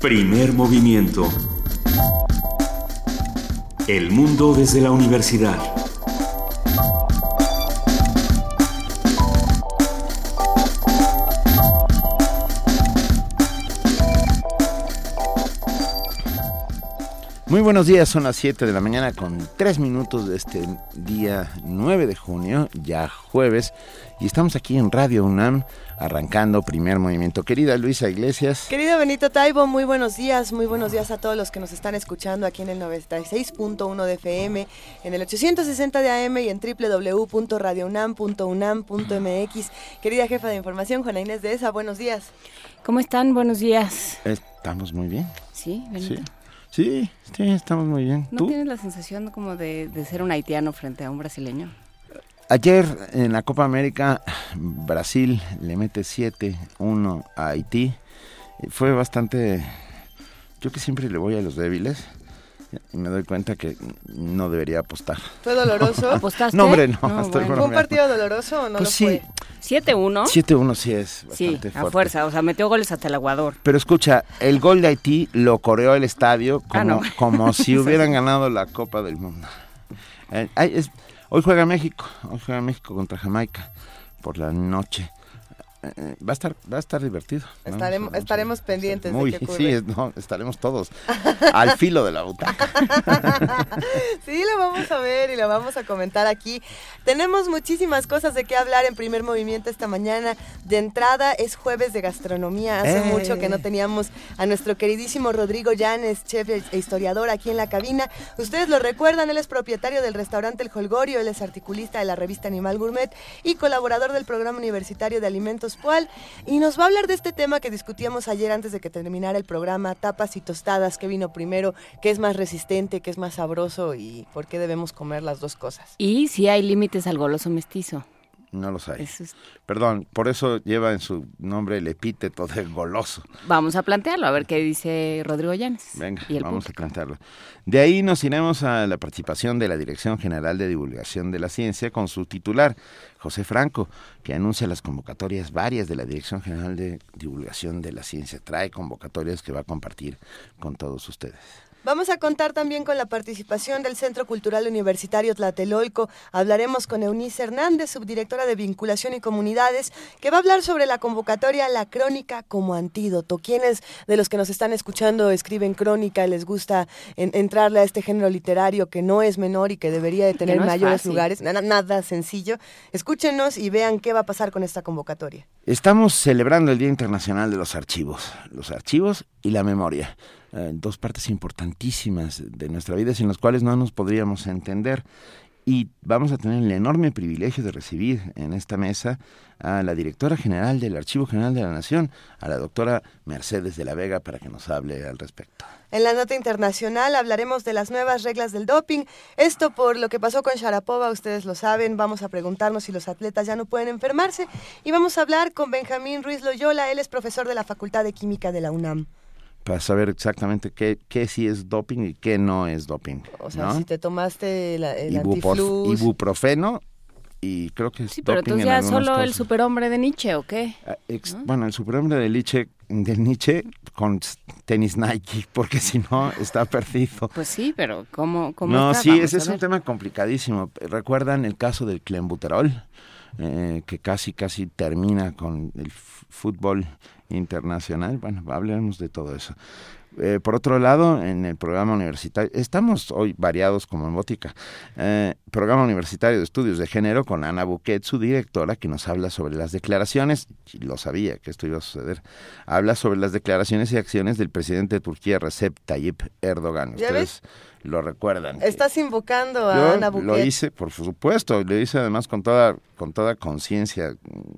Primer movimiento. El mundo desde la universidad. Muy buenos días, son las 7 de la mañana con 3 minutos de este día 9 de junio, ya jueves, y estamos aquí en Radio UNAM arrancando Primer Movimiento. Querida Luisa Iglesias. Querido Benito Taibo, muy buenos días a todos los que nos están escuchando aquí en el 96.1 de FM, en el 860 de AM y en www.radiounam.unam.mx. Querida jefa de información, Juana Inés de ESA, buenos días. ¿Cómo están? Buenos días. Estamos muy bien. Sí, Benito. Sí, estamos muy bien. ¿No ¿Tú? tienes la sensación como de ser un haitiano frente a un brasileño? Ayer en la Copa América, Brasil le mete 7-1 a Haití. Fue bastante... Yo que siempre le voy a los débiles y me doy cuenta que no debería apostar. ¿Fue doloroso? ¿Apostaste? No, hombre, no, estoy ¿Fue un bromeando. partido doloroso o no Pues lo sí, fue? 7-1. 7-1 sí es bastante Sí, fuerte. a fuerza, o sea, metió goles hasta el aguador. Pero escucha, el gol de Haití lo coreó el estadio como si hubieran ganado la Copa del Mundo. Hoy juega México contra Jamaica por la noche. Va a estar divertido. Estaremos pendientes de qué ocurre. Sí, estaremos todos al filo de la butaca. Sí, lo vamos a ver y lo vamos a comentar aquí. Tenemos muchísimas cosas de qué hablar en Primer Movimiento esta mañana. De entrada es jueves de gastronomía. Hace mucho que no teníamos a nuestro queridísimo Rodrigo Llanes, chef e historiador, aquí en la cabina. Ustedes lo recuerdan, él es propietario del restaurante El Jolgorio, él es articulista de la revista Animal Gourmet y colaborador del programa universitario de alimentos PUAL, y nos va a hablar de este tema que discutíamos ayer antes de que terminara el programa, tapas y tostadas, qué vino primero, qué es más resistente, qué es más sabroso y por qué debemos comer las dos cosas. Y si hay límites al goloso mestizo. No los hay. Perdón, por eso lleva en su nombre el epíteto de goloso. Vamos a plantearlo, a ver qué dice Rodrigo Llanes. Venga, y el vamos público. a plantearlo. De ahí nos iremos a la participación de la Dirección General de Divulgación de la Ciencia con su titular, José Franco, que anuncia las convocatorias varias de la Dirección General de Divulgación de la Ciencia. Trae convocatorias que va a compartir con todos ustedes. Vamos a contar también con la participación del Centro Cultural Universitario Tlatelolco. Hablaremos con Eunice Hernández, subdirectora de Vinculación y Comunidades, que va a hablar sobre la convocatoria La Crónica como Antídoto. ¿Quiénes de los que nos están escuchando escriben crónica, les gusta entrarle a este género literario que no es menor y que debería de tener mayores lugares? Nada sencillo. Escúchenos y vean qué va a pasar con esta convocatoria. Estamos celebrando el Día Internacional de los Archivos y la memoria. Dos partes importantísimas de nuestra vida sin las cuales no nos podríamos entender, y vamos a tener el enorme privilegio de recibir en esta mesa a la directora general del Archivo General de la Nación, a la doctora Mercedes de la Vega, para que nos hable al respecto. En la nota internacional hablaremos de las nuevas reglas del doping. Esto por lo que pasó con Sharapova, ustedes lo saben. Vamos a preguntarnos si los atletas ya no pueden enfermarse, y vamos a hablar con Benjamín Ruiz Loyola, él es profesor de la Facultad de Química de la UNAM. Para saber exactamente qué sí es doping y qué no es doping. O sea, ¿no? Si te tomaste el antiflux... Ibuprofeno, y creo que es sí, pero doping entonces en ya algunas solo cosas. el superhombre de Nietzsche, ¿o qué? ¿No? Bueno, el superhombre de Nietzsche con tenis Nike, porque si no está perdido. Pues sí, pero ¿cómo no, está? sí, Vamos ese a es ver. un tema complicadísimo. ¿Recuerdan el caso del clenbuterol? Que casi termina con el fútbol internacional. Bueno, hablaremos de todo eso. Por otro lado, en el programa universitario, estamos hoy variados como en botica, programa universitario de estudios de género con Ana Buquet, su directora, que nos habla sobre las declaraciones, y lo sabía que esto iba a suceder, habla sobre las declaraciones y acciones del presidente de Turquía, Recep Tayyip Erdogan. Ustedes lo recuerdan. Estás invocando a Ana Buquet. Lo hice, por supuesto, lo hice además con toda conciencia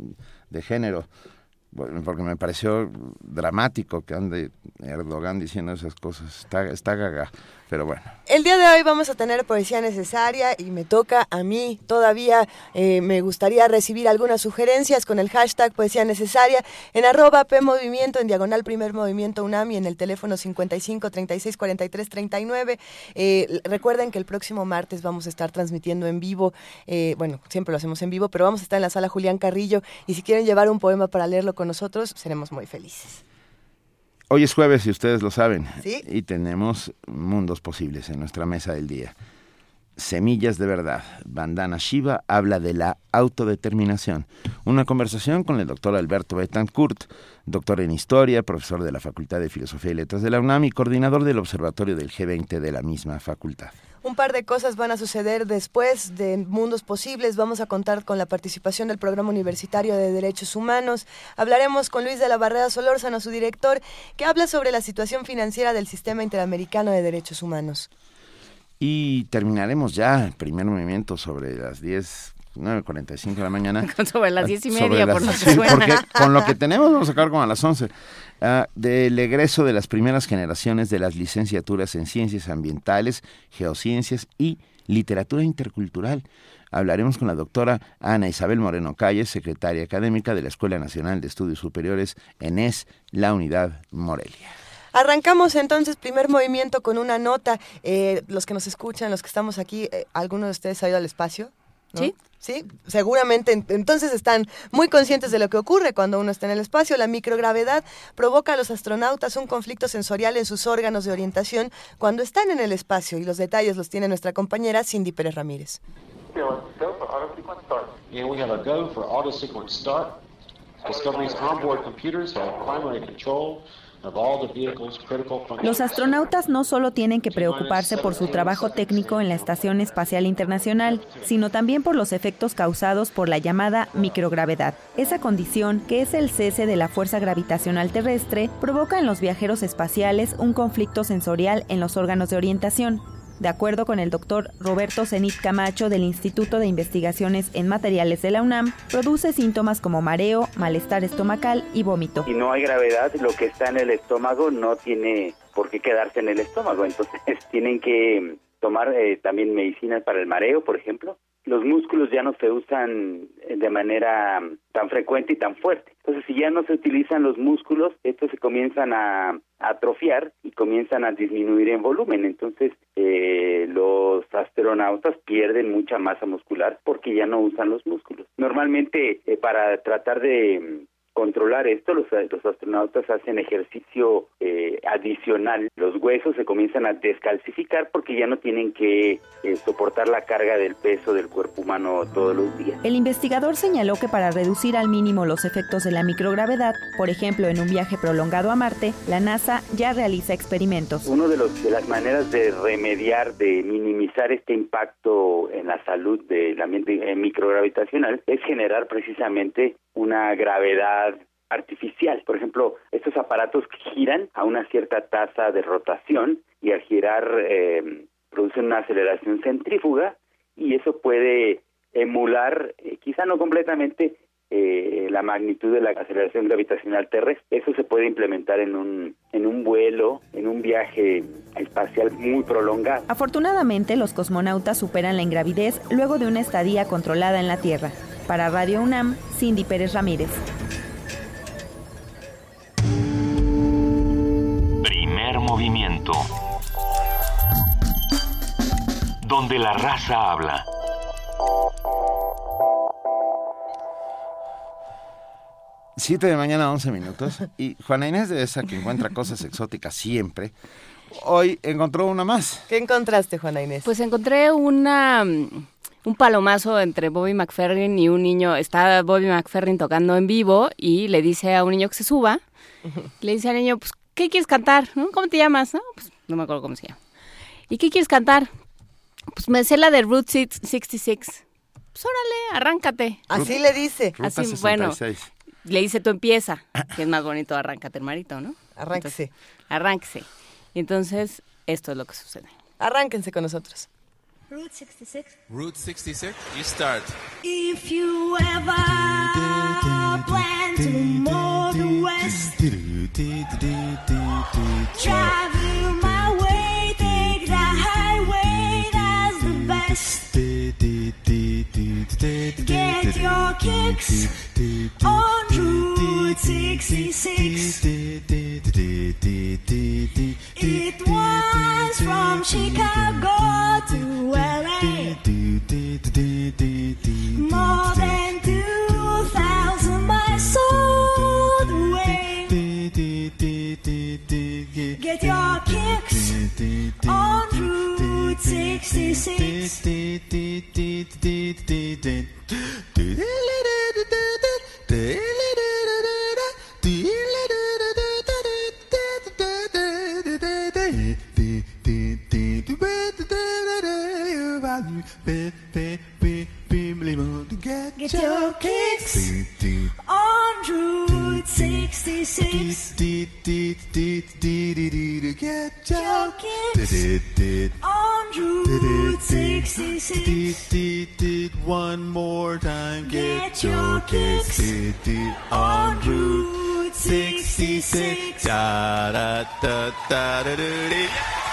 de género. Bueno, porque me pareció dramático que ande Erdogan diciendo esas cosas. Está gaga, pero bueno. El día de hoy vamos a tener poesía necesaria y me toca a mí todavía. Me gustaría recibir algunas sugerencias con el hashtag poesía necesaria en @PMovimiento, en diagonal Primer Movimiento UNAM y en el teléfono 55 36 43 39. Recuerden que el próximo martes vamos a estar transmitiendo en vivo. Bueno, siempre lo hacemos en vivo, pero vamos a estar en la sala Julián Carrillo, y si quieren llevar un poema para leerlo con nosotros, seremos muy felices. Hoy es jueves y ustedes lo saben. ¿Sí? Y tenemos mundos posibles en nuestra mesa del día. Semillas de verdad. Vandana Shiva habla de la autodeterminación. Una conversación con el doctor Alberto Betancourt, doctor en Historia, profesor de la Facultad de Filosofía y Letras de la UNAM y coordinador del Observatorio del G20 de la misma facultad. Un par de cosas van a suceder después de Mundos Posibles. Vamos a contar con la participación del Programa Universitario de Derechos Humanos. Hablaremos con Luis de la Barrera Solórzano, su director, que habla sobre la situación financiera del Sistema Interamericano de Derechos Humanos. Y terminaremos ya el primer movimiento sobre las 9:45 de la mañana. Sobre las 10:30, por lo que suena. Porque con lo que tenemos vamos a acabar como a las 11. Del egreso de las primeras generaciones de las licenciaturas en Ciencias Ambientales, Geociencias y Literatura Intercultural. Hablaremos con la doctora Ana Isabel Moreno Calles, secretaria académica de la Escuela Nacional de Estudios Superiores, ENES, la Unidad Morelia. Arrancamos entonces primer movimiento con una nota. Los que nos escuchan, los que estamos aquí, ¿alguno de ustedes ha ido al espacio? ¿No? Sí. Sí, seguramente entonces están muy conscientes de lo que ocurre cuando uno está en el espacio. La microgravedad provoca a los astronautas un conflicto sensorial en sus órganos de orientación cuando están en el espacio, y los detalles los tiene nuestra compañera Cindy Pérez Ramírez. And we have a go for auto sequence start. Discovery's onboard computers have primary control of all the vehicle's critical functions. Los astronautas no solo tienen que preocuparse por su trabajo técnico en la Estación Espacial Internacional, sino también por los efectos causados por la llamada microgravedad. Esa condición, que es el cese de la fuerza gravitacional terrestre, provoca en los viajeros espaciales un conflicto sensorial en los órganos de orientación. De acuerdo con el doctor Roberto Zenit Camacho del Instituto de Investigaciones en Materiales de la UNAM, produce síntomas como mareo, malestar estomacal y vómito. Si no hay gravedad, lo que está en el estómago no tiene por qué quedarse en el estómago, entonces tienen que tomar también medicinas para el mareo, por ejemplo. Los músculos ya no se usan de manera tan frecuente y tan fuerte. Entonces, si ya no se utilizan los músculos, estos se comienzan a atrofiar y comienzan a disminuir en volumen. Entonces, los astronautas pierden mucha masa muscular porque ya no usan los músculos. Normalmente, para tratar de controlar esto, los astronautas hacen ejercicio adicional. Los huesos se comienzan a descalcificar porque ya no tienen que soportar la carga del peso del cuerpo humano todos los días. El investigador señaló que para reducir al mínimo los efectos de la microgravedad, por ejemplo en un viaje prolongado a Marte, la NASA ya realiza experimentos. Una de las maneras de remediar, de minimizar este impacto en la salud del ambiente microgravitacional es generar precisamente una gravedad artificial. Por ejemplo, estos aparatos giran a una cierta tasa de rotación y al girar producen una aceleración centrífuga, y eso puede emular, quizá no completamente, la magnitud de la aceleración gravitacional terrestre. Eso se puede implementar en un vuelo, en un viaje espacial muy prolongado. Afortunadamente, los cosmonautas superan la ingravidez luego de una estadía controlada en la Tierra. Para Radio UNAM, Cindy Pérez Ramírez. Primer movimiento. Donde la raza habla. Siete de mañana, 11 minutos. Y Juana Inés, de esa que encuentra cosas exóticas siempre, hoy encontró una más. ¿Qué encontraste, Juana Inés? Pues encontré un palomazo entre Bobby McFerrin y un niño. Está Bobby McFerrin tocando en vivo y le dice a un niño que se suba. Le dice al niño, pues, ¿qué quieres cantar? ¿No? ¿Cómo te llamas? No, pues, no me acuerdo cómo se llama. ¿Y qué quieres cantar? Pues me sé la de Route 66. Pues órale, arráncate. Así le dice. Así, bueno, le dice tú empieza, que es más bonito arráncate, hermanito, ¿no? Arránquese. Entonces, arránquese. Entonces, esto es lo que sucede. Arránquense con nosotros. Route 66. Route 66, you start. If you ever plan to move west, travel my way, take the highway, that's the best. Get your kicks on Route 66. It was from Chicago to LA, more than 2,000 miles all the way. Get your kicks on Route 66. Get your kicks on Route 66. One more time. Get your kicks on Route 66. Da, da, da, da, da, da, da.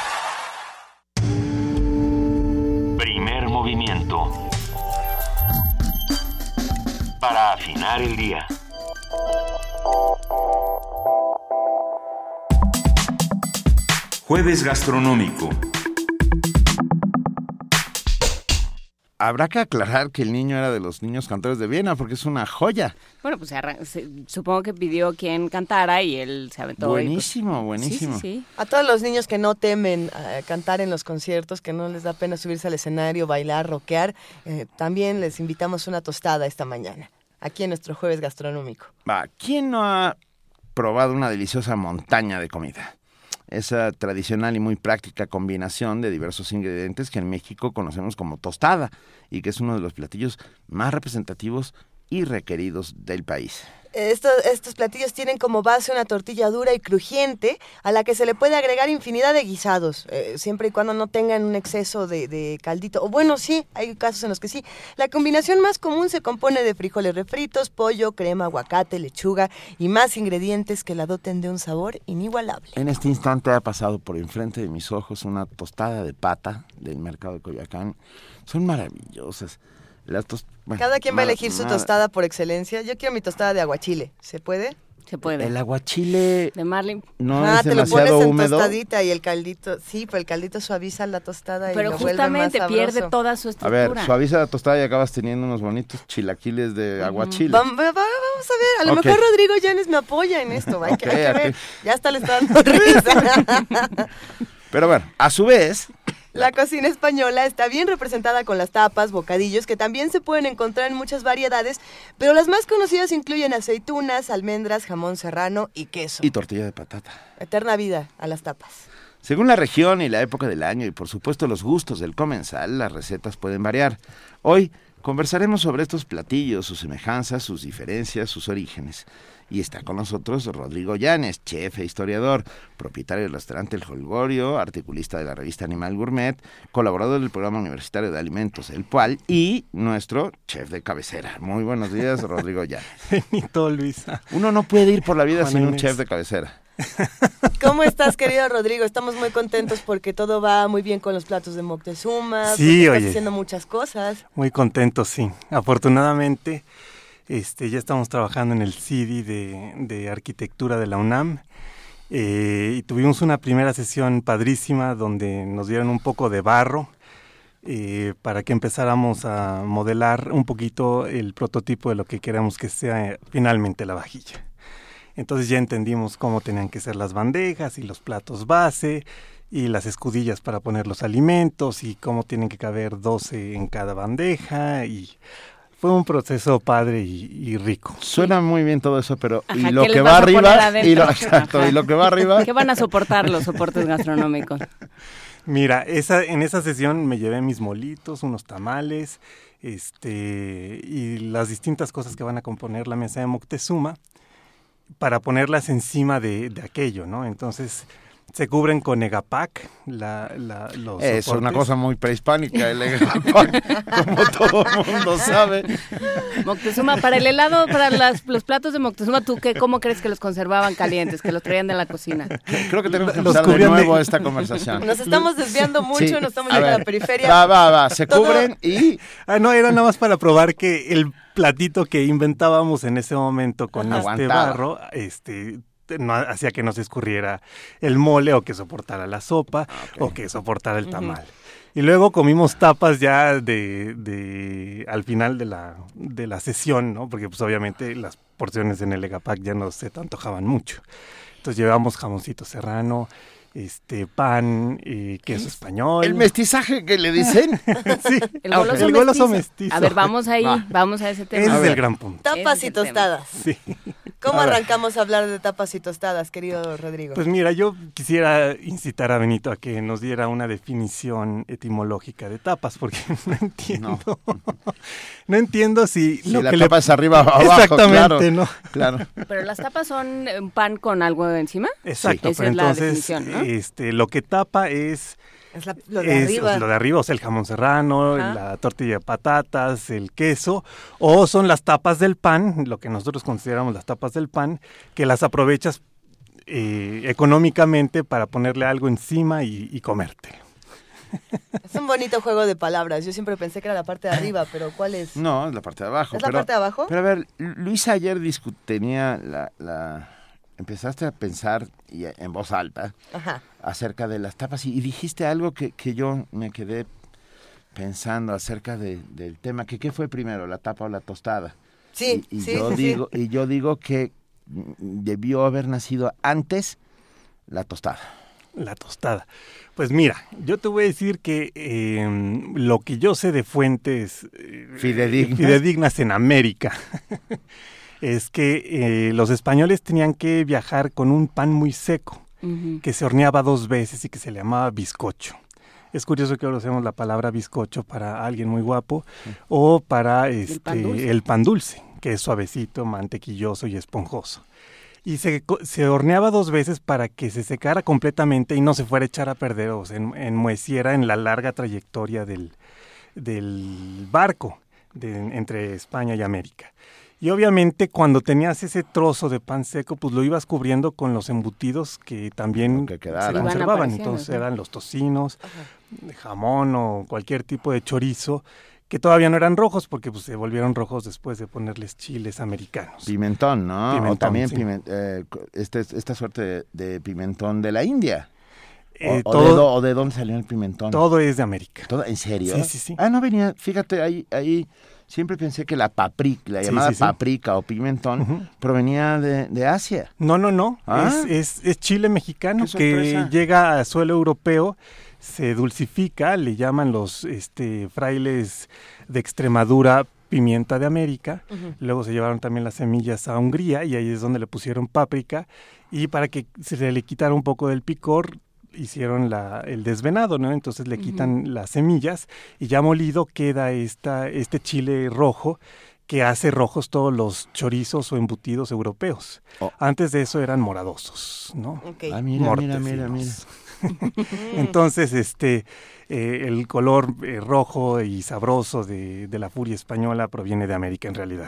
Primer movimiento. Para afinar el día. Jueves gastronómico. Habrá que aclarar que el niño era de los niños cantores de Viena, porque es una joya. Bueno, pues supongo que pidió quien cantara y él se aventó. Buenísimo, y pues, buenísimo. Sí. A todos los niños que no temen cantar en los conciertos, que no les da pena subirse al escenario, bailar, rockear, también les invitamos una tostada esta mañana, aquí en nuestro Jueves Gastronómico. Va, ¿quién no ha probado una deliciosa montaña de comida? Esa tradicional y muy práctica combinación de diversos ingredientes que en México conocemos como tostada y que es uno de los platillos más representativos y requeridos del país. Estos platillos tienen como base una tortilla dura y crujiente a la que se le puede agregar infinidad de guisados, siempre y cuando no tengan un exceso de caldito. O bueno, sí, hay casos en los que sí. La combinación más común se compone de frijoles refritos, pollo, crema, aguacate, lechuga y más ingredientes que la doten de un sabor inigualable. En este instante ha pasado por enfrente de mis ojos una tostada de pata del mercado de Coyoacán. Son maravillosas. Cada quien va a elegir su tostada por excelencia. Yo quiero mi tostada de aguachile. ¿Se puede? Se puede. El aguachile de Marlin. No es te lo demasiado pones en húmedo. Tostadita y el caldito, sí, pero el caldito suaviza la tostada y pero lo vuelve más justamente sabroso. pierde toda su estructura. A ver, suaviza la tostada y acabas teniendo unos bonitos chilaquiles de aguachile. Vamos a ver, a lo mejor Rodrigo Llanes me apoya en esto, hay que ver. Ya hasta le está dando risa. Pero bueno, a su vez, la cocina española está bien representada con las tapas, bocadillos, que también se pueden encontrar en muchas variedades, pero las más conocidas incluyen aceitunas, almendras, jamón serrano y queso. Y tortilla de patata. Eterna vida a las tapas. Según la región y la época del año y por supuesto los gustos del comensal, las recetas pueden variar. Hoy conversaremos sobre estos platillos, sus semejanzas, sus diferencias, sus orígenes. Y está con nosotros Rodrigo Llanes, chef e historiador, propietario del restaurante El Jolgorio, articulista de la revista Animal Gourmet, colaborador del programa universitario de alimentos El Pual y nuestro chef de cabecera. Muy buenos días, Rodrigo Llanes. Benito, Luisa. Uno no puede ir por la vida Juan sin un Inés. chef de cabecera. ¿Cómo estás, querido Rodrigo? Estamos muy contentos porque todo va muy bien con los platos de Moctezuma. Sí, estás oye. haciendo muchas cosas. Muy contento, sí. Afortunadamente, ya estamos trabajando en el CIDI de arquitectura de la UNAM y tuvimos una primera sesión padrísima donde nos dieron un poco de barro para que empezáramos a modelar un poquito el prototipo de lo que queremos que sea finalmente la vajilla. Entonces ya entendimos cómo tenían que ser las bandejas y los platos base y las escudillas para poner los alimentos y cómo tienen que caber 12 en cada bandeja y fue un proceso padre y rico. Suena muy bien todo eso, pero Ajá, y lo ¿qué que les va vas a poner arriba adentro? y lo que va arriba. ¿Qué van a soportar los soportes gastronómicos? Mira, en esa sesión me llevé mis molitos, unos tamales, y las distintas cosas que van a componer la mesa de Moctezuma para ponerlas encima de aquello, ¿no? Entonces se cubren con Egapac, los Es soportes. una cosa muy prehispánica, el Egapac, como todo el mundo sabe. Moctezuma, para el helado, para los platos de Moctezuma, ¿tú cómo crees que los conservaban calientes, que los traían de la cocina? Creo que tenemos que Los empezar de cubrían nuevo de- esta conversación. Nos estamos desviando mucho, Sí, nos estamos a yendo a la ver, periferia. Va, se Todo- cubren y... No, era nada más para probar que el platito que inventábamos en ese momento con Ajá. este Aguantaba. barro, no hacía que no se escurriera el mole o que soportara la sopa o que soportara el tamal. Y luego comimos tapas ya al final de la sesión, ¿no? Porque pues obviamente las porciones en el Egapac ya no se te antojaban mucho. Entonces llevamos jamoncito serrano pan, queso español. ¿El mestizaje que le dicen? Sí, El goloso, goloso mestizo. mestizo. A ver, vamos ahí, vamos a ese tema. Ese A es ver. el gran punto. Tapas Ese y es el tostadas. Sí. ¿Cómo A ver. arrancamos a hablar de tapas y tostadas, querido Rodrigo? Pues mira, yo quisiera incitar a Benito a que nos diera una definición etimológica de tapas, porque no entiendo. No entiendo si Si la tapa es arriba o abajo, Exactamente, claro, ¿no? Claro. Pero las tapas son un pan con algo encima. Exacto, Esa pero es la entonces definición, ¿no? lo que tapa es lo de arriba. lo de arriba, o sea, el jamón serrano, Ajá. la tortilla de patatas, el queso, o son las tapas del pan, lo que nosotros consideramos las tapas del pan, que las aprovechas económicamente para ponerle algo encima y comértelo. Es un bonito juego de palabras. Yo siempre pensé que era la parte de arriba, pero ¿cuál es? No, es la parte de abajo. ¿Es la parte de abajo? Pero a ver, Luisa ayer tenía empezaste a pensar en voz alta Ajá. acerca de las tapas y dijiste algo que yo me quedé pensando acerca del tema, que ¿qué fue primero, la tapa o la tostada? Sí, y sí, yo sí, digo, Y yo digo que debió haber nacido antes la tostada. La tostada. Pues mira, yo te voy a decir que lo que yo sé de fuentes fidedignas en América es que los españoles tenían que viajar con un pan muy seco, que se horneaba 2 veces y que se le llamaba bizcocho. Es curioso que ahora usemos la palabra bizcocho para alguien muy guapo o para el pan dulce, que es suavecito, mantequilloso y esponjoso. Y se horneaba 2 veces para que se secara completamente y no se fuera a echar a perder o se enmoheciera en la larga trayectoria del barco entre España y América. Y obviamente cuando tenías ese trozo de pan seco, pues lo ibas cubriendo con los embutidos que también se conservaban. Entonces eran los tocinos, jamón o cualquier tipo de chorizo, que todavía no eran rojos porque pues, se volvieron rojos después de ponerles chiles americanos. Pimentón, ¿no? Pimentón, o también sí. Esta suerte de pimentón de la India. Todo, ¿De dónde salió el pimentón? Todo es de América. ¿En serio? Sí. Ah, no venía, fíjate, ahí siempre pensé que la llamada paprika o pimentón provenía de Asia. No. ¿Ah? Es chile mexicano que sorpresa. llega a suelo europeo, se dulcifica, le llaman los frailes de Extremadura pimienta de América. Luego se llevaron también las semillas a Hungría y ahí es donde le pusieron páprica, y para que se le quitara un poco del picor hicieron el desvenado, ¿no? Entonces le quitan las semillas y ya molido queda este chile rojo que hace rojos todos los chorizos o embutidos europeos. Antes de eso eran moradosos, ¿no? Okay. Ah, mira. Entonces, el color rojo y sabroso de la furia española proviene de América en realidad.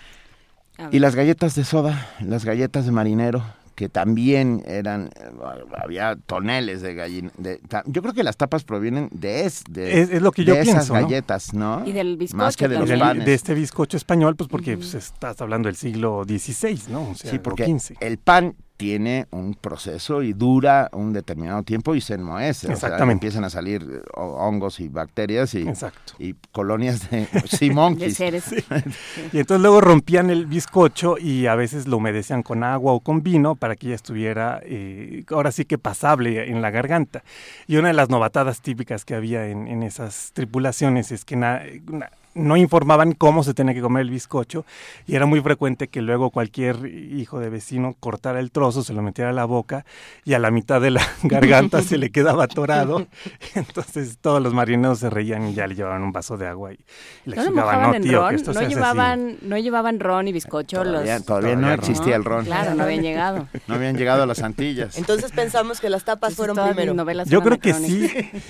Y las galletas de soda, las galletas de marinero, que también había toneles de gallina. Yo creo que las tapas provienen es lo que yo esas pienso, galletas, ¿no? Y del bizcocho. Más que de los panes. De este bizcocho español, pues porque pues, estás hablando del siglo XVI, ¿no? O sea, sí, porque XV. el pan tiene un proceso y dura un determinado tiempo y se enmohece. Exactamente. O sea, empiezan a salir hongos y bacterias Exacto. y colonias de sea monkeys. De seres. Sí. Y entonces luego rompían el bizcocho y a veces lo humedecían con agua o con vino para que ya estuviera, ahora sí que pasable en la garganta. Y una de las novatadas típicas que había en esas tripulaciones es que no informaban cómo se tenía que comer el bizcocho y era muy frecuente que luego cualquier hijo de vecino cortara el trozo, se lo metiera a la boca y a la mitad de la garganta se le quedaba atorado. Entonces todos los marineros se reían y ya le llevaban un vaso de agua y le ¿No lo explicaban, mojaban en tío, ron? que esto ¿No se hace llevaban ron y bizcocho? Todavía no existía el ron. Claro, no habían llegado. No habían llegado a las Antillas. Entonces pensamos que las tapas fueron primero. Yo creo que sí.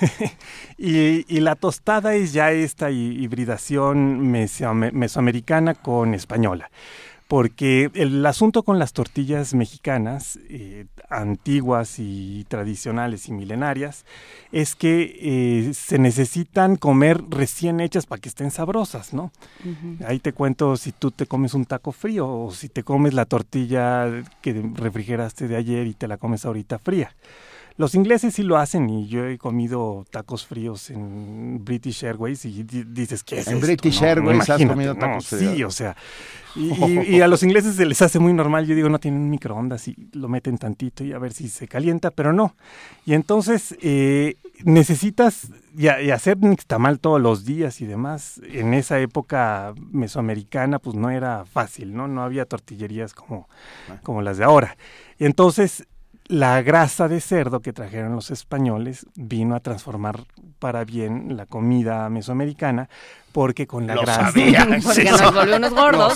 y la tostada es ya esta hibridación mesoamericana con española. Porque el asunto con las tortillas mexicanas, antiguas y tradicionales y milenarias, es que se necesitan comer recién hechas para que estén sabrosas, ¿no? Ahí te cuento si tú te comes un taco frío o si te comes la tortilla que refrigeraste de ayer y te la comes ahorita fría. Los ingleses sí lo hacen y yo he comido tacos fríos en British Airways y dices, ¿qué es En esto? British No, Airways has imagínate, comido tacos no, fríos. sí, o sea, y a los ingleses se les hace muy normal, yo digo, no tienen un microondas y lo meten tantito y a ver si se calienta, pero no. Y entonces necesitas y hacer nixtamal todos los días y demás. En esa época mesoamericana pues no era fácil, no había tortillerías como las de ahora. Y entonces la grasa de cerdo que trajeron los españoles vino a transformar para bien la comida mesoamericana, porque con la grasa... Porque nos volvió unos gordos.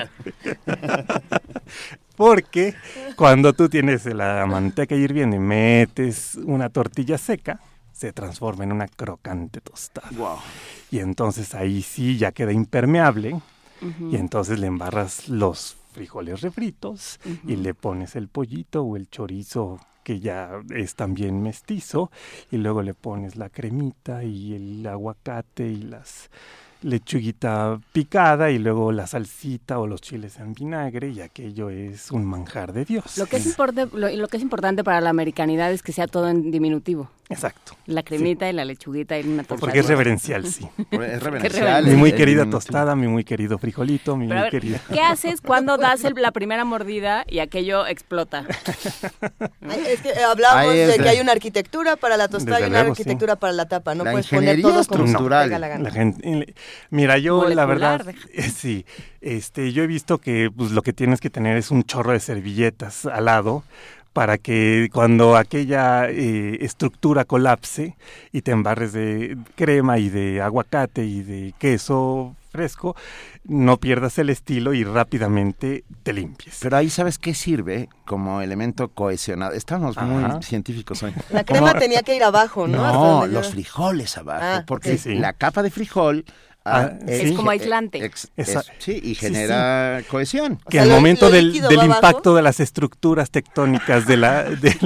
Porque cuando tú tienes la manteca hirviendo y metes una tortilla seca, se transforma en una crocante tostada. Wow. Y entonces ahí sí ya queda impermeable, y entonces le embarras los frijoles refritos y le pones el pollito o el chorizo que ya es también mestizo, y luego le pones la cremita y el aguacate y las lechuguita picada y luego la salsita o los chiles en vinagre, y aquello es un manjar de Dios. Lo que es importante para la americanidad es que sea todo en diminutivo. Exacto. La cremita y la lechuguita y una tostada. Porque es reverencial, sí. Es reverencial. Mi muy querida tostada, mi muy querido frijolito, mi Pero a muy ver, querida... ¿qué haces cuando das la primera mordida y aquello explota? Es que hablamos Ahí es de que de- hay una arquitectura para la tostada Desde y una luego, arquitectura para la tapa. No La puedes poner ingeniería todo como estructural. te pega la gana. La gente, mira, yo la Molecular, verdad, sí, yo he visto que pues lo que tienes que tener es un chorro de servilletas al lado para que cuando aquella estructura colapse y te embarres de crema y de aguacate y de queso fresco, no pierdas el estilo y rápidamente te limpies. Pero ahí, ¿sabes qué sirve como elemento cohesionado? Estamos muy Ajá. científicos hoy. La crema Como- tenía que ir abajo, ¿no? Hasta No, donde los yo- frijoles abajo, Ah, porque sí. la capa de frijol Es como aislante. Sí, y genera cohesión. Que sea, al lo momento del líquido va impacto abajo. de las estructuras tectónicas de la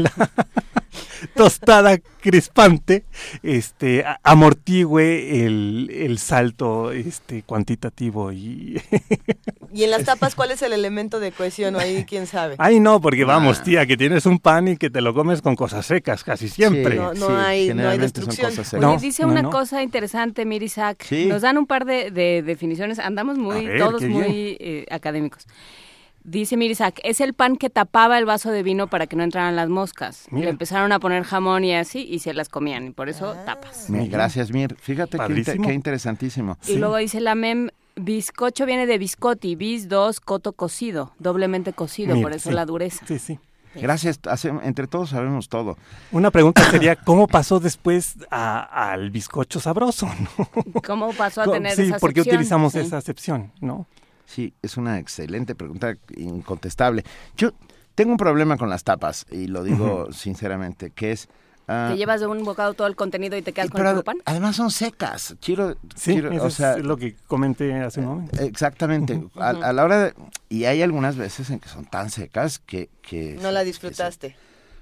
tostada crispante, amortigüe el salto cuantitativo y Y en las tapas, ¿cuál es el elemento de cohesión? Ahí, quién sabe. ay no, porque vamos, tía, que tienes un pan y que te lo comes con cosas secas casi siempre. No, no hay generalmente son destrucción. cosas Oye, secas. No, dice no, una no. cosa interesante, Mirisak. Sí. Nos dan un par de definiciones. Andamos A ver, todos qué muy académicos. Dice Mirisak, es el pan que tapaba el vaso de vino para que no entraran las moscas. Mira. Le empezaron a poner jamón y así, y se las comían, y por eso tapas. Gracias, Mir. Fíjate Padrísimo. qué interesantísimo. Y luego dice la mem, bizcocho viene de biscotti, bis 2, coto cocido, doblemente cocido, Mira, por eso sí. la dureza. Sí, sí. Gracias, entre todos sabemos todo. Una pregunta sería, ¿cómo pasó después al bizcocho sabroso? ¿No? ¿Cómo pasó a ¿Cómo- tener sí, esa ¿por qué acepción? utilizamos Sí. esa acepción? ¿No? Sí, es una excelente pregunta, incontestable. Yo tengo un problema con las tapas, y lo digo sinceramente, que es... Te llevas de un bocado todo el contenido y te quedas con pero el puro pan. además son secas. Sí, eso o sea, es lo que comenté hace un momento. exactamente. A la hora de... Y hay algunas veces en que son tan secas que No la disfrutaste.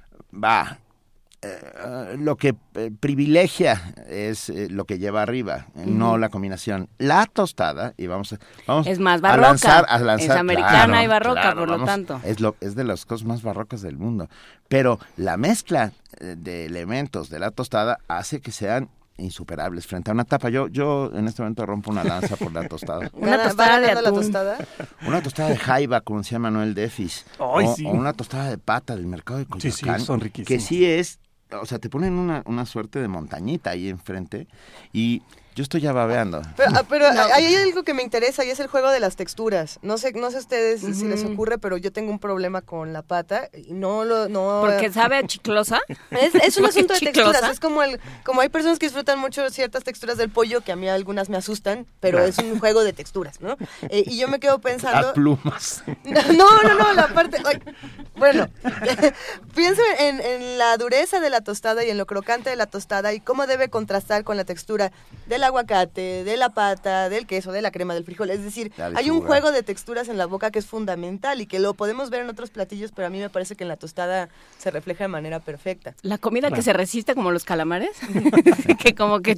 Lo que privilegia es lo que lleva arriba, no la combinación. La tostada, y vamos Es más a barroca, lanzar, es americana claro, y barroca, claro, por lo vamos, tanto. es de las cosas más barrocas del mundo. Pero la mezcla de elementos de la tostada hace que sean insuperables frente a una tapa. Yo en este momento rompo una lanza por la tostada. Una tostada de ganando la atún. tostada? Una tostada de jaiba, como decía Manuel Defis, Ay, o, sí. o una tostada de pata del mercado de Sí, sí, Coyoacán, son que riquísimas. sí es, o sea, te ponen una suerte de montañita ahí enfrente, y yo estoy ya babeando. Pero hay algo que me interesa y es el juego de las texturas. No sé ustedes si les ocurre, pero yo tengo un problema con la pata y no. Porque sabe a chiclosa. Es un asunto de ¿Chiclosa? texturas. Es como hay personas que disfrutan mucho ciertas texturas del pollo que a mí algunas me asustan, pero es un juego de texturas, ¿no? Y yo me quedo pensando. Las plumas. No, la parte. Ay, bueno, pienso en la dureza de la tostada y en lo crocante de la tostada y cómo debe contrastar con la textura del aguacate, de la pata, del queso, de la crema, del frijol. Es decir, La hay un lechuga. juego de texturas en la boca que es fundamental y que lo podemos ver en otros platillos, pero a mí me parece que en la tostada se refleja de manera perfecta. La comida que se resiste como los calamares, que como que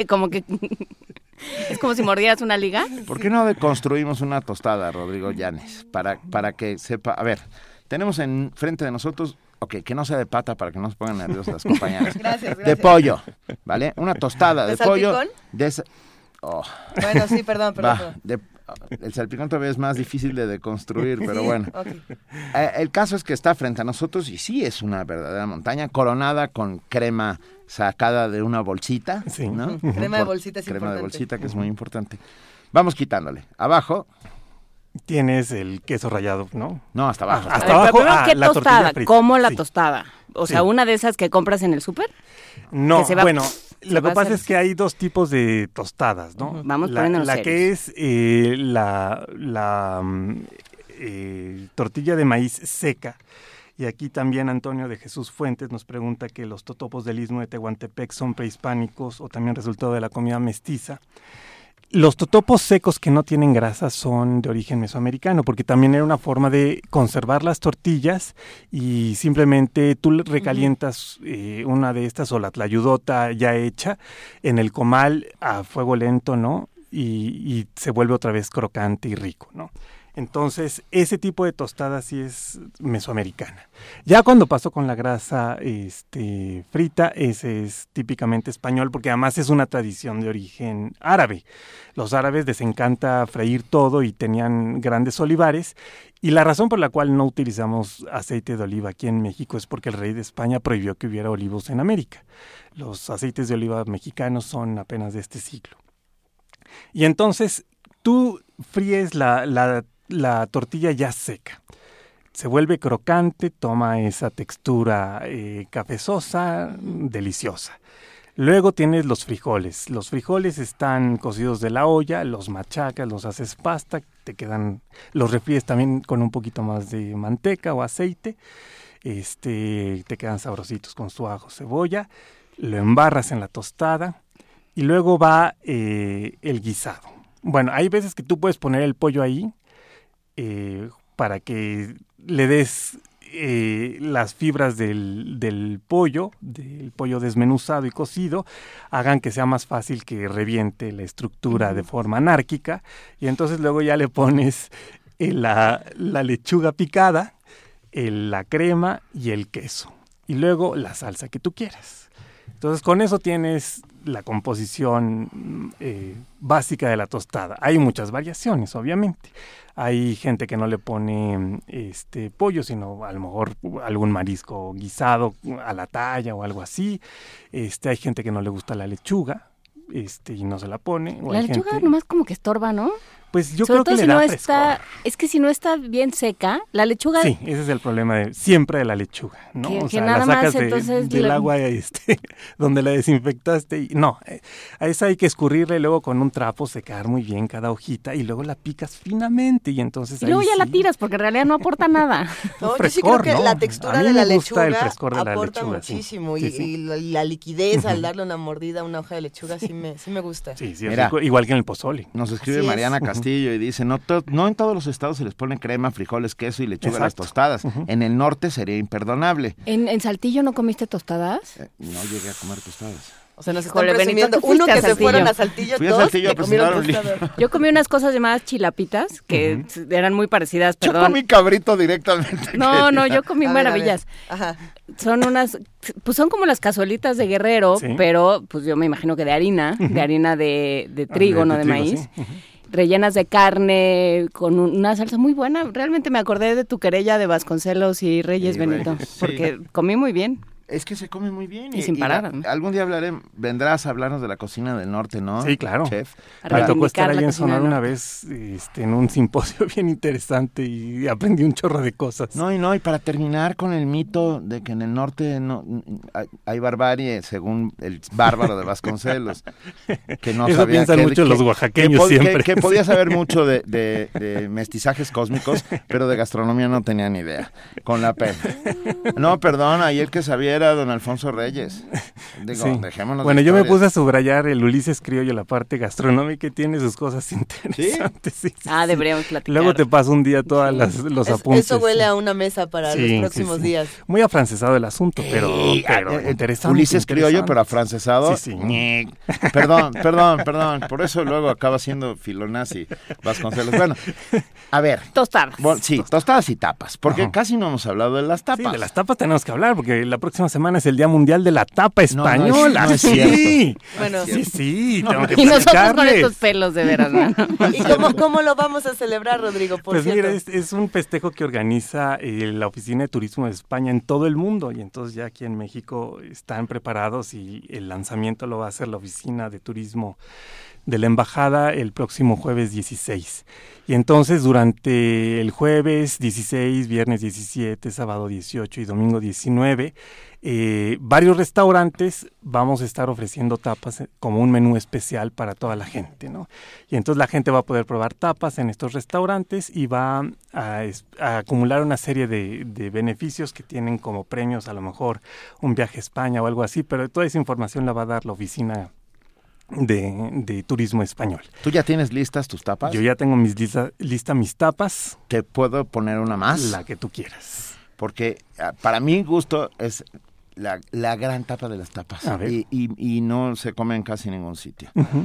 es como si mordieras una liga. ¿Por qué no deconstruimos una tostada, Rodrigo Llanes? Para que sepa, a ver, Tenemos en frente de nosotros, que no sea de pata para que no se pongan nerviosas las compañeras. Gracias. De pollo, ¿vale? Una tostada de pollo. Bueno, sí, perdón. El salpicón todavía es más difícil de deconstruir, pero Sí, bueno. okay. El caso es que está frente a nosotros y sí es una verdadera montaña coronada con crema sacada de una bolsita, Sí. ¿no? Crema de bolsita es Crema importante. de bolsita, que es muy importante. Vamos quitándole. Abajo. Tienes el queso rallado, ¿no? No, hasta abajo. Hasta Pero abajo, primero, ¿qué la tortilla tostada? frita. ¿Cómo la Sí. tostada? O Sí. sea, una de esas que compras en el súper. No, que se va- bueno, se lo va que a pasa hacer es que hay dos tipos de tostadas, ¿no? Ujú. Vamos la poniéndonos que serios. es tortilla de maíz seca. Y aquí también Antonio de Jesús Fuentes nos pregunta que los totopos del Istmo de Tehuantepec son prehispánicos o también resultado de la comida mestiza. Los totopos secos que no tienen grasa son de origen mesoamericano, porque también era una forma de conservar las tortillas y simplemente tú recalientas una de estas o la tlayudota ya hecha en el comal a fuego lento, ¿no? Y se vuelve otra vez crocante y rico, ¿no? Entonces, ese tipo de tostada sí es mesoamericana. Ya cuando pasó con la grasa frita, ese es típicamente español, porque además es una tradición de origen árabe. Los árabes les encanta freír todo y tenían grandes olivares, y la razón por la cual no utilizamos aceite de oliva aquí en México es porque el rey de España prohibió que hubiera olivos en América. Los aceites de oliva mexicanos son apenas de este siglo. Y entonces, tú fríes la tortilla ya seca. Se vuelve crocante, toma esa textura cafezosa, deliciosa. Luego tienes los frijoles. Los frijoles están cocidos de la olla, los machacas, los haces pasta, los refríes también con un poquito más de manteca o aceite. Te quedan sabrositos con su ajo, cebolla. Lo embarras en la tostada y luego va el guisado. Bueno, hay veces que tú puedes poner el pollo ahí para que le des las fibras del pollo desmenuzado y cocido, hagan que sea más fácil que reviente la estructura de forma anárquica, y entonces luego ya le pones la lechuga picada, la crema y el queso, y luego la salsa que tú quieras. Entonces con eso tienes la composición básica de la tostada. Hay muchas variaciones, obviamente. Hay gente que no le pone pollo, sino a lo mejor algún marisco guisado a la talla o algo así. Hay gente que no le gusta la lechuga y no se la pone. O La lechuga nomás como que estorba, ¿no? Pues yo Sobre creo que todo le si da no frescor. es que si no está bien seca, la lechuga... Sí, ese es el problema siempre de la lechuga, ¿no? Que- O que sea, nada la más, sacas entonces, del le- agua donde la desinfectaste y no, a esa hay que escurrirle luego con un trapo, secar muy bien cada hojita y luego la picas finamente y entonces Y luego ahí ya la sí. tiras porque en realidad no aporta nada. No, yo sí creo Frescor, que ¿no? la A textura mí de me la gusta el lechuga frescor de la aporta lechuga, sí. muchísimo Sí, y, sí. y la liquidez al darle una mordida a una hoja de lechuga sí me gusta. Sí, sí, Mira, rico, igual que en el pozole. Nos escribe Así es. Mariana Castillo y dice, no en todos los estados se les pone crema, frijoles, queso y lechuga a las Exacto. tostadas. En el norte sería imperdonable. ¿En Saltillo no comiste tostadas? No llegué a comer tostadas. O sea, nos están Híjole, Benito, presumiendo ¿tú fuiste uno que a se Saltillo? fueron a Saltillo, Fui a dos Saltillo a que comieron presentar un tostadas. Yo comí unas cosas llamadas chilapitas que eran muy parecidas, Yo perdón. comí cabrito directamente. No, yo comí A ver, maravillas. a ver. Ajá. Son unas, pues son como las cazuelitas de Guerrero, Sí. pero pues yo me imagino que de harina de trigo, no de trigo, maíz. sí. Ujú. Rellenas de carne con una salsa muy buena. Realmente me acordé de tu querella de Vasconcelos y Reyes, Sí, Benito, Reyes, sí. porque comí muy bien. Es que se come muy bien. Y sin parar, ¿no? Algún día vendrás a hablarnos de la cocina del norte, ¿no? Sí, claro. Chef. A Me tocó estar reivindicar la ahí en cocina Sonora del una norte. vez en un simposio bien interesante y aprendí un chorro de cosas. No, y para terminar con el mito de que en el norte no hay barbarie, según el bárbaro de Vasconcelos, que no Eso sabía piensan que- mucho que- los oaxaqueños siempre. que podía saber mucho de mestizajes cósmicos, pero de gastronomía no tenía ni idea, con la pena. No, perdón, ahí el que sabía leer a don Alfonso Reyes. Digo, Sí. dejémonos Bueno, de yo me historias. puse a subrayar el Ulises Criollo, la parte gastronómica, y tiene sus cosas interesantes. Sí, sí, Ah, sí. deberíamos platicar. Luego te paso un día todos los apuntes. Eso huele a una mesa para Sí, los sí, próximos sí. días. Muy afrancesado el asunto, pero interesante. Ulises Criollo, interesante. pero afrancesado. Sí, sí. Ñic. Perdón. Por eso luego acaba siendo Filonazi Vasconcelos. Bueno, a ver. Tostadas. Bueno, sí, tostadas y tapas. Porque Ajá. casi no hemos hablado de las Sí, tapas. de las tapas tenemos que hablar, porque la próxima semana es el Día Mundial de la Tapa No, no es- Española. no es sí. cierto. Bueno. Sí, tengo que Y nosotros con platicarles. estos pelos de veras, ¿no? ¿Y cómo lo vamos a celebrar, Rodrigo? Por Pues cierto. mira, es un festejo que organiza la Oficina de Turismo de España en todo el mundo, y entonces ya aquí en México están preparados y el lanzamiento lo va a hacer la Oficina de Turismo de la Embajada el próximo jueves 16. Y entonces durante el jueves 16, viernes 17, sábado 18 y domingo 19, varios restaurantes vamos a estar ofreciendo tapas como un menú especial para toda la gente, ¿no? Y entonces la gente va a poder probar tapas en estos restaurantes y va a acumular una serie de beneficios que tienen como premios, a lo mejor un viaje a España o algo así, pero toda esa información la va a dar la Oficina de Turismo Español. ¿Tú ya tienes listas tus tapas? Yo ya tengo lista mis tapas. ¿Te puedo poner una más? La que tú quieras. Porque para mi gusto es la gran tapa de las tapas. A ver. Y no se come en casi ningún sitio. Ujú.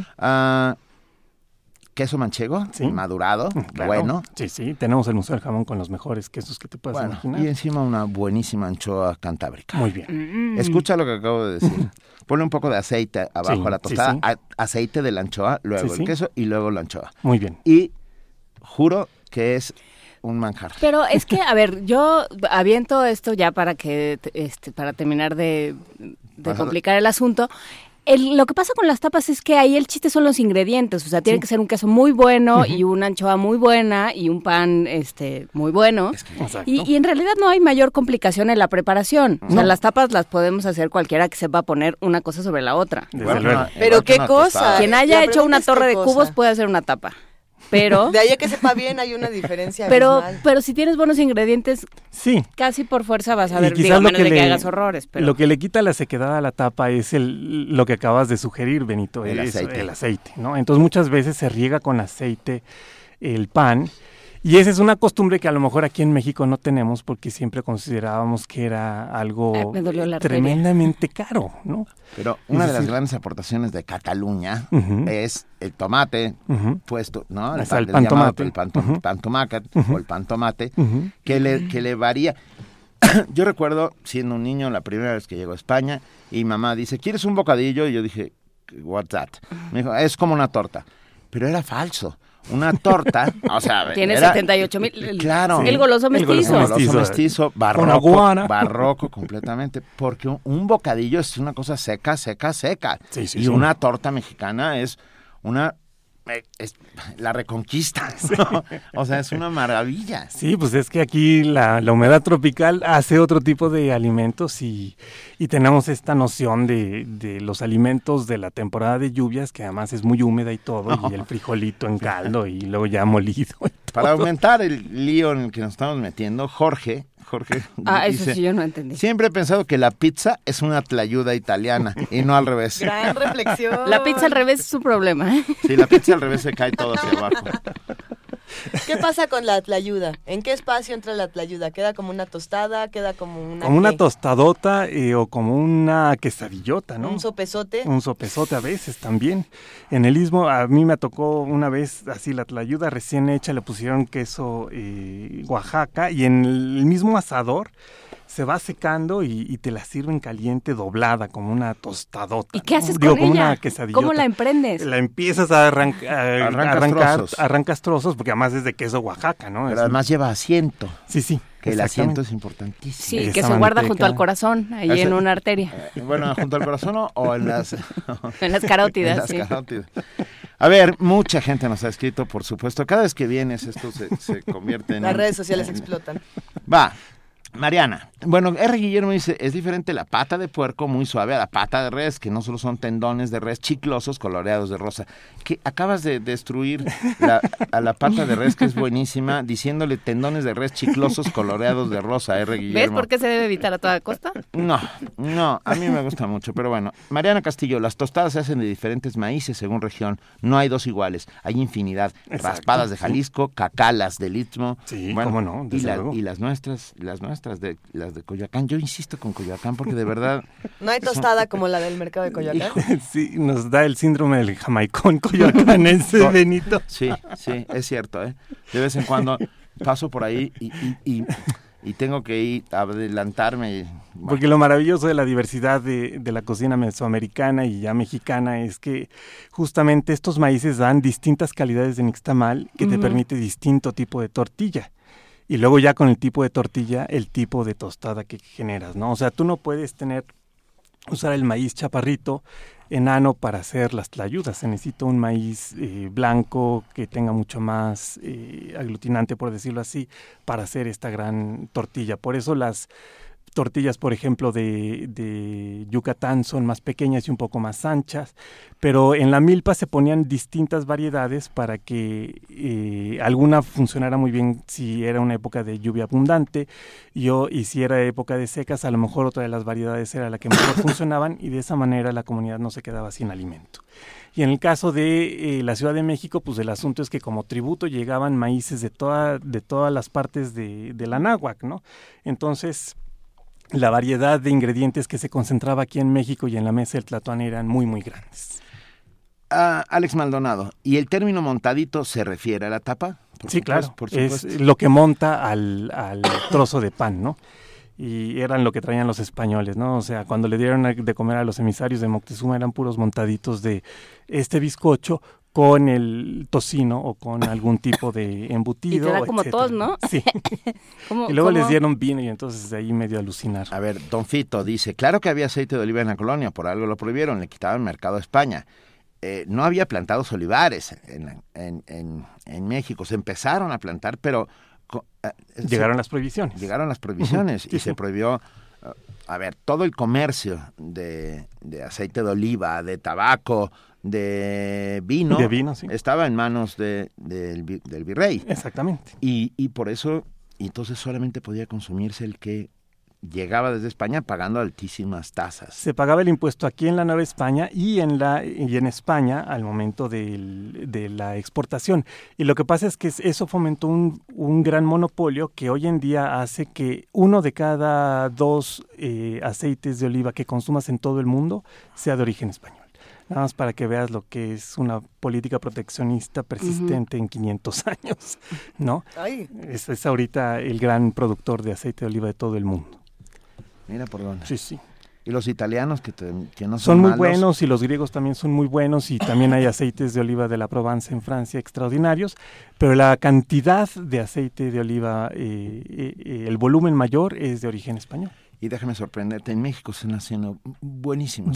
Queso manchego, Sí. madurado, Claro. bueno. Sí, tenemos el Museo del Jamón con los mejores quesos que te puedas Bueno, imaginar. y encima una buenísima anchoa cantábrica. Muy bien. Escucha lo que acabo de decir. Ponle un poco de aceite abajo Sí, a la sí, tostada, sí. aceite de la anchoa, luego Sí, el sí. queso y luego la anchoa. Muy bien. Y juro que es un manjar. Pero es que, a ver, yo aviento esto ya para que, para terminar de Pasa- complicar el asunto. Lo que pasa con las tapas es que ahí el chiste son los ingredientes, o sea, tiene que ser un queso muy bueno y una anchoa muy buena y un pan muy bueno. Exacto. Y en realidad no hay mayor complicación en la preparación. O sea, las tapas las podemos hacer cualquiera que sepa poner una cosa sobre la otra. Desde Bueno, luego. Pero igual que qué una cosa. tostada. Quien La haya hecho pregunta una es torre qué de cosa. cubos puede hacer una tapa. Pero, De ahí a que sepa bien hay una diferencia pero, abismal. pero si tienes buenos ingredientes, Sí. casi por fuerza vas a Y ver, quizás digo, lo menos que de que le- hagas horrores. Pero Lo que le quita la sequedad a la tapa es lo que acabas de sugerir, Benito, El es aceite. el aceite, ¿no? Entonces muchas veces se riega con aceite el pan, y esa es una costumbre que a lo mejor aquí en México no tenemos porque siempre considerábamos que era algo Me dolió la arteria. tremendamente caro, ¿no? Pero una Es de las decir- grandes aportaciones de Cataluña Ujú. es el tomate Ujú. puesto, ¿no? Está el llamado pan tomate. El pan, Ujú. pan tomate o el pan tomate, Ujú. que le varía. Yo recuerdo siendo un niño la primera vez que llego a España y mamá dice, ¿quieres un bocadillo? Y yo dije, what's that? Me dijo, es como una torta. Pero era falso. Una torta, o sea, tiene era- 78,000. Claro. El goloso El mestizo. goloso Goloso mestizo, mestizo, con barroco, aguana. barroco completamente, porque un bocadillo es una cosa seca. Sí, Y sí. una torta mexicana es la reconquista, ¿no? O sea, es una maravilla. Sí, pues es que aquí la humedad tropical hace otro tipo de alimentos y tenemos esta noción de los alimentos de la temporada de lluvias, que además es muy húmeda y todo, y el frijolito en caldo y luego ya molido. Para aumentar el lío en el que nos estamos metiendo, Jorge Eso dice, sí yo no entendí. siempre he pensado que la pizza es una tlayuda italiana y no al revés. Gran reflexión. La pizza al revés es su problema. Si la pizza al revés se cae todo hacia abajo. ¿Qué pasa con la tlayuda? ¿En qué espacio entra la tlayuda? ¿Queda como una tostada? ¿Queda como una Como una qué? tostadota o como una quesadillota, ¿no? ¿Un sopesote? Un sopesote a veces también. En el Istmo a mí me tocó una vez así la tlayuda recién hecha, le pusieron queso Oaxaca y en el mismo asador se va secando y te la sirven caliente doblada como una tostadota. ¿Y qué haces Digo, con como ella? una quesadillota. ¿Cómo la emprendes? La empiezas a arrancar trozos. arrancas trozos porque además es de queso Oaxaca, ¿no? Pero Es- además lleva asiento, sí, sí. que el asiento exactamente. es importantísimo. Sí, Esa que se guarda manteca. junto al corazón, ahí Ese- en una arteria. Bueno, junto al corazón o en las... En las carótidas, en las sí. carótidas. A ver, mucha gente nos ha escrito, por supuesto. Cada vez que vienes esto se convierte en... Las redes sociales explotan. Va. Mariana, bueno, R. Guillermo dice, es diferente la pata de puerco muy suave a la pata de res, que no solo son tendones de res chiclosos coloreados de rosa. Que acabas de destruir a la pata de res, que es buenísima, diciéndole tendones de res chiclosos coloreados de rosa, R. Guillermo. ¿Ves por qué se debe evitar a toda costa? No, a mí me gusta mucho, pero bueno. Mariana Castillo, las tostadas se hacen de diferentes maíces según región, no hay dos iguales, hay infinidad. Exacto, Raspadas de Jalisco, cacalas del Istmo. Sí, bueno, cómo no, desde luego. y las nuestras, las de Coyoacán. Yo insisto con Coyoacán porque de verdad... No hay tostada como la del mercado de Coyoacán. Sí, nos da el síndrome del jamaicón coyoacanense, Benito. Sí, es cierto, ¿eh? De vez en cuando paso por ahí y tengo que ir a adelantarme. Bueno. Porque lo maravilloso de la diversidad de la cocina mesoamericana y ya mexicana es que justamente estos maíces dan distintas calidades de nixtamal que te permite distinto tipo de tortilla. Y luego ya con el tipo de tortilla, el tipo de tostada que generas, ¿no? O sea, tú no puedes usar el maíz chaparrito, enano para hacer las tlayudas. Se necesita un maíz blanco que tenga mucho más aglutinante, por decirlo así, para hacer esta gran tortilla. Por eso las tortillas, por ejemplo, de Yucatán son más pequeñas y un poco más anchas, pero en la milpa se ponían distintas variedades para que alguna funcionara muy bien si era una época de lluvia abundante y si era época de secas, a lo mejor otra de las variedades era la que mejor funcionaban y de esa manera la comunidad no se quedaba sin alimento. Y en el caso de la Ciudad de México, pues el asunto es que como tributo llegaban maíces de todas las partes de la náhuac, ¿no? Entonces, la variedad de ingredientes que se concentraba aquí en México y en la mesa del Tlatoani eran muy, muy grandes. Alex Maldonado, ¿y el término montadito se refiere a la tapa? Sí, claro, es lo que monta al trozo de pan, ¿no? Y eran lo que traían los españoles, ¿no? O sea, cuando le dieron de comer a los emisarios de Moctezuma eran puros montaditos de este bizcocho con el tocino o con algún tipo de embutido. Y te da como etcétera. tos, ¿no? Sí. Y luego les dieron vino y entonces de ahí medio alucinar. A ver, Don Fito dice, claro que había aceite de oliva en la colonia, por algo lo prohibieron, le quitaban mercado a España. No había plantados olivares en México, se empezaron a plantar, pero... Llegaron las prohibiciones. Y se prohibió, a ver, todo el comercio de aceite de oliva, de tabaco, de vino, sí. Estaba en manos del virrey. Exactamente. Y por eso, entonces solamente podía consumirse el que llegaba desde España pagando altísimas tasas. Se pagaba el impuesto aquí en la Nueva España y en España al momento de la exportación. Y lo que pasa es que eso fomentó un gran monopolio que hoy en día hace que 1 de cada 2 aceites de oliva que consumas en todo el mundo sea de origen español. Nada más para que veas lo que es una política proteccionista persistente en 500 años, ¿no? Es ahorita el gran productor de aceite de oliva de todo el mundo. Mira por dónde. Sí. Y los italianos que no son muy malos. buenos y los griegos también son muy buenos y también hay aceites de oliva de la Provence en Francia extraordinarios, pero la cantidad de aceite de oliva, el volumen mayor es de origen español. Y déjame sorprenderte, en México se están haciendo buenísimos.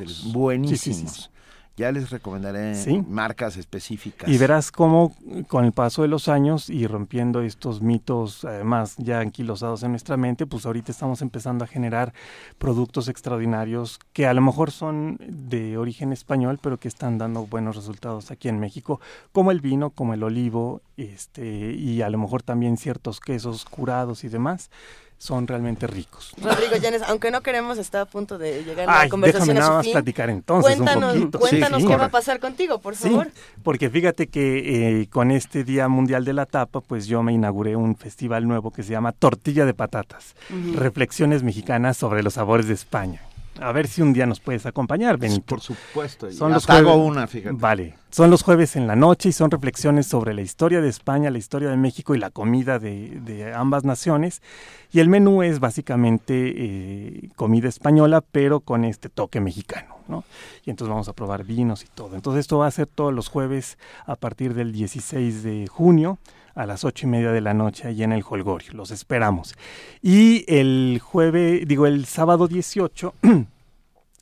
Sí. Ya les recomendaré marcas específicas. Y verás cómo con el paso de los años y rompiendo estos mitos, además ya anquilosados en nuestra mente, pues ahorita estamos empezando a generar productos extraordinarios que a lo mejor son de origen español, pero que están dando buenos resultados aquí en México, como el vino, como el olivo, y a lo mejor también ciertos quesos curados y demás. Son realmente ricos. Rodrigo Llanes, aunque no queremos, está a punto de llegar a la conversación déjame a su nada más fin. platicar entonces Cuéntanos qué va a pasar contigo, por favor. Sí, porque fíjate que con este Día Mundial de la Tapa, pues yo me inauguré un festival nuevo que se llama Tortilla de Patatas, Reflexiones Mexicanas sobre los sabores de España. A ver si un día nos puedes acompañar, Benito. Por supuesto. Son los jueves, fíjate. Vale. Son los jueves en la noche y son reflexiones sobre la historia de España, la historia de México y la comida de ambas naciones. Y el menú es básicamente comida española, pero con este toque mexicano, ¿no? Y entonces vamos a probar vinos y todo. Entonces esto va a ser todos los jueves a partir del 16 de junio. A las 8:30 de la noche allí en el Holgorio. Los esperamos. Y el sábado 18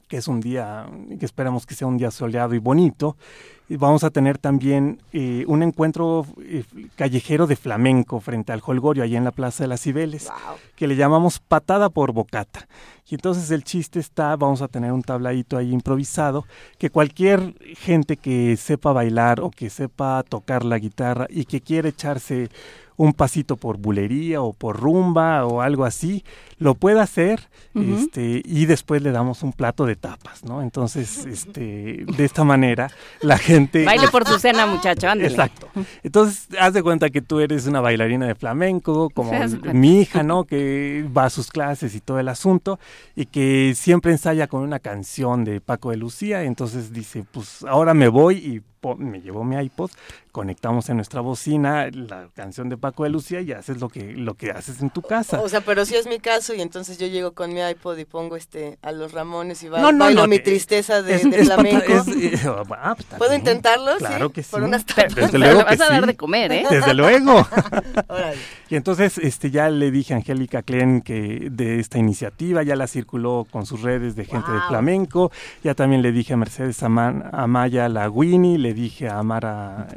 que es un día, que esperamos que sea un día soleado y bonito. Y vamos a tener también un encuentro callejero de flamenco frente al Holgorio, ahí en la Plaza de las Cibeles, que le llamamos patada por bocata. Y entonces el chiste vamos a tener un tabladito ahí improvisado, que cualquier gente que sepa bailar o que sepa tocar la guitarra y que quiera echarse un pasito por bulería o por rumba o algo así, lo puede hacer, y después le damos un plato de tapas, ¿no? Entonces, de esta manera, la gente... Baile por su cena, muchacho, ándale. Exacto. Entonces, haz de cuenta que tú eres una bailarina de flamenco, como mi hija, ¿no? Que va a sus clases y todo el asunto, y que siempre ensaya con una canción de Paco de Lucía, entonces dice, pues ahora me voy y me llevo mi iPod, conectamos en nuestra bocina la canción de Paco de Lucía y haces lo que haces en tu casa. O sea, pero si es mi caso y entonces yo llego con mi iPod y pongo a los Ramones y bailo mi tristeza de flamenco. ¿Puedo intentarlo? Claro que sí. Por unas tapas. Desde luego le vas que a dar sí. de comer, ¿eh? Desde luego. Órale. Y entonces ya le dije a Angélica Klen que de esta iniciativa, ya la circuló con sus redes de gente de flamenco, ya también le dije a Mercedes Amaya Lagüini, le dije a Amara...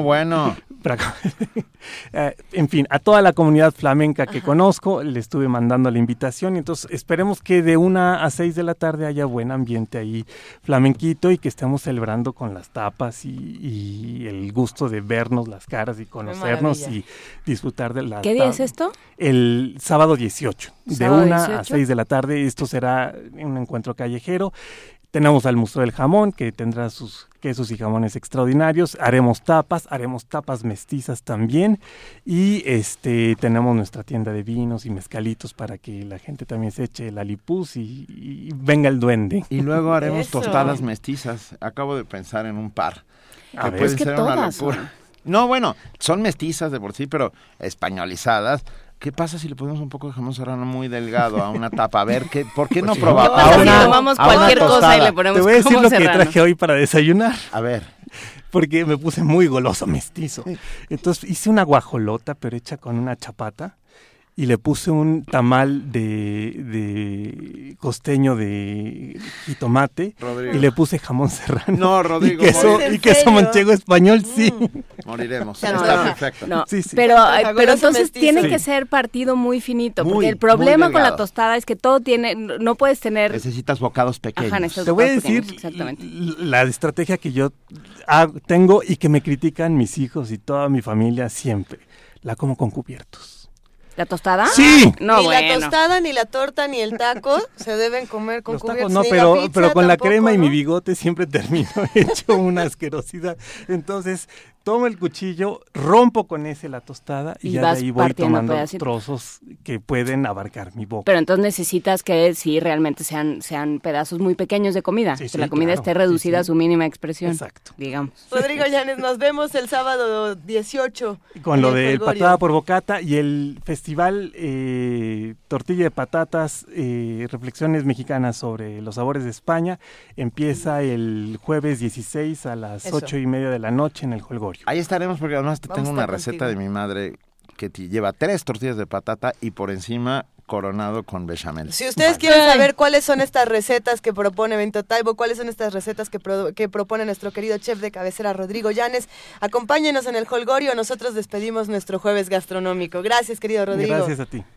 en fin, a toda la comunidad flamenca que conozco, le estuve mandando la invitación, y entonces esperemos que de 1 a 6 de la tarde haya buen ambiente ahí flamenquito y que estemos celebrando con las tapas y el gusto de vernos las caras y conocernos y disfrutar de la... ¿Qué día es esto? El sábado 18, de 1 a 6 de la tarde. Esto será un encuentro callejero. Tenemos al Museo del Jamón, que tendrá sus quesos y jamones extraordinarios. Haremos tapas mestizas también. Y tenemos nuestra tienda de vinos y mezcalitos para que la gente también se eche el alipuz y venga el duende. Y luego haremos tostadas mestizas. Acabo de pensar en un par. A ver, pueden ser una locura. No, bueno, son mestizas de por sí, pero españolizadas. ¿Qué pasa si le ponemos un poco de jamón serrano muy delgado a una tapa? A ver, ¿por qué no probamos? Tomamos cualquier cosa y le ponemos Te voy a decir jamón lo que serrano. traje hoy para desayunar. A ver. Porque me puse muy goloso mestizo. Entonces hice una guajolota, pero hecha con una chapata. Y le puse un tamal de costeño de jitomate. Rodrigo. Y le puse jamón serrano. No, Rodrigo. Y queso manchego español, sí. Moriremos. No, Está perfecto. No, Sí, sí. pero entonces mestizo. tiene Sí. que ser partido muy finito, Muy, porque el problema muy con la delgado. tostada es que todo no puedes tener... Necesitas bocados pequeños. Ajá, necesitas Te voy a bocados decir pequeños, exactamente. la estrategia que yo tengo y que me critican mis hijos y toda mi familia siempre. La como con cubiertos. ¿La tostada? ¡Sí! No, Ni bueno. la tostada, ni la torta, ni el taco se deben comer con Los cubiertos. tacos no, ni pero, la pizza pero con la tampoco, crema y ¿no? mi bigote siempre termino hecho una asquerosidad. Entonces, tomo el cuchillo, rompo con ese la tostada y Y ya vas de ahí voy partiendo tomando pedacitos. trozos que pueden abarcar mi boca. Pero entonces necesitas que sí realmente sean pedazos muy pequeños de comida, Sí, que sí, la comida claro. esté reducida Sí, a su mínima expresión. Exacto. Digamos. Rodrigo Llanes, nos vemos el sábado 18. Con en lo el del Holgorio. patada por bocata y el festival Tortilla de Patatas, Reflexiones Mexicanas sobre los sabores de España, empieza el jueves 16 a las Eso. 8:30 de la noche en el Holgorio. Ahí estaremos porque además Vamos tengo a una estar receta contigo. de mi madre que lleva 3 tortillas de patata y por encima coronado con bechamel. Si ustedes quieren saber cuáles son estas recetas que propone Bento Taibo, cuáles son estas recetas que propone nuestro querido chef de cabecera Rodrigo Llanes, acompáñenos en el Holgorio. Nosotros despedimos nuestro jueves gastronómico. Gracias, querido Rodrigo. Gracias a ti.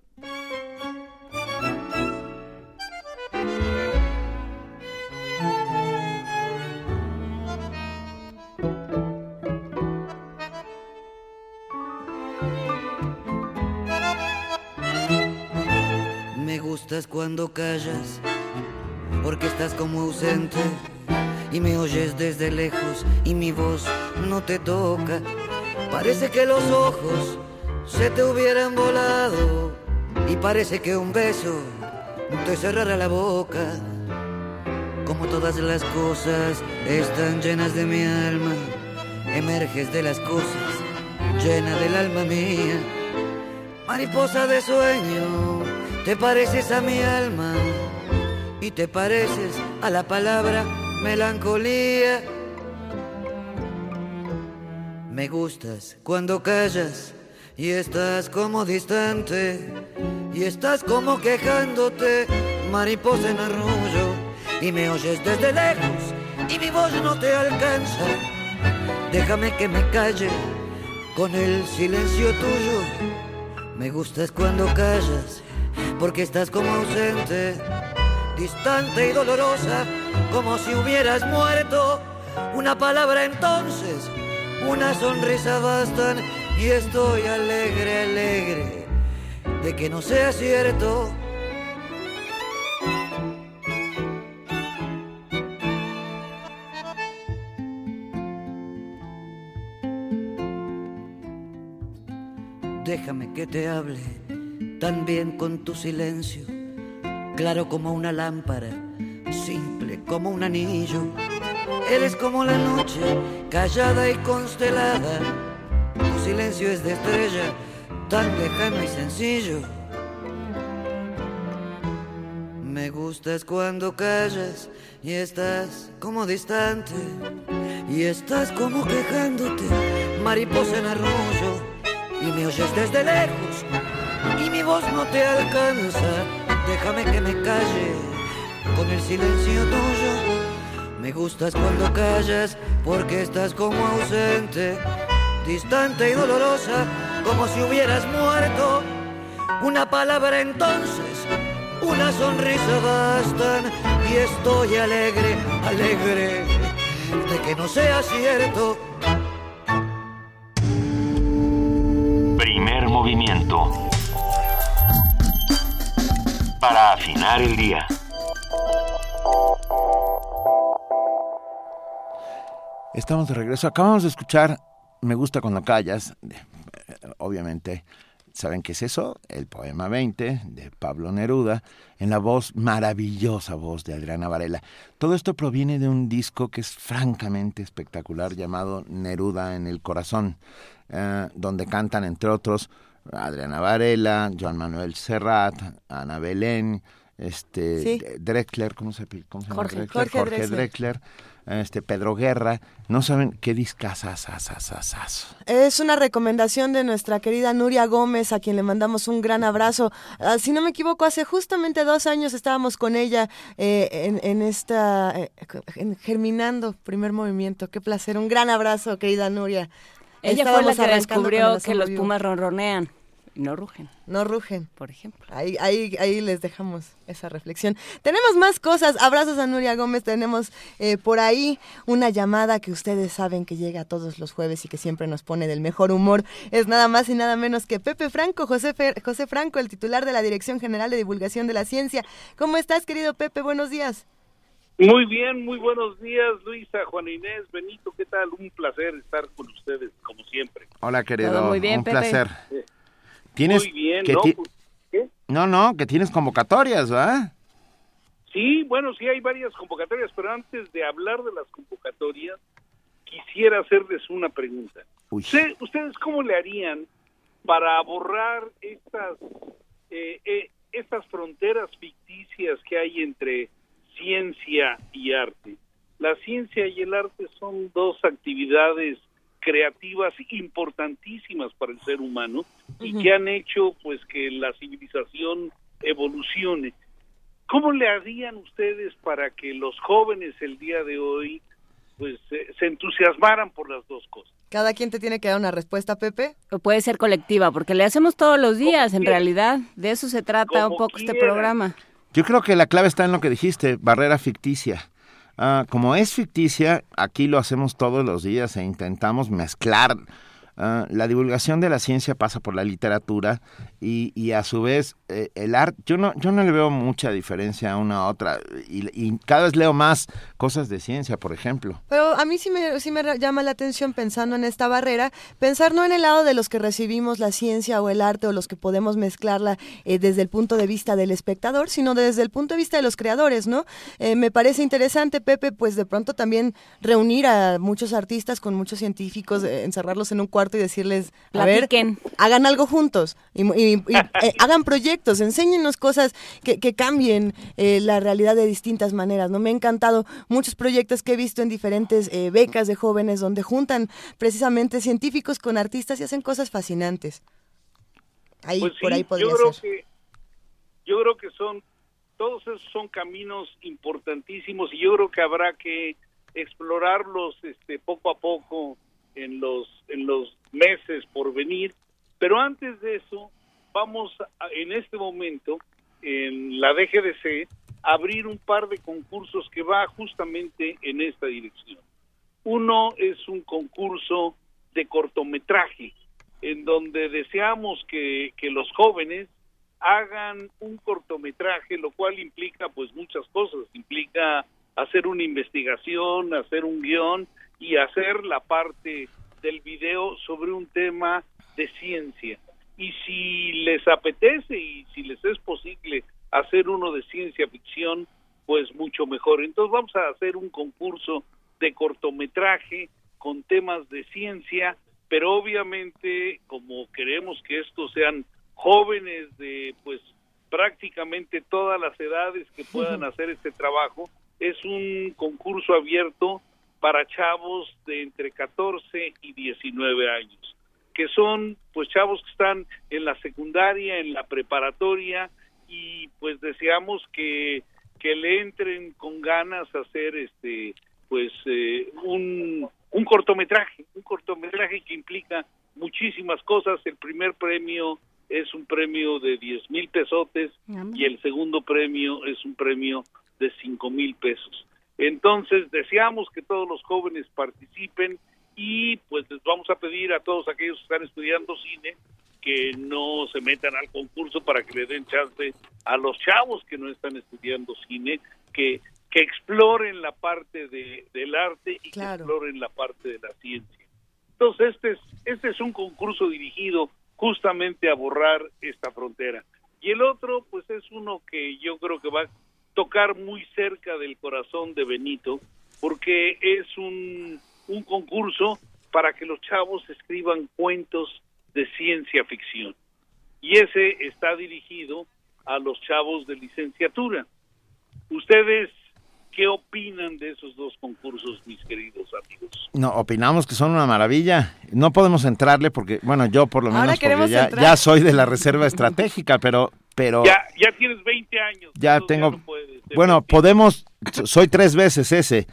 Me gustas cuando callas, porque estás como ausente y me oyes desde lejos y mi voz no te toca. Parece que los ojos se te hubieran volado y parece que un beso te cerrara la boca. Como todas las cosas están llenas de mi alma, emerges de las cosas, llena del alma mía. Mariposa de sueño, te pareces a mi alma y te pareces a la palabra melancolía. Me gustas cuando callas y estás como distante y estás como quejándote, mariposa en arrullo, y me oyes desde lejos y mi voz no te alcanza. Déjame que me calle con el silencio tuyo. Me gustas cuando callas, porque estás como ausente, distante y dolorosa, como si hubieras muerto. Una palabra entonces, una sonrisa bastan, y estoy alegre, alegre de que no sea cierto. Déjame que te hable también con tu silencio, claro como una lámpara, simple como un anillo. Eres como la noche, callada y constelada. Tu silencio es de estrella, tan lejano y sencillo. Me gustas cuando callas y estás como distante, y estás como quejándote, mariposa en arrullo. Y me oyes desde lejos y mi voz no te alcanza. Déjame que me calle con el silencio tuyo. Me gustas cuando callas, porque estás como ausente, distante y dolorosa, como si hubieras muerto. Una palabra entonces, una sonrisa bastan, y estoy alegre, alegre de que no sea cierto. Primer movimiento. Para afinar el día. Estamos de regreso. Acabamos de escuchar Me gusta cuando callas. Obviamente, ¿saben qué es eso? El poema 20 de Pablo Neruda, en la maravillosa voz de Adriana Varela. Todo esto proviene de un disco que es francamente espectacular llamado Neruda en el Corazón, donde cantan, entre otros, Adriana Varela, Joan Manuel Serrat, Ana Belén, Sí. Drexler, ¿cómo se llama? Jorge Drexler, Pedro Guerra. No saben qué discazazo. Es una recomendación de nuestra querida Nuria Gómez, a quien le mandamos un gran abrazo. Si no me equivoco, hace justamente 2 años estábamos con ella en Germinando Primer Movimiento. Qué placer, un gran abrazo, querida Nuria. Ella fue la Estábamos que arrancando descubrió con el que los vivo. pumas ronronean y no rugen. No rugen. Por ejemplo. Ahí les dejamos esa reflexión. Tenemos más cosas. Abrazos a Nuria Gómez. Tenemos por ahí una llamada que ustedes saben que llega todos los jueves y que siempre nos pone del mejor humor. Es nada más y nada menos que Pepe Franco, José Franco, el titular de la Dirección General de Divulgación de la Ciencia. ¿Cómo estás, querido Pepe? Buenos días. Muy bien, muy buenos días, Luisa, Juan Inés, Benito, ¿qué tal? Un placer estar con ustedes, como siempre. Hola, querido. Todo muy bien, un Pepe. placer. Muy bien, ¿no? ¿Qué? No, que tienes convocatorias, ¿verdad? Sí, bueno, sí hay varias convocatorias, pero antes de hablar de las convocatorias, quisiera hacerles una pregunta. ¿Ustedes cómo le harían para borrar estas fronteras ficticias que hay entre ciencia y arte? La ciencia y el arte son 2 actividades creativas importantísimas para el ser humano y que han hecho pues que la civilización evolucione. ¿Cómo le harían ustedes para que los jóvenes el día de hoy pues se entusiasmaran por las 2 cosas? Cada quien te tiene que dar una respuesta, Pepe. O puede ser colectiva, porque le hacemos todos los días, en realidad. De eso se trata un poco este programa. Yo creo que la clave está en lo que dijiste, barrera ficticia. Como es ficticia, aquí lo hacemos todos los días e intentamos mezclar. La divulgación de la ciencia pasa por la literatura y a su vez el arte. Yo no le veo mucha diferencia a una a otra y cada vez leo más cosas de ciencia, por ejemplo. Pero a mí sí me llama la atención, pensando en esta barrera, pensar no en el lado de los que recibimos la ciencia o el arte o los que podemos mezclarla desde el punto de vista del espectador, sino desde el punto de vista de los creadores, ¿no? Me parece interesante, Pepe, pues de pronto también reunir a muchos artistas con muchos científicos, encerrarlos en un cuarto y decirles, a ver, hagan algo juntos y hagan proyectos, enséñenos cosas que cambien la realidad de distintas maneras, ¿no? Me ha encantado muchos proyectos que he visto en diferentes becas de jóvenes donde juntan precisamente científicos con artistas y hacen cosas fascinantes. Ahí, pues sí, por ahí podría yo creo ser. Yo creo que son todos esos son caminos importantísimos y yo creo que habrá que explorarlos poco a poco en los meses por venir, pero antes de eso vamos en este momento en la DGDC a abrir un par de concursos que va justamente en esta dirección. Uno es un concurso de cortometraje en donde deseamos que los jóvenes hagan un cortometraje, lo cual implica pues muchas cosas, implica hacer una investigación, hacer un guión y hacer la parte del video sobre un tema de ciencia. Y si les apetece y si les es posible hacer uno de ciencia ficción, pues mucho mejor. Entonces vamos a hacer un concurso de cortometraje con temas de ciencia, pero obviamente como queremos que estos sean jóvenes de pues prácticamente todas las edades que puedan hacer este trabajo, es un concurso abierto para chavos de entre 14 y 19 años, que son pues chavos que están en la secundaria, en la preparatoria, y pues deseamos que le entren con ganas a hacer un cortometraje que implica muchísimas cosas. El primer premio es un premio de 10,000 pesotes y el segundo premio es un premio de 5,000 pesos. Entonces deseamos que todos los jóvenes participen y pues les vamos a pedir a todos aquellos que están estudiando cine que no se metan al concurso para que le den chance a los chavos que no están estudiando cine, que exploren la parte del arte y que exploren la parte de la ciencia. Entonces este es un concurso dirigido justamente a borrar esta frontera. Y el otro pues es uno que yo creo que va a tocar muy cerca del corazón de Benito, porque es un concurso para que los chavos escriban cuentos de ciencia ficción. Y ese está dirigido a los chavos de licenciatura. ¿Ustedes qué opinan de esos dos concursos, mis queridos amigos? No, opinamos que son una maravilla. No podemos entrarle porque, bueno, yo por lo menos porque ya soy de la reserva estratégica, pero ya tienes 20 años. Ya tengo. Ya no puedes, bueno, podemos. Soy 3 veces ese.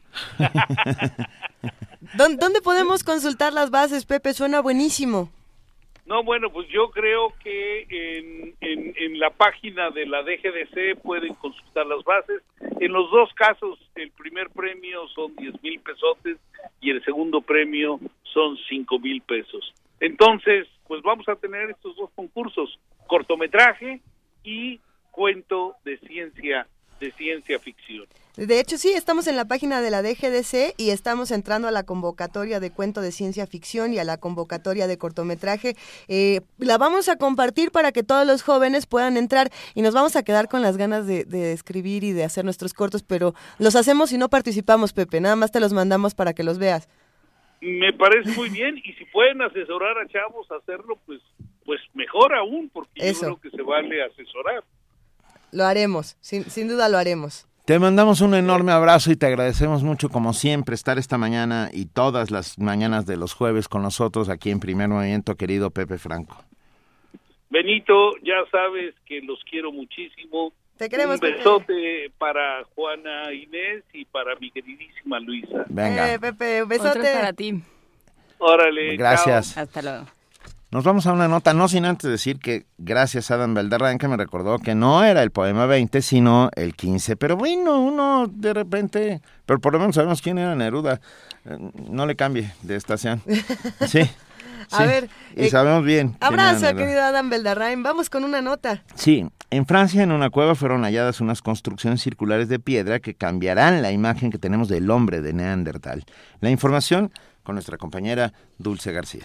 ¿Dónde podemos consultar las bases, Pepe? Suena buenísimo. No, bueno, pues yo creo que en la página de la DGDC pueden consultar las bases. En los dos casos, el primer premio son 10,000 pesotes y el segundo premio son 5,000 pesos. Entonces, pues vamos a tener estos dos concursos, cortometraje y cuento de ciencia ficción. De hecho, sí, estamos en la página de la DGDC y estamos entrando a la convocatoria de cuento de ciencia ficción y a la convocatoria de cortometraje. La vamos a compartir para que todos los jóvenes puedan entrar y nos vamos a quedar con las ganas de escribir y de hacer nuestros cortos, pero los hacemos y no participamos, Pepe, nada más te los mandamos para que los veas. Me parece muy bien, y si pueden asesorar a chavos a hacerlo, pues mejor aún, porque yo creo que se vale asesorar. Lo haremos, sin duda lo haremos. Te mandamos un enorme abrazo y te agradecemos mucho, como siempre, estar esta mañana y todas las mañanas de los jueves con nosotros aquí en Primer Movimiento, querido Pepe Franco. Benito, ya sabes que los quiero muchísimo. Te queremos, un besote para Juana Inés y para mi queridísima Luisa. Venga. Pepe, un besote. Otro para ti. Órale. Gracias. Chao. Hasta luego. Nos vamos a una nota, no sin antes decir que gracias a Adam Valderrán, que me recordó que no era el poema 20, sino el 15. Pero bueno, uno de repente, pero por lo menos sabemos quién era Neruda. No le cambie de estación. Sí. A ver. Y sabemos bien. Abrazo, querido Adam Valderrán. Vamos con una nota. Sí. En Francia, en una cueva, fueron halladas unas construcciones circulares de piedra que cambiarán la imagen que tenemos del hombre de Neandertal. La información con nuestra compañera Dulce García.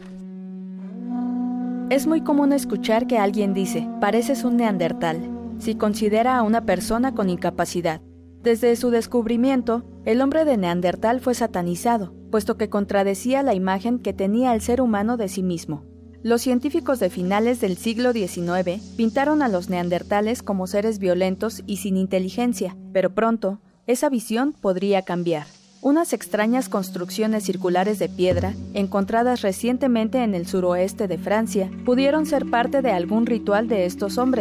Es muy común escuchar que alguien dice, pareces un neandertal, si considera a una persona con incapacidad. Desde su descubrimiento, el hombre de Neandertal fue satanizado, puesto que contradecía la imagen que tenía el ser humano de sí mismo. Los científicos de finales del siglo XIX pintaron a los neandertales como seres violentos y sin inteligencia, pero pronto, esa visión podría cambiar. Unas extrañas construcciones circulares de piedra, encontradas recientemente en el suroeste de Francia, pudieron ser parte de algún ritual de estos hombres.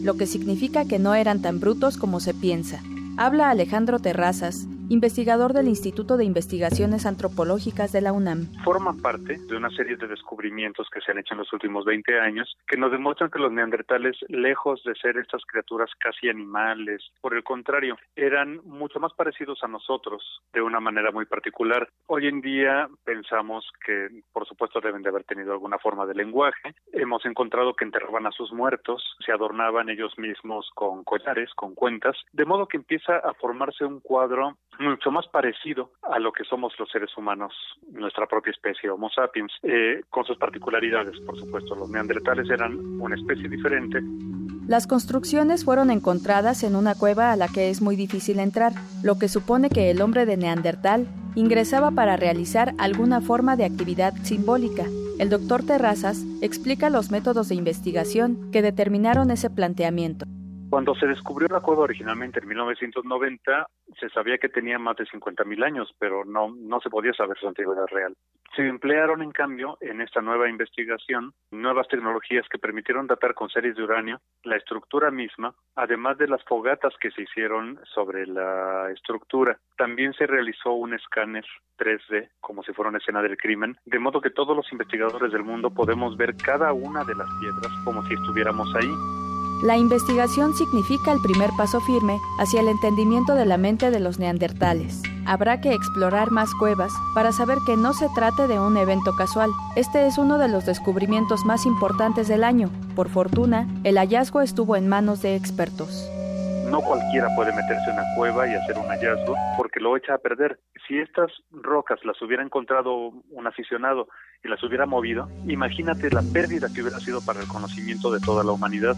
lo que significa que no eran tan brutos como se piensa. Habla Alejandro Terrazas, investigador del Instituto de Investigaciones Antropológicas de la UNAM. Forman parte de una serie de descubrimientos que se han hecho en los últimos 20 años que nos demuestran que los neandertales, lejos de ser estas criaturas casi animales, por el contrario, eran mucho más parecidos a nosotros de una manera muy particular. Hoy en día pensamos que, por supuesto, deben de haber tenido alguna forma de lenguaje. Hemos encontrado que enterraban a sus muertos, se adornaban ellos mismos con collares, con cuentas, de modo que empieza a formarse un cuadro mucho más parecido a lo que somos los seres humanos, nuestra propia especie Homo sapiens, con sus particularidades, por supuesto. Los neandertales eran una especie diferente. Las construcciones fueron encontradas en una cueva a la que es muy difícil entrar, lo que supone que el hombre de Neandertal ingresaba para realizar alguna forma de actividad simbólica. El doctor Terrazas explica los métodos de investigación que determinaron ese planteamiento. Cuando se descubrió la cueva originalmente en 1990, se sabía que tenía más de 50.000 años, pero no se podía saber su antigüedad real. Se emplearon, en cambio, en esta nueva investigación, nuevas tecnologías que permitieron datar con series de uranio la estructura misma, además de las fogatas que se hicieron sobre la estructura. También se realizó un escáner 3D, como si fuera una escena del crimen, de modo que todos los investigadores del mundo podemos ver cada una de las piedras como si estuviéramos ahí. La investigación significa el primer paso firme hacia el entendimiento de la mente de los neandertales. Habrá que explorar más cuevas para saber que no se trate de un evento casual. Este es uno de los descubrimientos más importantes del año. Por fortuna, el hallazgo estuvo en manos de expertos. No cualquiera puede meterse en una cueva y hacer un hallazgo porque lo echa a perder. Si estas rocas las hubiera encontrado un aficionado y las hubiera movido, imagínate la pérdida que hubiera sido para el conocimiento de toda la humanidad.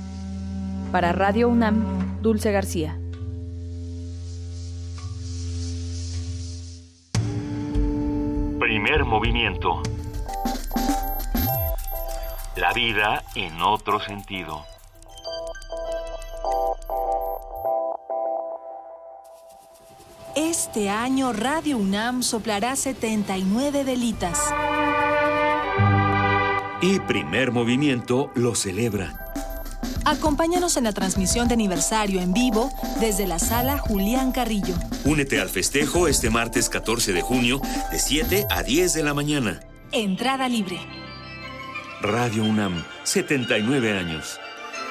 Para Radio UNAM, Dulce García. Primer movimiento. La vida en otro sentido. Este año Radio UNAM soplará 79 velitas. Y Primer Movimiento lo celebra. Acompáñanos en la transmisión de aniversario en vivo desde la Sala Julián Carrillo. Únete al festejo este martes 14 de junio de 7 a 10 de la mañana. Entrada libre. Radio UNAM, 79 años.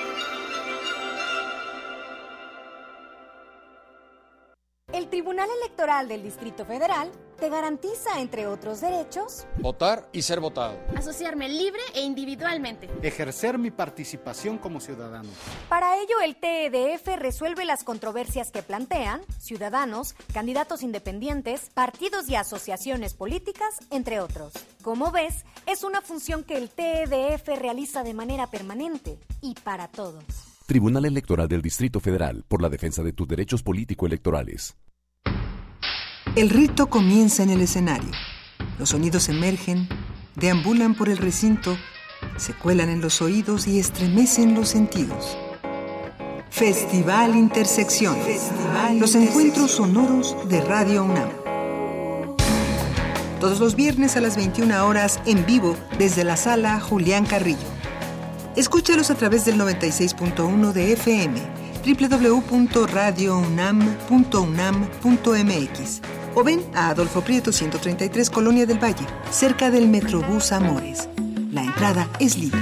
El Tribunal Electoral del Distrito Federal te garantiza, entre otros derechos, votar y ser votado, asociarme libre e individualmente, ejercer mi participación como ciudadano. Para ello, el TEDF resuelve las controversias que plantean ciudadanos, candidatos independientes, partidos y asociaciones políticas, entre otros. Como ves, es una función que el TEDF realiza de manera permanente y para todos. Tribunal Electoral del Distrito Federal, por la defensa de tus derechos político-electorales. El rito comienza en el escenario. Los sonidos emergen, deambulan por el recinto, se cuelan en los oídos y estremecen los sentidos. Festival Intersección. Los encuentros sonoros de Radio UNAM. Todos los viernes a las 21 horas en vivo desde la Sala Julián Carrillo. Escúchalos a través del 96.1 de FM, www.radiounam.unam.mx o ven a Adolfo Prieto 133, Colonia del Valle, cerca del Metrobús Amores. La entrada es libre.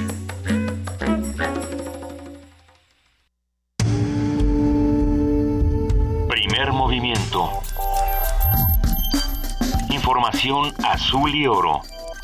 Primer movimiento. Información azul y oro.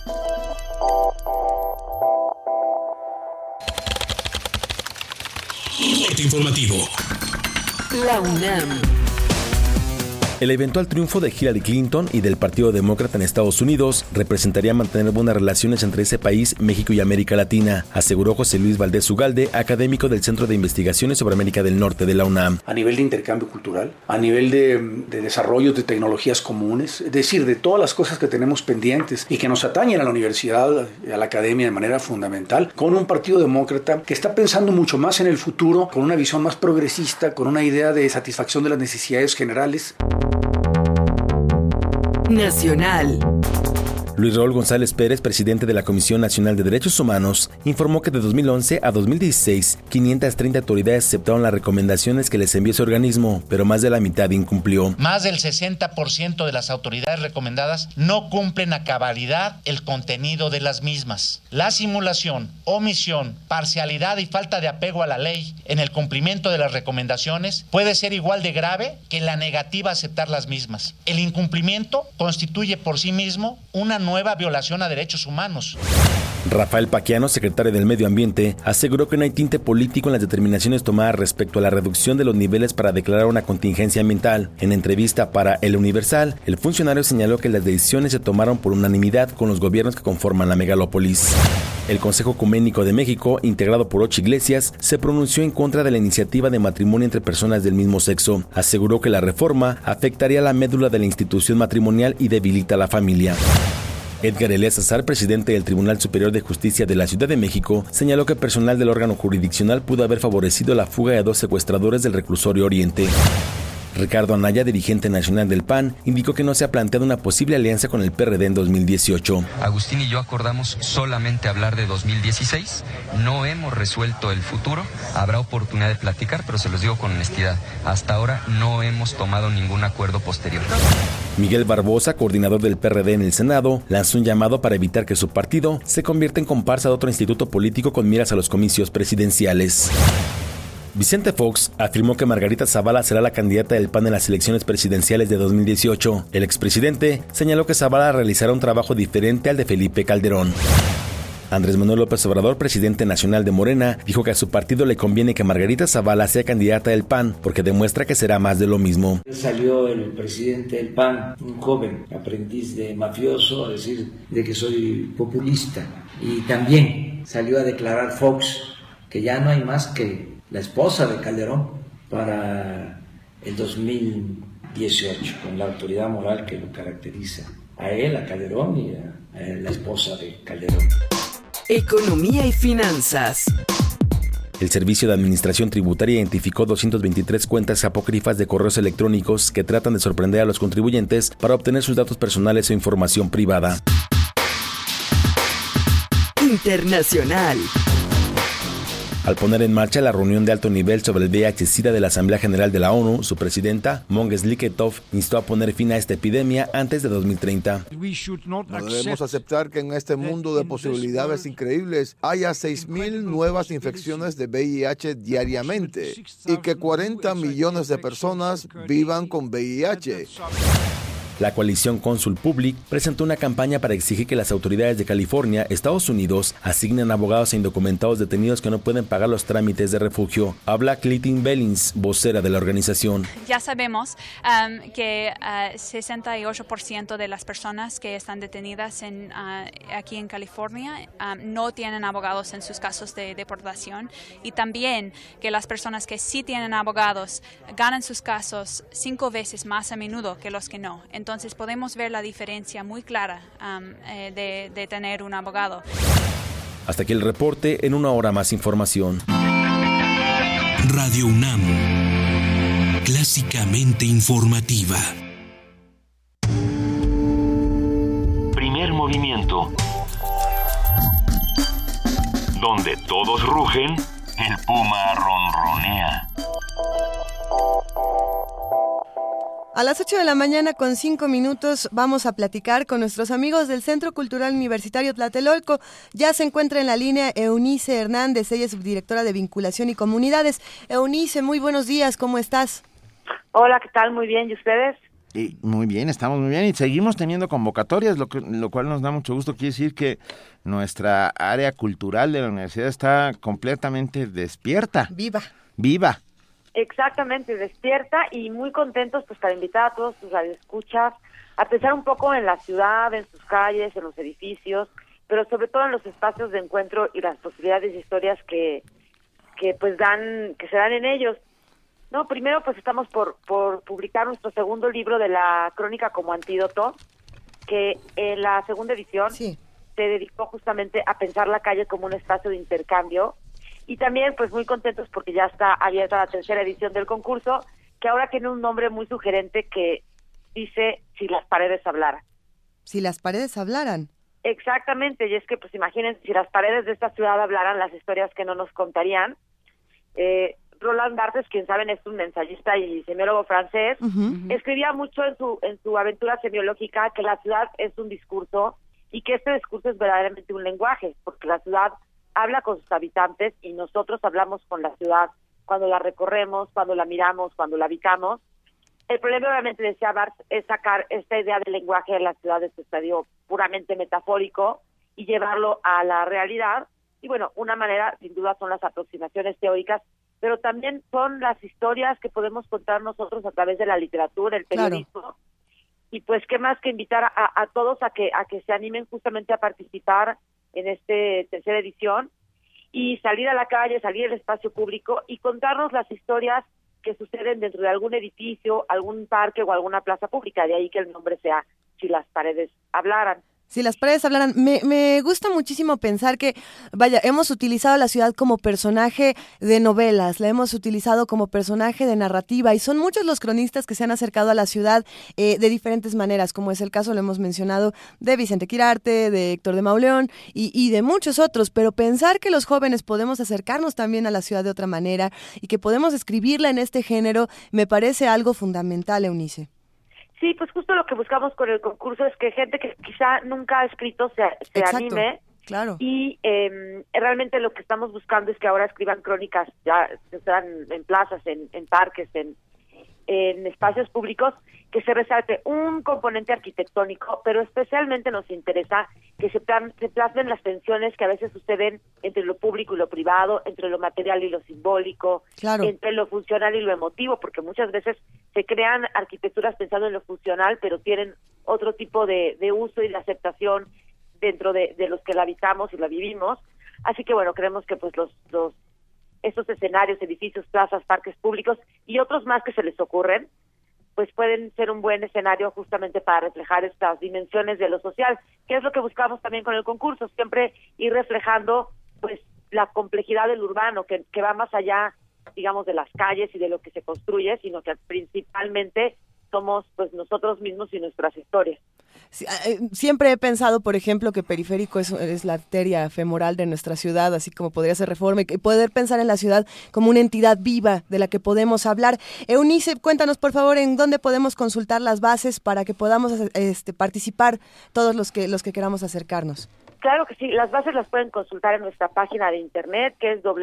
Corte informativo. La UNAM. El eventual triunfo de Hillary Clinton y del Partido Demócrata en Estados Unidos representaría mantener buenas relaciones entre ese país, México y América Latina, aseguró José Luis Valdés Ugalde, académico del Centro de Investigaciones sobre América del Norte de la UNAM. A nivel de intercambio cultural, a nivel de desarrollo de tecnologías comunes, es decir, de todas las cosas que tenemos pendientes y que nos atañen a la universidad, a la academia de manera fundamental, con un Partido Demócrata que está pensando mucho más en el futuro, con una visión más progresista, con una idea de satisfacción de las necesidades generales. Nacional. Luis Raúl González Pérez, presidente de la Comisión Nacional de Derechos Humanos, informó que de 2011 a 2016, 530 autoridades aceptaron las recomendaciones que les envió ese organismo, pero más de la mitad incumplió. Más del 60% de las autoridades recomendadas no cumplen a cabalidad el contenido de las mismas. La simulación, omisión, parcialidad y falta de apego a la ley en el cumplimiento de las recomendaciones puede ser igual de grave que la negativa a aceptar las mismas. El incumplimiento constituye por sí mismo una nueva violación a derechos humanos. Rafael Paquiano, secretario del Medio Ambiente, aseguró que no hay tinte político en las determinaciones tomadas respecto a la reducción de los niveles para declarar una contingencia ambiental. En entrevista para El Universal, el funcionario señaló que las decisiones se tomaron por unanimidad con los gobiernos que conforman la megalópolis. El Consejo Ecuménico de México, integrado por 8 iglesias, se pronunció en contra de la iniciativa de matrimonio entre personas del mismo sexo. Aseguró que la reforma afectaría la médula de la institución matrimonial y debilita a la familia. Edgar Eleazar, presidente del Tribunal Superior de Justicia de la Ciudad de México, señaló que personal del órgano jurisdiccional pudo haber favorecido la fuga de 2 secuestradores del reclusorio Oriente. Ricardo Anaya, dirigente nacional del PAN, indicó que no se ha planteado una posible alianza con el PRD en 2018. Agustín y yo acordamos solamente hablar de 2016, no hemos resuelto el futuro, habrá oportunidad de platicar, pero se los digo con honestidad, hasta ahora no hemos tomado ningún acuerdo posterior. Miguel Barbosa, coordinador del PRD en el Senado, lanzó un llamado para evitar que su partido se convierta en comparsa de otro instituto político con miras a los comicios presidenciales. Vicente Fox afirmó que Margarita Zavala será la candidata del PAN en las elecciones presidenciales de 2018. El expresidente señaló que Zavala realizará un trabajo diferente al de Felipe Calderón. Andrés Manuel López Obrador, presidente nacional de Morena, dijo que a su partido le conviene que Margarita Zavala sea candidata del PAN porque demuestra que será más de lo mismo. Salió el presidente del PAN, un joven aprendiz de mafioso, a decir de que soy populista. Y también salió a declarar Fox que ya no hay más que la esposa de Calderón para el 2018, con la autoridad moral que lo caracteriza a él, a Calderón y a la esposa de Calderón. Economía y finanzas. El Servicio de Administración Tributaria identificó 223 cuentas apócrifas de correos electrónicos que tratan de sorprender a los contribuyentes para obtener sus datos personales o información privada. Internacional. Al poner en marcha la reunión de alto nivel sobre el VIH-Sida de la Asamblea General de la ONU, su presidenta, Monges Liketov, instó a poner fin a esta epidemia antes de 2030. No debemos aceptar que en este mundo de posibilidades increíbles haya 6.000 nuevas infecciones de VIH diariamente y que 40 millones de personas vivan con VIH. La coalición Consul Public presentó una campaña para exigir que las autoridades de California, Estados Unidos, asignen abogados a indocumentados detenidos que no pueden pagar los trámites de refugio. Habla Clinton Bellins, vocera de la organización. Ya sabemos que 68% de las personas que están detenidas aquí en California no tienen abogados en sus casos de deportación, y también que las personas que sí tienen abogados ganan sus casos 5 veces más a menudo que los que no. Entonces podemos ver la diferencia muy clara de tener un abogado. Hasta aquí el reporte. En una hora más información. Radio UNAM, clásicamente informativa. Primer movimiento. Donde todos rugen, el puma ronronea. A las 8 de la mañana con 5 minutos vamos a platicar con nuestros amigos del Centro Cultural Universitario Tlatelolco. Ya se encuentra en la línea Eunice Hernández, ella es subdirectora de Vinculación y Comunidades. Eunice, muy buenos días, ¿cómo estás? Hola, ¿qué tal? Muy bien, ¿y ustedes? Y muy bien, estamos muy bien y seguimos teniendo convocatorias, lo cual nos da mucho gusto. Quiere decir que nuestra área cultural de la universidad está completamente despierta. Viva. Exactamente, despierta y muy contentos pues para invitar a todos tus radioescuchas a pensar un poco en la ciudad, en sus calles, en los edificios, pero sobre todo en los espacios de encuentro y las posibilidades de historias que pues que se dan en ellos. No, primero pues estamos por publicar nuestro segundo libro de la crónica como antídoto, que en la segunda edición se dedicó justamente a pensar la calle como un espacio de intercambio. Y también, pues, muy contentos porque ya está abierta la tercera edición del concurso, que ahora tiene un nombre muy sugerente que dice Si las paredes hablaran. Si las paredes hablaran. Exactamente, y es que pues imagínense si las paredes de esta ciudad hablaran las historias que no nos contarían. Roland Barthes, quien saben es un ensayista y semiólogo francés, escribía mucho en su aventura semiológica que la ciudad es un discurso y que este discurso es verdaderamente un lenguaje, porque la ciudad habla con sus habitantes y nosotros hablamos con la ciudad cuando la recorremos, cuando la miramos, cuando la habitamos. El problema, obviamente, decía Barthes, es sacar esta idea del lenguaje de la ciudad de este estadio puramente metafórico y llevarlo a la realidad. Y bueno, una manera, sin duda, son las aproximaciones teóricas, pero también son las historias que podemos contar nosotros a través de la literatura, el periodismo. Claro. Y pues, ¿qué más que invitar a todos a que se animen justamente a participar en esta tercera edición y salir a la calle, salir al espacio público y contarnos las historias que suceden dentro de algún edificio, algún parque o alguna plaza pública? De ahí que el nombre sea Si las paredes hablaran. Si las paredes hablaran. Me gusta muchísimo pensar que, vaya, hemos utilizado a la ciudad como personaje de novelas, la hemos utilizado como personaje de narrativa, y son muchos los cronistas que se han acercado a la ciudad de diferentes maneras, como es el caso, lo hemos mencionado, de Vicente Quirarte, de Héctor de Mauleón y de muchos otros, pero pensar que los jóvenes podemos acercarnos también a la ciudad de otra manera y que podemos escribirla en este género, me parece algo fundamental, Eunice. Sí, pues justo lo que buscamos con el concurso es que gente que quizá nunca ha escrito se anime. Claro. Y realmente lo que estamos buscando es que ahora escriban crónicas, ya sean en plazas, en parques, en espacios públicos, que se resalte un componente arquitectónico, pero especialmente nos interesa que se plasmen las tensiones que a veces suceden entre lo público y lo privado, entre lo material y lo simbólico, claro, entre lo funcional y lo emotivo, porque muchas veces se crean arquitecturas pensando en lo funcional, pero tienen otro tipo de uso y de aceptación dentro de los que la habitamos y la vivimos. Así que bueno, creemos que pues estos escenarios, edificios, plazas, parques públicos y otros más que se les ocurren, pues pueden ser un buen escenario justamente para reflejar estas dimensiones de lo social, que es lo que buscamos también con el concurso, siempre ir reflejando pues la complejidad del urbano, que va más allá, digamos, de las calles y de lo que se construye, sino que principalmente somos pues nosotros mismos y nuestras historias. Siempre he pensado, por ejemplo, que Periférico es la arteria femoral de nuestra ciudad, así como podría ser Reforma, y poder pensar en la ciudad como una entidad viva de la que podemos hablar. Eunice, cuéntanos, por favor, en dónde podemos consultar las bases para que podamos participar todos los que queramos acercarnos. Claro que sí, las bases las pueden consultar en nuestra página de internet, que es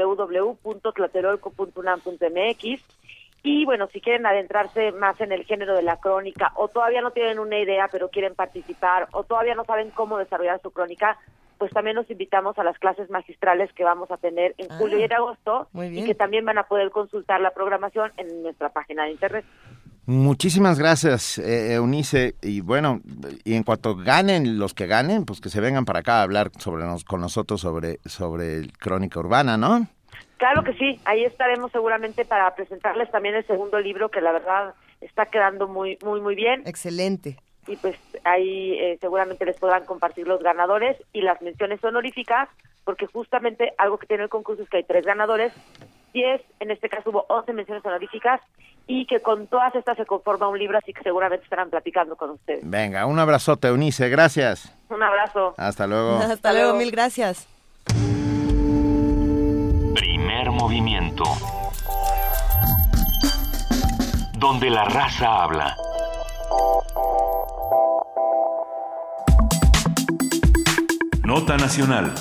www.tlatelolco.unam.mx. Y bueno, si quieren adentrarse más en el género de la crónica, o todavía no tienen una idea pero quieren participar, o todavía no saben cómo desarrollar su crónica, pues también los invitamos a las clases magistrales que vamos a tener en julio y en agosto, y que también van a poder consultar la programación en nuestra página de internet. Muchísimas gracias, Eunice, y bueno, y en cuanto ganen los que ganen, pues que se vengan para acá a hablar con nosotros sobre crónica urbana, ¿no? Claro que sí, ahí estaremos seguramente para presentarles también el segundo libro, que la verdad está quedando muy, muy, muy bien. Excelente. Y pues ahí seguramente les podrán compartir los ganadores y las menciones honoríficas, porque justamente algo que tiene el concurso es que hay 3 ganadores, 10, en este caso hubo 11 menciones honoríficas, y que con todas estas se conforma un libro, así que seguramente estarán platicando con ustedes. Venga, un abrazote, Eunice, gracias. Un abrazo. Hasta luego. Hasta luego, mil gracias. Primer movimiento. Donde la raza habla. Nota nacional.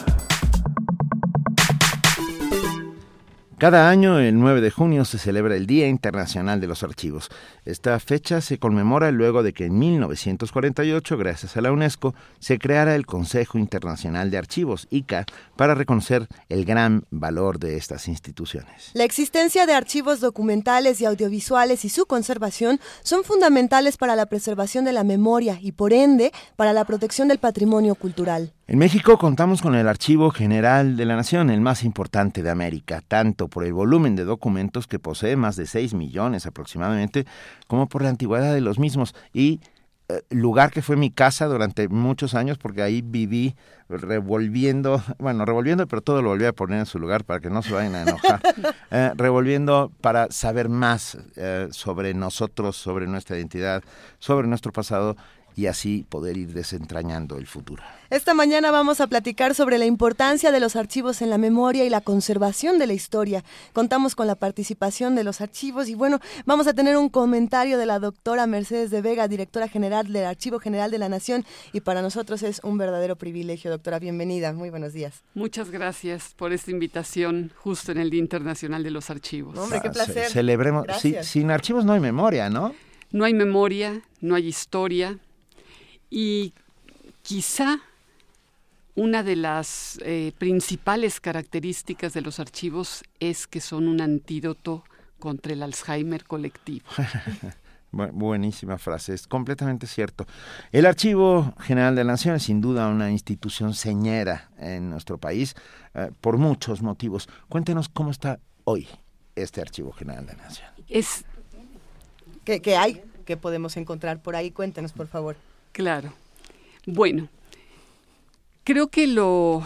Cada año, el 9 de junio, se celebra el Día Internacional de los Archivos. Esta fecha se conmemora luego de que en 1948, gracias a la UNESCO, se creara el Consejo Internacional de Archivos, ICA, para reconocer el gran valor de estas instituciones. La existencia de archivos documentales y audiovisuales y su conservación son fundamentales para la preservación de la memoria y, por ende, para la protección del patrimonio cultural. En México contamos con el Archivo General de la Nación, el más importante de América, tanto por el volumen de documentos, que posee más de 6 millones aproximadamente, como por la antigüedad de los mismos, y lugar que fue mi casa durante muchos años, porque ahí viví revolviendo, pero todo lo volví a poner en su lugar para que no se vayan a enojar, revolviendo para saber más sobre nosotros, sobre nuestra identidad, sobre nuestro pasado. y así poder ir desentrañando el futuro. Esta mañana vamos a platicar sobre la importancia de los archivos en la memoria y la conservación de la historia. Contamos con la participación de los archivos y bueno, vamos a tener un comentario de la doctora Mercedes de Vega, directora general del Archivo General de la Nación, y para nosotros es un verdadero privilegio. Doctora, bienvenida, muy buenos días. Muchas gracias por esta invitación justo en el Día Internacional de los Archivos. Hombre, qué placer. Celebremos. Sí, sin archivos no hay memoria, ¿no? No hay memoria, no hay historia y quizá una de las principales características de los archivos es que son un antídoto contra el Alzheimer colectivo. Buenísima frase, es completamente cierto. El Archivo General de la Nación es sin duda una institución señera en nuestro país por muchos motivos. Cuéntenos cómo está hoy este Archivo General de la Nación. ¿Qué hay? ¿Qué podemos encontrar por ahí? Cuéntenos, por favor. Claro. Bueno, creo que lo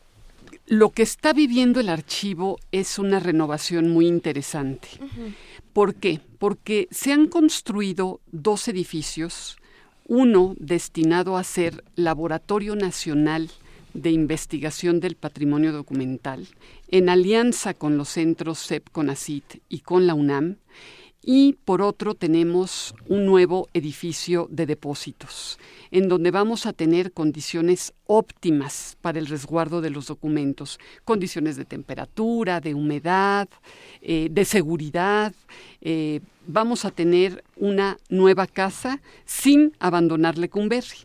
que está viviendo el archivo es una renovación muy interesante. Uh-huh. ¿Por qué? Porque se han construido 2 edificios, uno destinado a ser Laboratorio Nacional de Investigación del Patrimonio Documental, en alianza con los centros CEP-CONACYT y con la UNAM, y por otro tenemos un nuevo edificio de depósitos, en donde vamos a tener condiciones óptimas para el resguardo de los documentos, condiciones de temperatura, de humedad, de seguridad. Vamos a tener una nueva casa sin abandonar Lecumberri.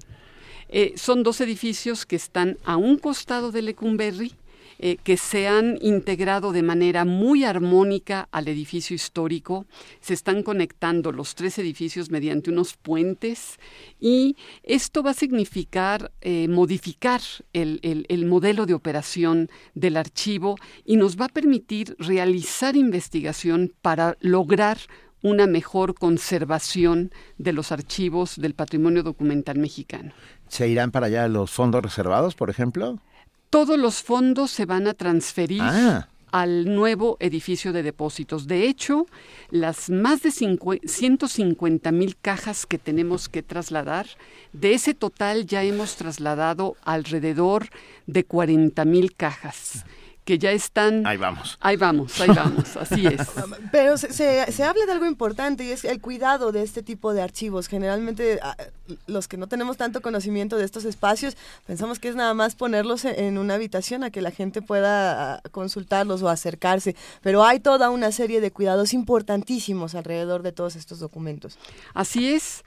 Son 2 edificios que están a un costado de Lecumberri, que se han integrado de manera muy armónica al edificio histórico. Se están conectando los 3 edificios mediante unos puentes y esto va a significar modificar el modelo de operación del archivo y nos va a permitir realizar investigación para lograr una mejor conservación de los archivos del patrimonio documental mexicano. ¿Se irán para allá los fondos reservados, por ejemplo? Todos los fondos se van a transferir al nuevo edificio de depósitos. De hecho, las más de 150,000 cajas que tenemos que trasladar, de ese total ya hemos trasladado alrededor de 40,000 cajas. Que ya están... Ahí vamos, así es. Pero se habla de algo importante y es el cuidado de este tipo de archivos. Generalmente los que no tenemos tanto conocimiento de estos espacios pensamos que es nada más ponerlos en una habitación a que la gente pueda consultarlos o acercarse, pero hay toda una serie de cuidados importantísimos alrededor de todos estos documentos. Así es,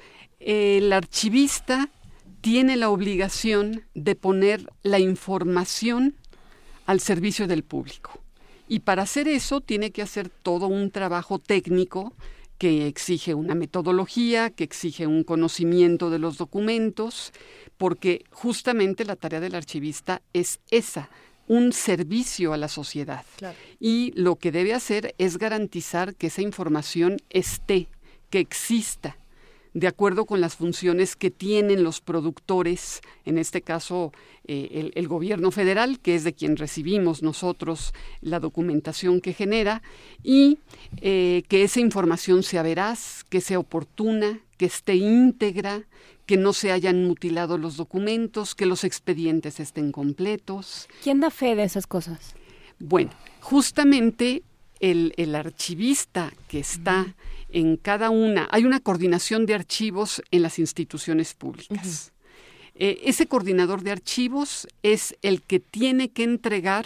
el archivista tiene la obligación de poner la información al servicio del público. Y para hacer eso tiene que hacer todo un trabajo técnico que exige una metodología, que exige un conocimiento de los documentos, porque justamente la tarea del archivista es esa, un servicio a la sociedad. Claro. Y lo que debe hacer es garantizar que esa información esté, que exista, de acuerdo con las funciones que tienen los productores, en este caso el gobierno federal, que es de quien recibimos nosotros la documentación que genera, y que esa información sea veraz, que sea oportuna, que esté íntegra, que no se hayan mutilado los documentos, que los expedientes estén completos. ¿Quién da fe de esas cosas? Bueno, justamente el archivista que está en cada una, hay una coordinación de archivos en las instituciones públicas. Ese coordinador de archivos es el que tiene que entregar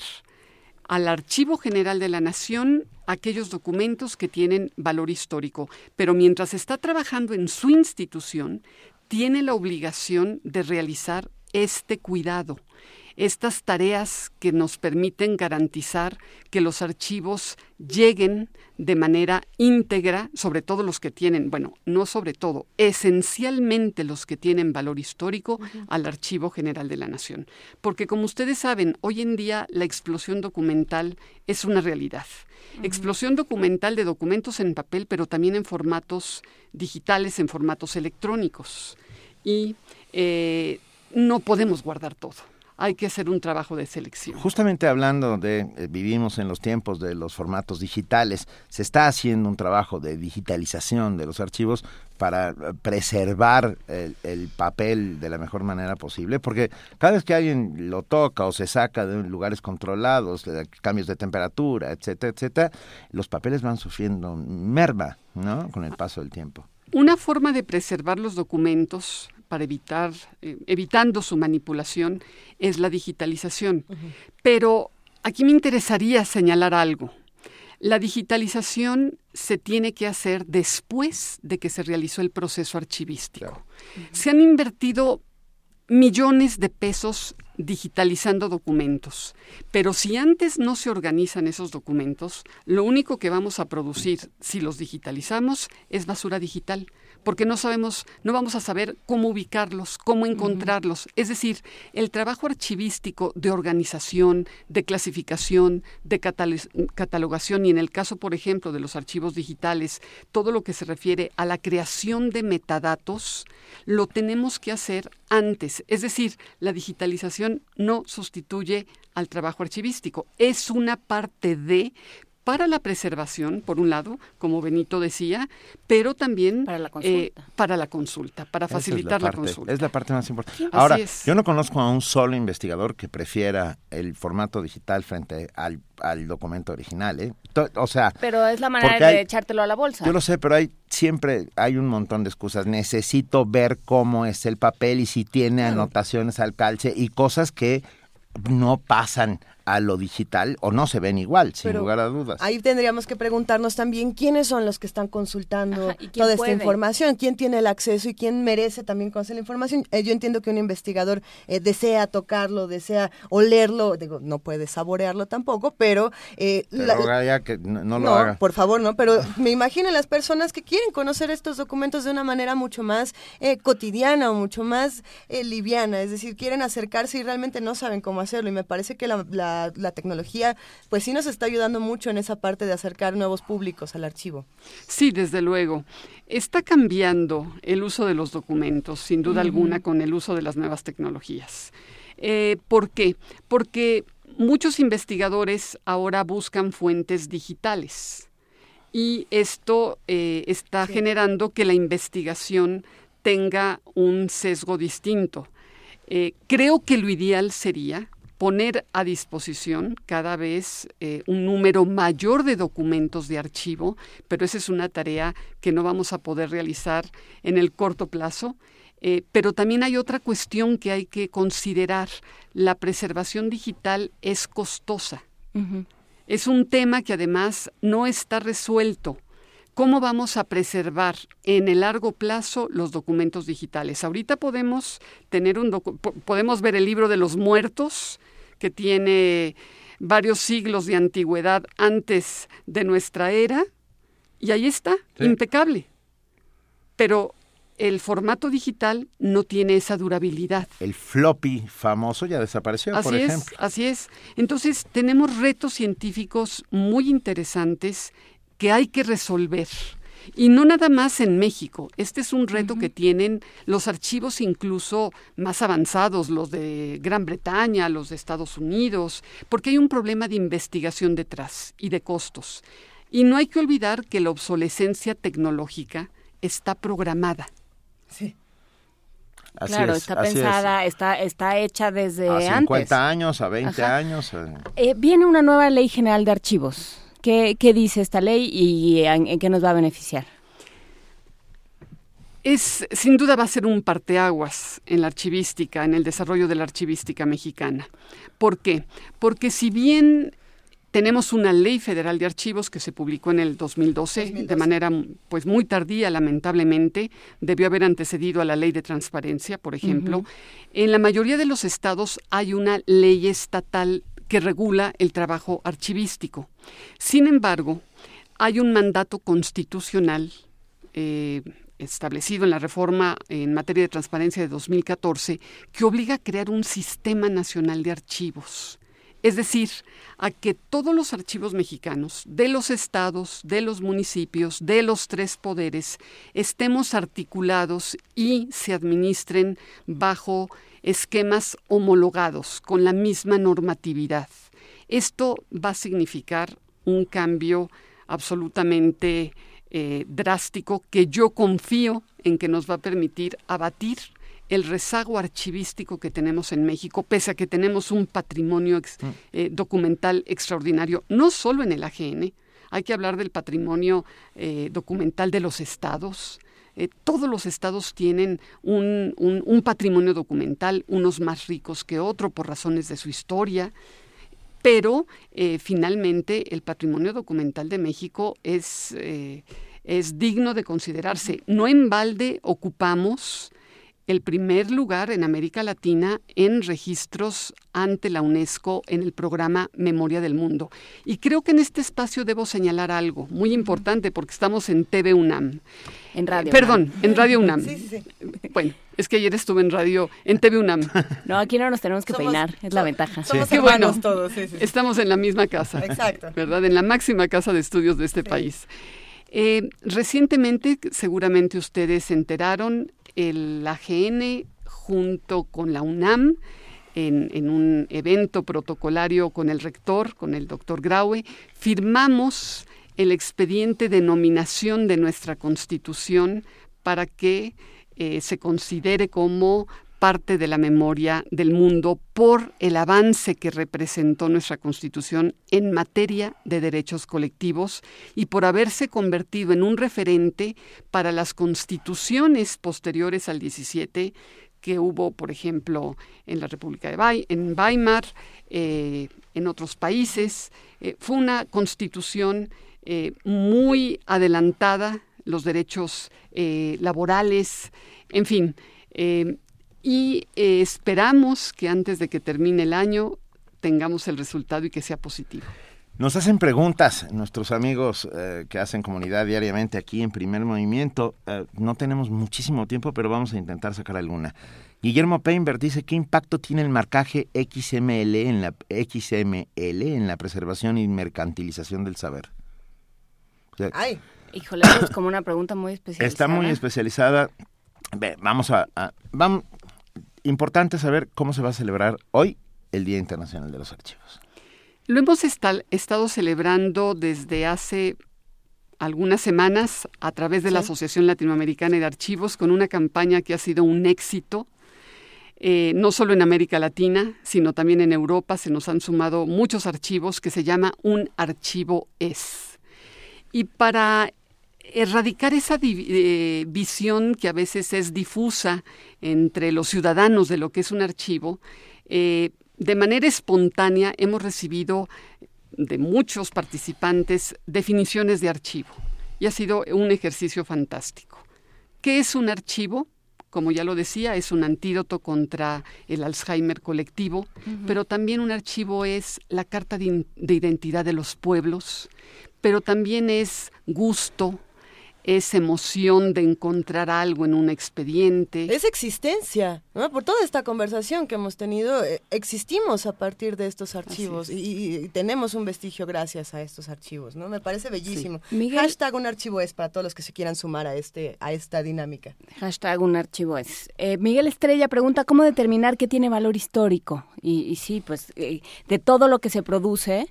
al Archivo General de la Nación aquellos documentos que tienen valor histórico, pero mientras está trabajando en su institución, tiene la obligación de realizar este cuidado, estas tareas que nos permiten garantizar que los archivos lleguen de manera íntegra, sobre todo los que tienen, no sobre todo, esencialmente los que tienen valor histórico, al Archivo General de la Nación. Porque como ustedes saben, hoy en día la explosión documental es una realidad. Explosión documental de documentos en papel, pero también en formatos digitales, en formatos electrónicos. Y no podemos guardar todo. hay que hacer un trabajo de selección. Justamente hablando de, vivimos en los tiempos de los formatos digitales, se está haciendo un trabajo de digitalización de los archivos para preservar el papel de la mejor manera posible, porque cada vez que alguien lo toca o se saca de lugares controlados, cambios de temperatura, etcétera, etcétera, los papeles van sufriendo merma, ¿no?, con el paso del tiempo. Una forma de preservar los documentos para evitando su manipulación es la digitalización. Pero aquí me interesaría señalar algo. La digitalización se tiene que hacer después de que se realizó el proceso archivístico. Claro. Se han invertido millones de pesos digitalizando documentos, pero si antes no se organizan esos documentos, lo único que vamos a producir si los digitalizamos es basura digital, porque no vamos a saber cómo ubicarlos, cómo encontrarlos. Es decir, el trabajo archivístico de organización, de clasificación, de catalogación y en el caso, por ejemplo, de los archivos digitales, todo lo que se refiere a la creación de metadatos, lo tenemos que hacer antes. Es decir, la digitalización no sustituye al trabajo archivístico, es una parte para la preservación, por un lado, como Benito decía, pero también para la consulta, para facilitar la consulta. Es la parte más importante. Ahora, yo no conozco a un solo investigador que prefiera el formato digital frente al documento original, ¿eh? O sea, pero es la manera de echártelo a la bolsa. Yo lo sé, pero siempre hay un montón de excusas. Necesito ver cómo es el papel y si tiene anotaciones al calce y cosas que no pasan a lo digital o no se ven igual, sin lugar a dudas. Ahí tendríamos que preguntarnos también quiénes son los que están consultando toda esta información, quién tiene el acceso y quién merece también conocer la información. Yo entiendo que un investigador desea tocarlo, desea olerlo, digo, no puede saborearlo tampoco, pero... ya que no lo haga. Por favor, no, pero me imagino las personas que quieren conocer estos documentos de una manera mucho más cotidiana o mucho más liviana, es decir, quieren acercarse y realmente no saben cómo hacerlo, y me parece que la tecnología pues sí nos está ayudando mucho en esa parte de acercar nuevos públicos al archivo. Sí, desde luego. Está cambiando el uso de los documentos, sin duda alguna, con el uso de las nuevas tecnologías. ¿Por qué? Porque muchos investigadores ahora buscan fuentes digitales y esto está generando que la investigación tenga un sesgo distinto. Creo que lo ideal sería poner a disposición cada vez un número mayor de documentos de archivo, pero esa es una tarea que no vamos a poder realizar en el corto plazo. Pero también hay otra cuestión que hay que considerar. La preservación digital es costosa. Es un tema que además no está resuelto. ¿Cómo vamos a preservar en el largo plazo los documentos digitales? Ahorita podemos podemos ver el libro de los muertos, que tiene varios siglos de antigüedad antes de nuestra era, y ahí está, impecable. Pero el formato digital no tiene esa durabilidad. El floppy famoso ya desapareció, por ejemplo. Así es. Entonces, tenemos retos científicos muy interesantes que hay que resolver. Y no nada más en México. Este es un reto que tienen los archivos incluso más avanzados, los de Gran Bretaña, los de Estados Unidos, porque hay un problema de investigación detrás y de costos. Y no hay que olvidar que la obsolescencia tecnológica está programada. Sí. Claro, está pensada, está hecha desde antes. A 50 años, a 20 años. Viene una nueva Ley General de Archivos. ¿Qué dice esta ley y en qué nos va a beneficiar? Sin duda va a ser un parteaguas en la archivística, en el desarrollo de la archivística mexicana. ¿Por qué? Porque si bien tenemos una ley federal de archivos que se publicó en el 2012. De manera pues muy tardía, lamentablemente, debió haber antecedido a la ley de transparencia, por ejemplo. En la mayoría de los estados hay una ley estatal que regula el trabajo archivístico. Sin embargo, hay un mandato constitucional establecido en la reforma en materia de transparencia de 2014 que obliga a crear un sistema nacional de archivos. Es decir, a que todos los archivos mexicanos, de los estados, de los municipios, de los 3 poderes, estemos articulados y se administren bajo esquemas homologados, con la misma normatividad. Esto va a significar un cambio absolutamente drástico que yo confío en que nos va a permitir abatir el rezago archivístico que tenemos en México, pese a que tenemos un patrimonio documental extraordinario, no solo en el AGN, hay que hablar del patrimonio documental de los estados. Todos los estados tienen un patrimonio documental, unos más ricos que otros por razones de su historia, pero finalmente el patrimonio documental de México es digno de considerarse. No en balde ocupamos el primer lugar en América Latina en registros ante la UNESCO en el programa Memoria del Mundo. Y creo que en este espacio debo señalar algo muy importante porque estamos en TV UNAM. En Radio Perdón, UNAM. En Radio UNAM. Sí. Bueno, es que ayer estuve en TV UNAM. No, aquí no nos tenemos que peinar, es la ventaja. Somos Qué hermanos bueno, todos. Sí. Estamos en la misma casa. Exacto. ¿Verdad? En la máxima casa de estudios de este país. Recientemente, seguramente ustedes se enteraron, el AGN junto con la UNAM, en un evento protocolario con el rector, con el doctor Graue, firmamos el expediente de nominación de nuestra Constitución para que se considere como parte de la memoria del mundo por el avance que representó nuestra Constitución en materia de derechos colectivos y por haberse convertido en un referente para las constituciones posteriores al 17 que hubo, por ejemplo, en la República en Weimar, en otros países. Fue una constitución muy adelantada, los derechos laborales, en fin. Y esperamos que antes de que termine el año tengamos el resultado y que sea positivo. Nos hacen preguntas nuestros amigos que hacen comunidad diariamente aquí en Primer Movimiento. No tenemos muchísimo tiempo, pero vamos a intentar sacar alguna. Guillermo Peinberg dice, ¿qué impacto tiene el marcaje XML en la preservación y mercantilización del saber? O sea, Ay, híjole, es como una pregunta muy especializada. Está muy especializada. Vamos. Importante saber cómo se va a celebrar hoy el Día Internacional de los Archivos. Lo hemos estado celebrando desde hace algunas semanas a través de la Asociación Latinoamericana de Archivos con una campaña que ha sido un éxito, no solo en América Latina, sino también en Europa. Se nos han sumado muchos archivos que se llama Un Archivo Es. Y para erradicar esa visión que a veces es difusa entre los ciudadanos de lo que es un archivo, de manera espontánea hemos recibido de muchos participantes definiciones de archivo y ha sido un ejercicio fantástico. ¿Qué es un archivo? Como ya lo decía, es un antídoto contra el Alzheimer colectivo, pero también un archivo es la carta de identidad de los pueblos, pero también es gusto, es emoción de encontrar algo en un expediente. Es existencia, ¿no? Por toda esta conversación que hemos tenido, existimos a partir de estos archivos y tenemos un vestigio gracias a estos archivos, ¿no? Me parece bellísimo. Sí. Miguel, hashtag un archivo es para todos los que se quieran sumar a esta dinámica. Hashtag un archivo es. Miguel Estrella pregunta cómo determinar qué tiene valor histórico. Y sí, pues de todo lo que se produce,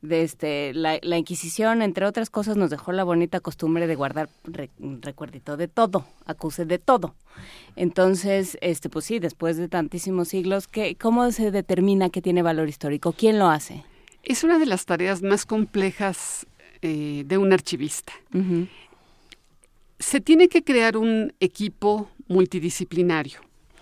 la Inquisición, entre otras cosas, nos dejó la bonita costumbre de guardar recuerdito de todo, acuse de todo. Entonces, pues sí, después de tantísimos siglos, ¿cómo se determina qué tiene valor histórico? ¿Quién lo hace? Es una de las tareas más complejas de un archivista. Uh-huh. Se tiene que crear un equipo multidisciplinario.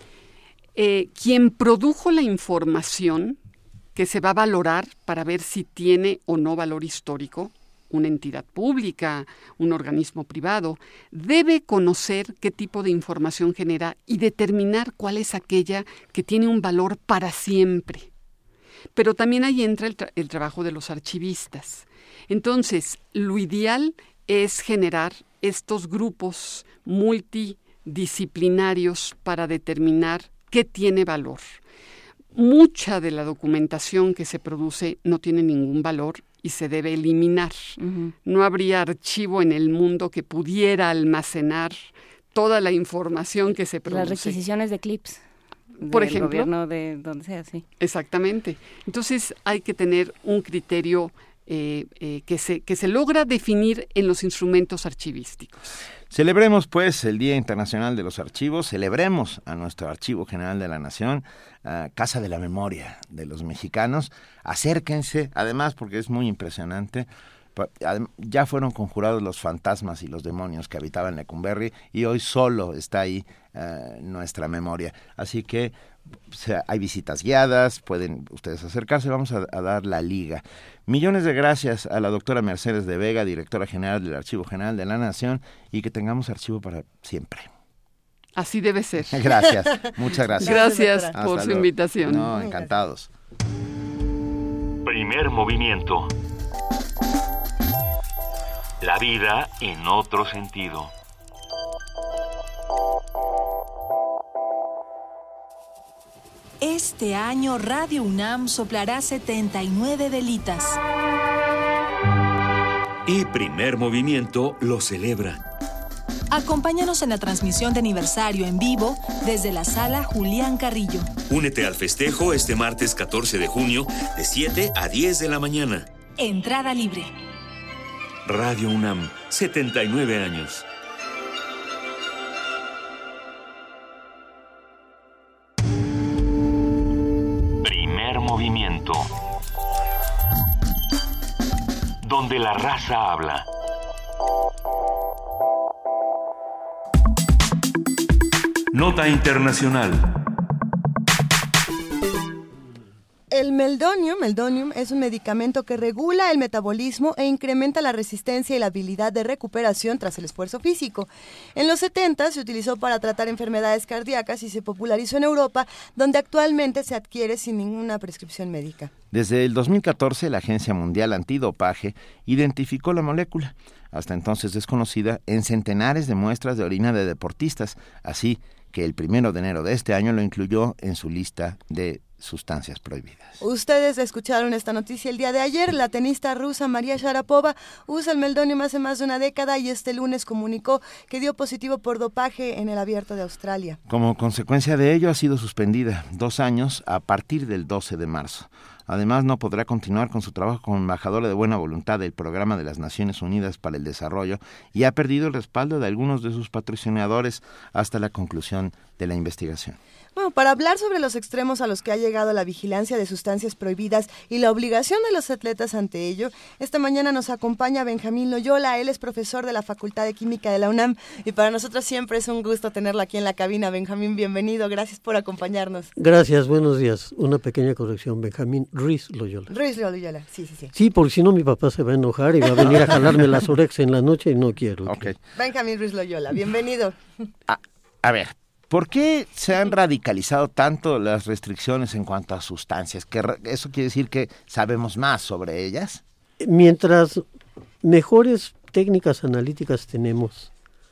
Quien produjo la información que se va a valorar para ver si tiene o no valor histórico, una entidad pública, un organismo privado, debe conocer qué tipo de información genera y determinar cuál es aquella que tiene un valor para siempre. Pero también ahí entra el trabajo de los archivistas. Entonces, lo ideal es generar estos grupos multidisciplinarios para determinar qué tiene valor. mucha de la documentación que se produce no tiene ningún valor y se debe eliminar. No habría archivo en el mundo que pudiera almacenar toda la información que se produce. Las requisiciones de clips. Por ejemplo. Del gobierno de donde sea, sí. Exactamente. Entonces hay que tener un criterio que se logra definir en los instrumentos archivísticos. Celebremos, pues, el Día Internacional de los Archivos, celebremos a nuestro Archivo General de la Nación, Casa de la Memoria de los Mexicanos. Acérquense, además, porque es muy impresionante. Ya fueron conjurados los fantasmas y los demonios que habitaban Lecumberri y hoy solo está ahí nuestra memoria. Así que hay visitas guiadas, pueden ustedes acercarse, vamos a dar la liga. Millones de gracias a la doctora Mercedes de Vega, directora general del Archivo General de la Nación, y que tengamos archivo para siempre. Así debe ser. Gracias, muchas gracias. Gracias por su invitación. No, encantados. Primer movimiento. La vida en otro sentido. Este año Radio UNAM soplará 79 velitas. Y Primer Movimiento lo celebra. Acompáñanos en la transmisión de aniversario en vivo desde la Sala Julián Carrillo. Únete al festejo este martes 14 de junio de 7 a 10 de la mañana. Entrada libre. Radio UNAM, 79 años. Primer movimiento. Donde la raza habla. Nota internacional. El meldonium es un medicamento que regula el metabolismo e incrementa la resistencia y la habilidad de recuperación tras el esfuerzo físico. En los 70 se utilizó para tratar enfermedades cardíacas y se popularizó en Europa, donde actualmente se adquiere sin ninguna prescripción médica. Desde el 2014, la Agencia Mundial Antidopaje identificó la molécula, hasta entonces desconocida, en centenares de muestras de orina de deportistas, así que el 1 de enero de este año lo incluyó en su lista de sustancias prohibidas. Ustedes escucharon esta noticia el día de ayer. La tenista rusa María Sharapova usa el meldonium hace más de una década y este lunes comunicó que dio positivo por dopaje en el Abierto de Australia. Como consecuencia de ello ha sido suspendida 2 años a partir del 12 de marzo. Además, no podrá continuar con su trabajo como embajadora de buena voluntad del Programa de las Naciones Unidas para el Desarrollo y ha perdido el respaldo de algunos de sus patrocinadores hasta la conclusión de la investigación. Bueno, para hablar sobre los extremos a los que ha llegado la vigilancia de sustancias prohibidas y la obligación de los atletas ante ello, esta mañana nos acompaña Benjamín Loyola. Él es profesor de la Facultad de Química de la UNAM y para nosotros siempre es un gusto tenerlo aquí en la cabina. Benjamín, bienvenido. Gracias por acompañarnos. Gracias, buenos días. Una pequeña corrección, Benjamín Ruiz Loyola. Ruiz Loyola, sí. Sí, porque si no mi papá se va a enojar y va a venir a jalarme las orejas en la noche y no quiero. Okay. Benjamín Ruiz Loyola, bienvenido. A ver, ¿por qué se han radicalizado tanto las restricciones en cuanto a sustancias? ¿Eso quiere decir que sabemos más sobre ellas? Mientras mejores técnicas analíticas tenemos,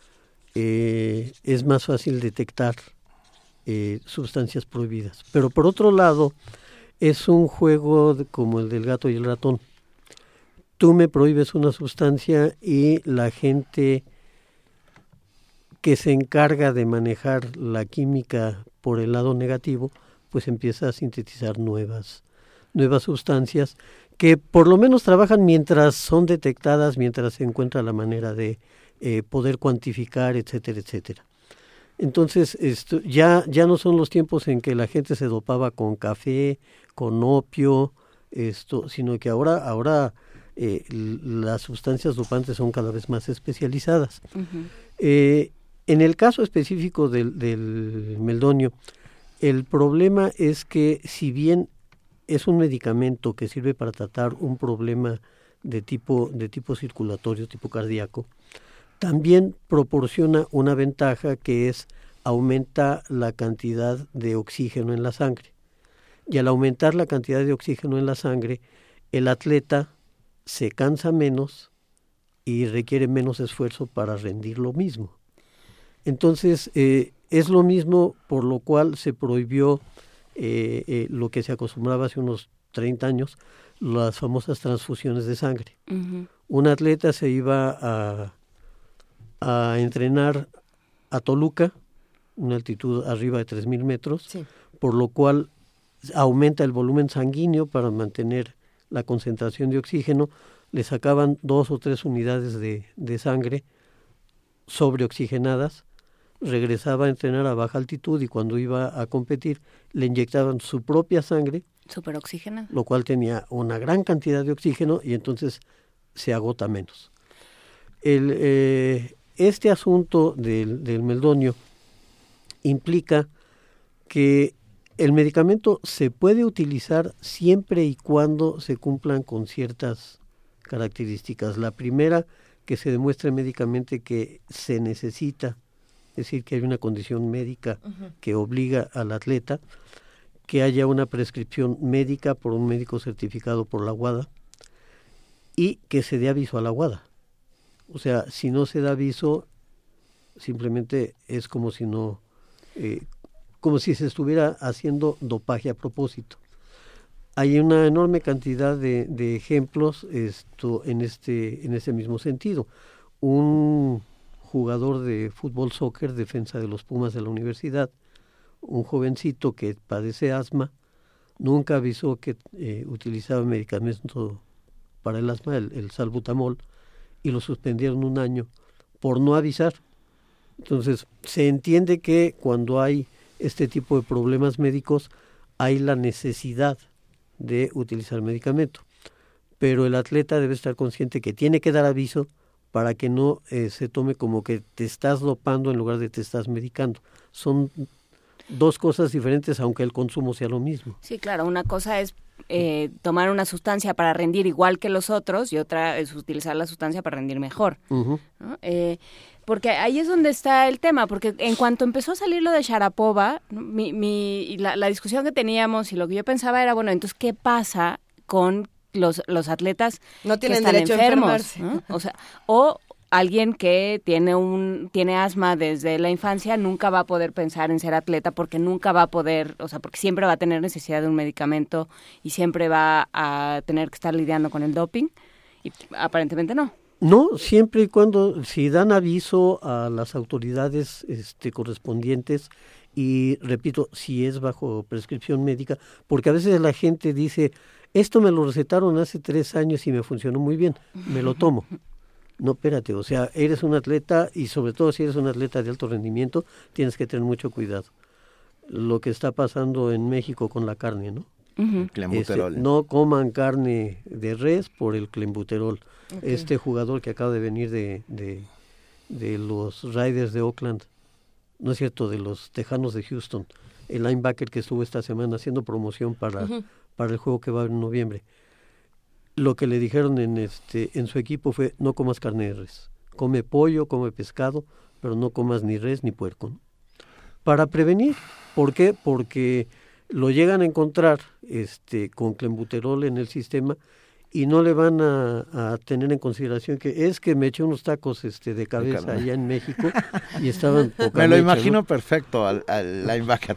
es más fácil detectar sustancias prohibidas. Pero por otro lado, es un juego como el del gato y el ratón. Tú me prohíbes una sustancia y la gente que se encarga de manejar la química por el lado negativo, pues empieza a sintetizar nuevas sustancias que por lo menos trabajan mientras son detectadas, mientras se encuentra la manera de poder cuantificar, etcétera, etcétera. Entonces, ya no son los tiempos en que la gente se dopaba con café, con opio, sino que ahora las sustancias dopantes son cada vez más especializadas. Uh-huh. En el caso específico del meldonio, el problema es que si bien es un medicamento que sirve para tratar un problema de tipo circulatorio, tipo cardíaco, también proporciona una ventaja que es aumenta la cantidad de oxígeno en la sangre. Y al aumentar la cantidad de oxígeno en la sangre, el atleta se cansa menos y requiere menos esfuerzo para rendir lo mismo. Entonces, es lo mismo por lo cual se prohibió lo que se acostumbraba hace unos 30 años, las famosas transfusiones de sangre. Uh-huh. Un atleta se iba a entrenar a Toluca, una altitud arriba de 3,000 metros, sí, por lo cual aumenta el volumen sanguíneo para mantener la concentración de oxígeno. Le sacaban 2 o 3 unidades de sangre sobreoxigenadas, regresaba a entrenar a baja altitud y cuando iba a competir le inyectaban su propia sangre, superoxigenada, lo cual tenía una gran cantidad de oxígeno y entonces se agota menos. Este asunto del meldonio implica que el medicamento se puede utilizar siempre y cuando se cumplan con ciertas características. La primera, que se demuestre médicamente que se necesita, es decir, que hay una condición médica que obliga al atleta, que haya una prescripción médica por un médico certificado por la WADA y que se dé aviso a la WADA. O sea, si no se da aviso, simplemente es como si no, como si se estuviera haciendo dopaje a propósito. Hay una enorme cantidad de ejemplos en ese mismo sentido. Un jugador de fútbol soccer, defensa de los Pumas de la universidad, un jovencito que padece asma, nunca avisó que utilizaba medicamento para el asma, el salbutamol, y lo suspendieron 1 año por no avisar. Entonces, se entiende que cuando hay este tipo de problemas médicos, hay la necesidad de utilizar medicamento, pero el atleta debe estar consciente que tiene que dar aviso para que no se tome como que te estás dopando en lugar de te estás medicando. Son 2 cosas diferentes, aunque el consumo sea lo mismo. Sí, claro, una cosa es tomar una sustancia para rendir igual que los otros y otra es utilizar la sustancia para rendir mejor. Uh-huh. ¿No? Porque ahí es donde está el tema, porque en cuanto empezó a salir lo de Sharapova, la discusión que teníamos y lo que yo pensaba era, bueno, entonces, ¿qué pasa con los atletas no tienen que están derecho enfermos? a enfermarse? ¿No? O sea, o alguien que tiene asma desde la infancia nunca va a poder pensar en ser atleta porque nunca va a poder, o sea, porque siempre va a tener necesidad de un medicamento y siempre va a tener que estar lidiando con el doping, y aparentemente no. No, siempre y cuando, si dan aviso a las autoridades correspondientes y, repito, si es bajo prescripción médica, porque a veces la gente dice, esto me lo recetaron hace 3 años y me funcionó muy bien, me lo tomo. No, espérate, o sea, eres un atleta y sobre todo si eres un atleta de alto rendimiento, tienes que tener mucho cuidado. Lo que está pasando en México con la carne, ¿no? Uh-huh. Clenbuterol. No coman carne de res por el clenbuterol. Okay. Este jugador que acaba de venir de los Raiders de Oakland, no es cierto, de los Tejanos de Houston, el linebacker que estuvo esta semana haciendo promoción para el juego que va a haber en noviembre. Lo que le dijeron en su equipo fue, no comas carne de res, come pollo, come pescado, pero no comas ni res ni puerco, ¿no? Para prevenir. ¿Por qué? Porque lo llegan a encontrar con clenbuterol en el sistema y no le van a tener en consideración que es que me eché unos tacos de cabeza allá en México y estaban me lo imagino, ¿no? Perfecto al linebacker.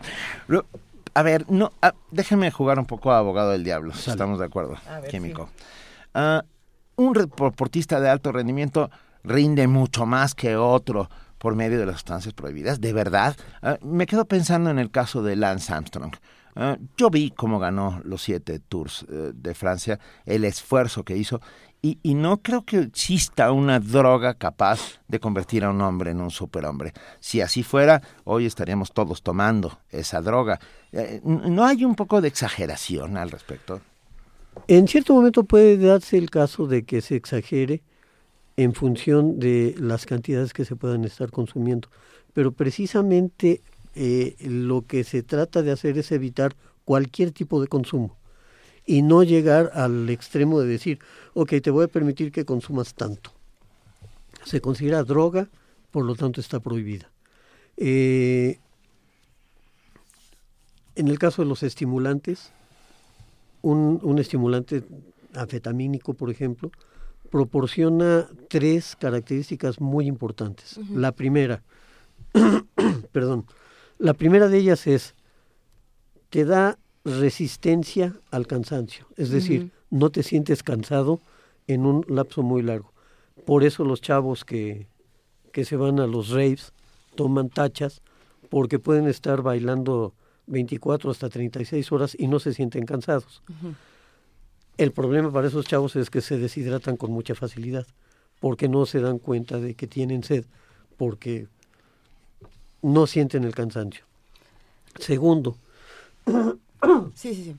A ver, déjeme jugar un poco a abogado del diablo, si estamos de acuerdo, Químico. Sí. Un deportista de alto rendimiento rinde mucho más que otro por medio de las sustancias prohibidas, ¿de verdad? Me quedo pensando en el caso de Lance Armstrong. Yo vi cómo ganó los 7 Tours de Francia, el esfuerzo que hizo, y no creo que exista una droga capaz de convertir a un hombre en un superhombre. Si así fuera, hoy estaríamos todos tomando esa droga. ¿No hay un poco de exageración al respecto? En cierto momento puede darse el caso de que se exagere en función de las cantidades que se puedan estar consumiendo, pero precisamente lo que se trata de hacer es evitar cualquier tipo de consumo y no llegar al extremo de decir, ok, te voy a permitir que consumas tanto. Se considera droga, por lo tanto está prohibida. En el caso de los estimulantes, un estimulante anfetamínico, por ejemplo, proporciona 3 características muy importantes. Uh-huh. La primera de ellas es, te da resistencia al cansancio, es decir, no te sientes cansado en un lapso muy largo. Por eso los chavos que se van a los raves toman tachas, porque pueden estar bailando 24 hasta 36 horas y no se sienten cansados. El problema para esos chavos es que se deshidratan con mucha facilidad, porque no se dan cuenta de que tienen sed, porque no sienten el cansancio. Segundo, sí.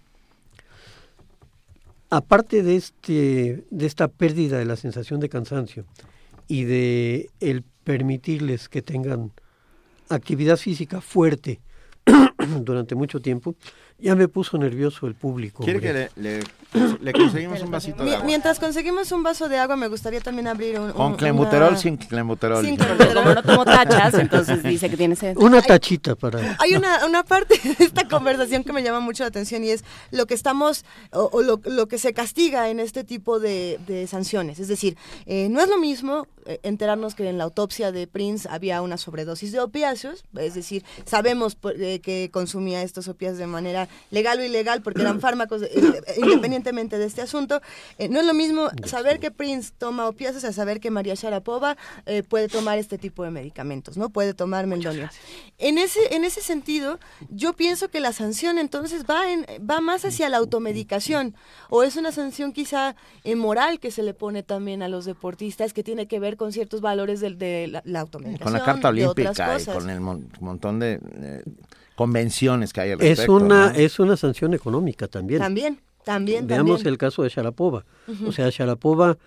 Aparte de esta pérdida de la sensación de cansancio y de el permitirles que tengan actividad física fuerte durante mucho tiempo, ya me puso nervioso el público. ¿Quiere que le conseguimos un vasito de agua? Mientras conseguimos un vaso de agua, me gustaría también abrir ¿Con clenbuterol? Sin clenbuterol. Sin clenbuterol. Como no tomo tachas, entonces dice que tiene sed. Una tachita para... Hay una parte de esta conversación que me llama mucho la atención, y es lo que estamos, o lo que se castiga en este tipo de sanciones. Es decir, no es lo mismo enterarnos que en la autopsia de Prince había una sobredosis de opiáceos, es decir, sabemos que consumía estos opiáceos de manera legal o ilegal, porque eran fármacos, independientemente de este asunto. No es lo mismo saber que Prince toma opiáceos a saber que María Sharapova puede tomar este tipo de medicamentos, ¿no? Puede tomar meldonium. En ese sentido, yo pienso que la sanción entonces va más hacia la automedicación, o es una sanción quizá moral que se le pone también a los deportistas, que tiene que ver con ciertos valores de la automedicación, con la Carta Olímpica y con el montón de convenciones que hay al respecto. Es una sanción económica también. También. Veamos el caso de Sharapova. O sea, Sharapova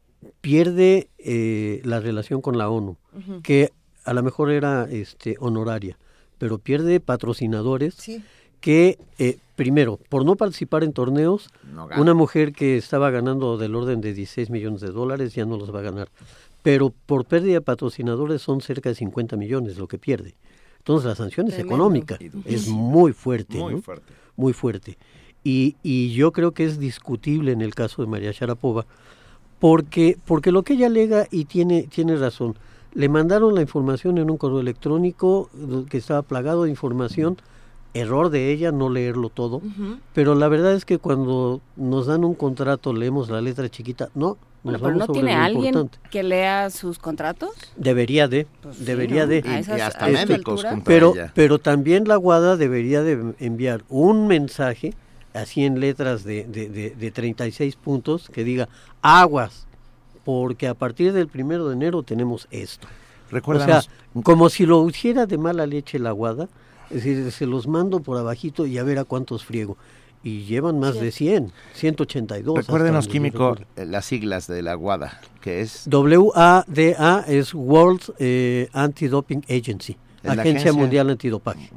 pierde la relación con la ONU, que a lo mejor era honoraria, pero pierde patrocinadores que, primero, por no participar en torneos, una mujer que estaba ganando del orden de $16 millones ya no los va a ganar. Pero por pérdida de patrocinadores son cerca de 50 millones lo que pierde. Entonces la sanción es económica, es muy fuerte, muy fuerte. Y yo creo que es discutible en el caso de María Sharapova, porque lo que ella alega, y tiene razón, le mandaron la información en un correo electrónico que estaba plagado de información, error de ella no leerlo todo, pero la verdad es que cuando nos dan un contrato leemos la letra chiquita, pero ¿no tiene alguien que lea sus contratos? Debería de. Y hasta médicos pero también la WADA debería de enviar un mensaje, así en letras de 36 puntos, que diga, aguas, porque a partir del 1 de enero tenemos esto. Recuérdanos. O sea, como si lo hiciera de mala leche la WADA, es decir, se los mando por abajito y a ver a cuántos friego. Y llevan más de 182. Recuérdenos, químico, las siglas de la WADA, que es... WADA es World Anti-Doping Agency, Agencia Mundial Antidopaje.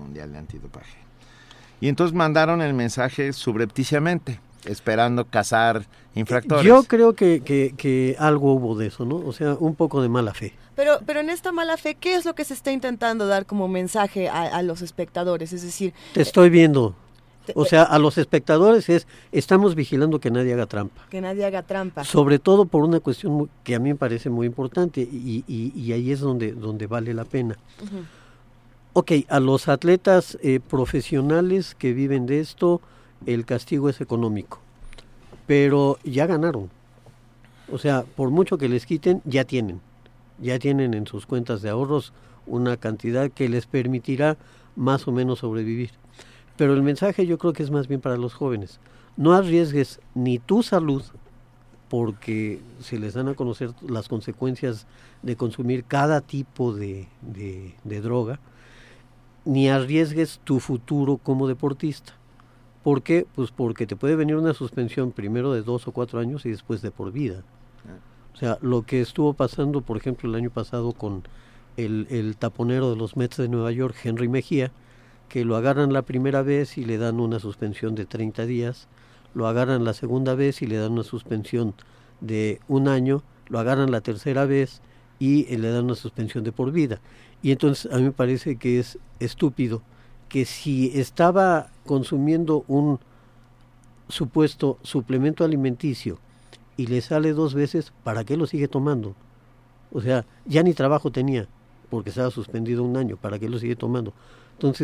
Y entonces mandaron el mensaje subrepticiamente, esperando cazar infractores. Yo creo que algo hubo de eso, ¿no? O sea, un poco de mala fe. Pero en esta mala fe, ¿qué es lo que se está intentando dar como mensaje a los espectadores? Es decir... Te estoy viendo... O sea, a los espectadores estamos vigilando que nadie haga trampa. Que nadie haga trampa. Sobre todo por una cuestión que a mí me parece muy importante y ahí es donde vale la pena. Ok, a los atletas profesionales que viven de esto, el castigo es económico. Pero ya ganaron. O sea, por mucho que les quiten, ya tienen en sus cuentas de ahorros una cantidad que les permitirá más o menos sobrevivir. Pero el mensaje yo creo que es más bien para los jóvenes. No arriesgues ni tu salud, porque se les dan a conocer las consecuencias de consumir cada tipo de droga, ni arriesgues tu futuro como deportista. ¿Por qué? Pues porque te puede venir una suspensión primero de 2 o 4 años y después de por vida. O sea, lo que estuvo pasando, por ejemplo, el año pasado con el taponero de los Mets de Nueva York, Henry Mejía, que lo agarran la primera vez y le dan una suspensión de 30 días, lo agarran la segunda vez y le dan una suspensión de 1 año, lo agarran la tercera vez y le dan una suspensión de por vida. Y entonces a mí me parece que es estúpido que si estaba consumiendo un supuesto suplemento alimenticio y le sale 2 veces, ¿para qué lo sigue tomando? O sea, ya ni trabajo tenía porque estaba suspendido 1 año, ¿para qué lo sigue tomando? Entonces,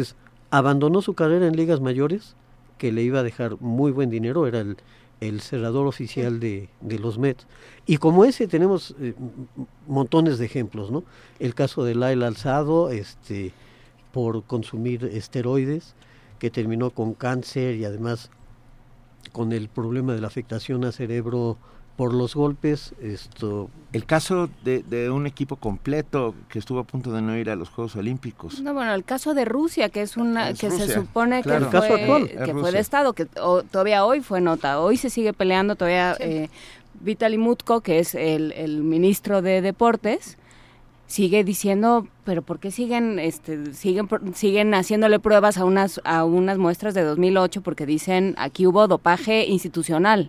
abandonó su carrera en ligas mayores, que le iba a dejar muy buen dinero, era el cerrador oficial de los Mets. Y como ese tenemos montones de ejemplos, ¿no? El caso de Lyle Alzado, por consumir esteroides, que terminó con cáncer y además con el problema de la afectación al cerebro por los golpes. El caso de un equipo completo que estuvo a punto de no ir a los Juegos Olímpicos. No, bueno, el caso de Rusia, que es una que Rusia, se supone claro. que fue de Estado, que todavía hoy fue nota. Hoy se sigue peleando todavía. Vitaly Mutko, que es el ministro de Deportes, sigue diciendo, pero ¿por qué siguen haciéndole pruebas a unas muestras de 2008? Porque dicen, aquí hubo dopaje institucional.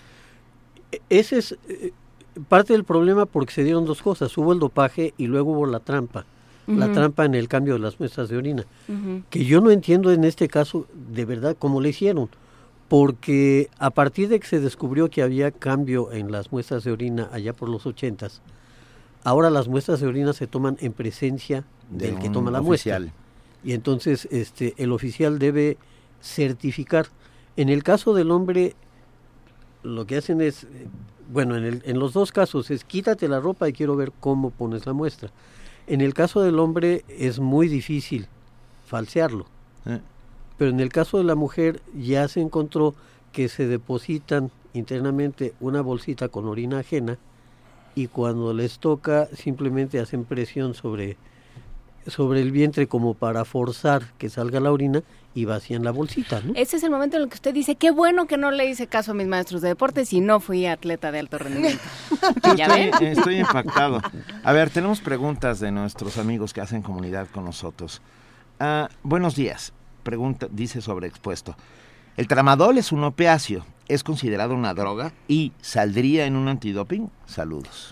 Ese es parte del problema, porque se dieron dos cosas. Hubo el dopaje y luego hubo la trampa. La trampa en el cambio de las muestras de orina. Que yo no entiendo en este caso, de verdad, cómo le hicieron. Porque a partir de que se descubrió que había cambio en las muestras de orina allá por los 80s, ahora las muestras de orina se toman en presencia del que toma la muestra. Y entonces el oficial debe certificar. En el caso del hombre, lo que hacen es, en los dos casos es quítate la ropa y quiero ver cómo pones la muestra. En el caso del hombre es muy difícil falsearlo. Pero en el caso de la mujer ya se encontró que se depositan internamente una bolsita con orina ajena y cuando les toca simplemente hacen presión sobre el vientre como para forzar que salga la orina y vacían la bolsita, ¿no? Ese es el momento en el que usted dice, qué bueno que no le hice caso a mis maestros de deportes y no fui atleta de alto rendimiento. Estoy impactado. A ver, tenemos preguntas de nuestros amigos que hacen comunidad con nosotros. Buenos días. Pregunta, dice Sobreexpuesto. ¿El tramadol es un opiáceo? ¿Es considerado una droga? ¿Y saldría en un antidoping? Saludos.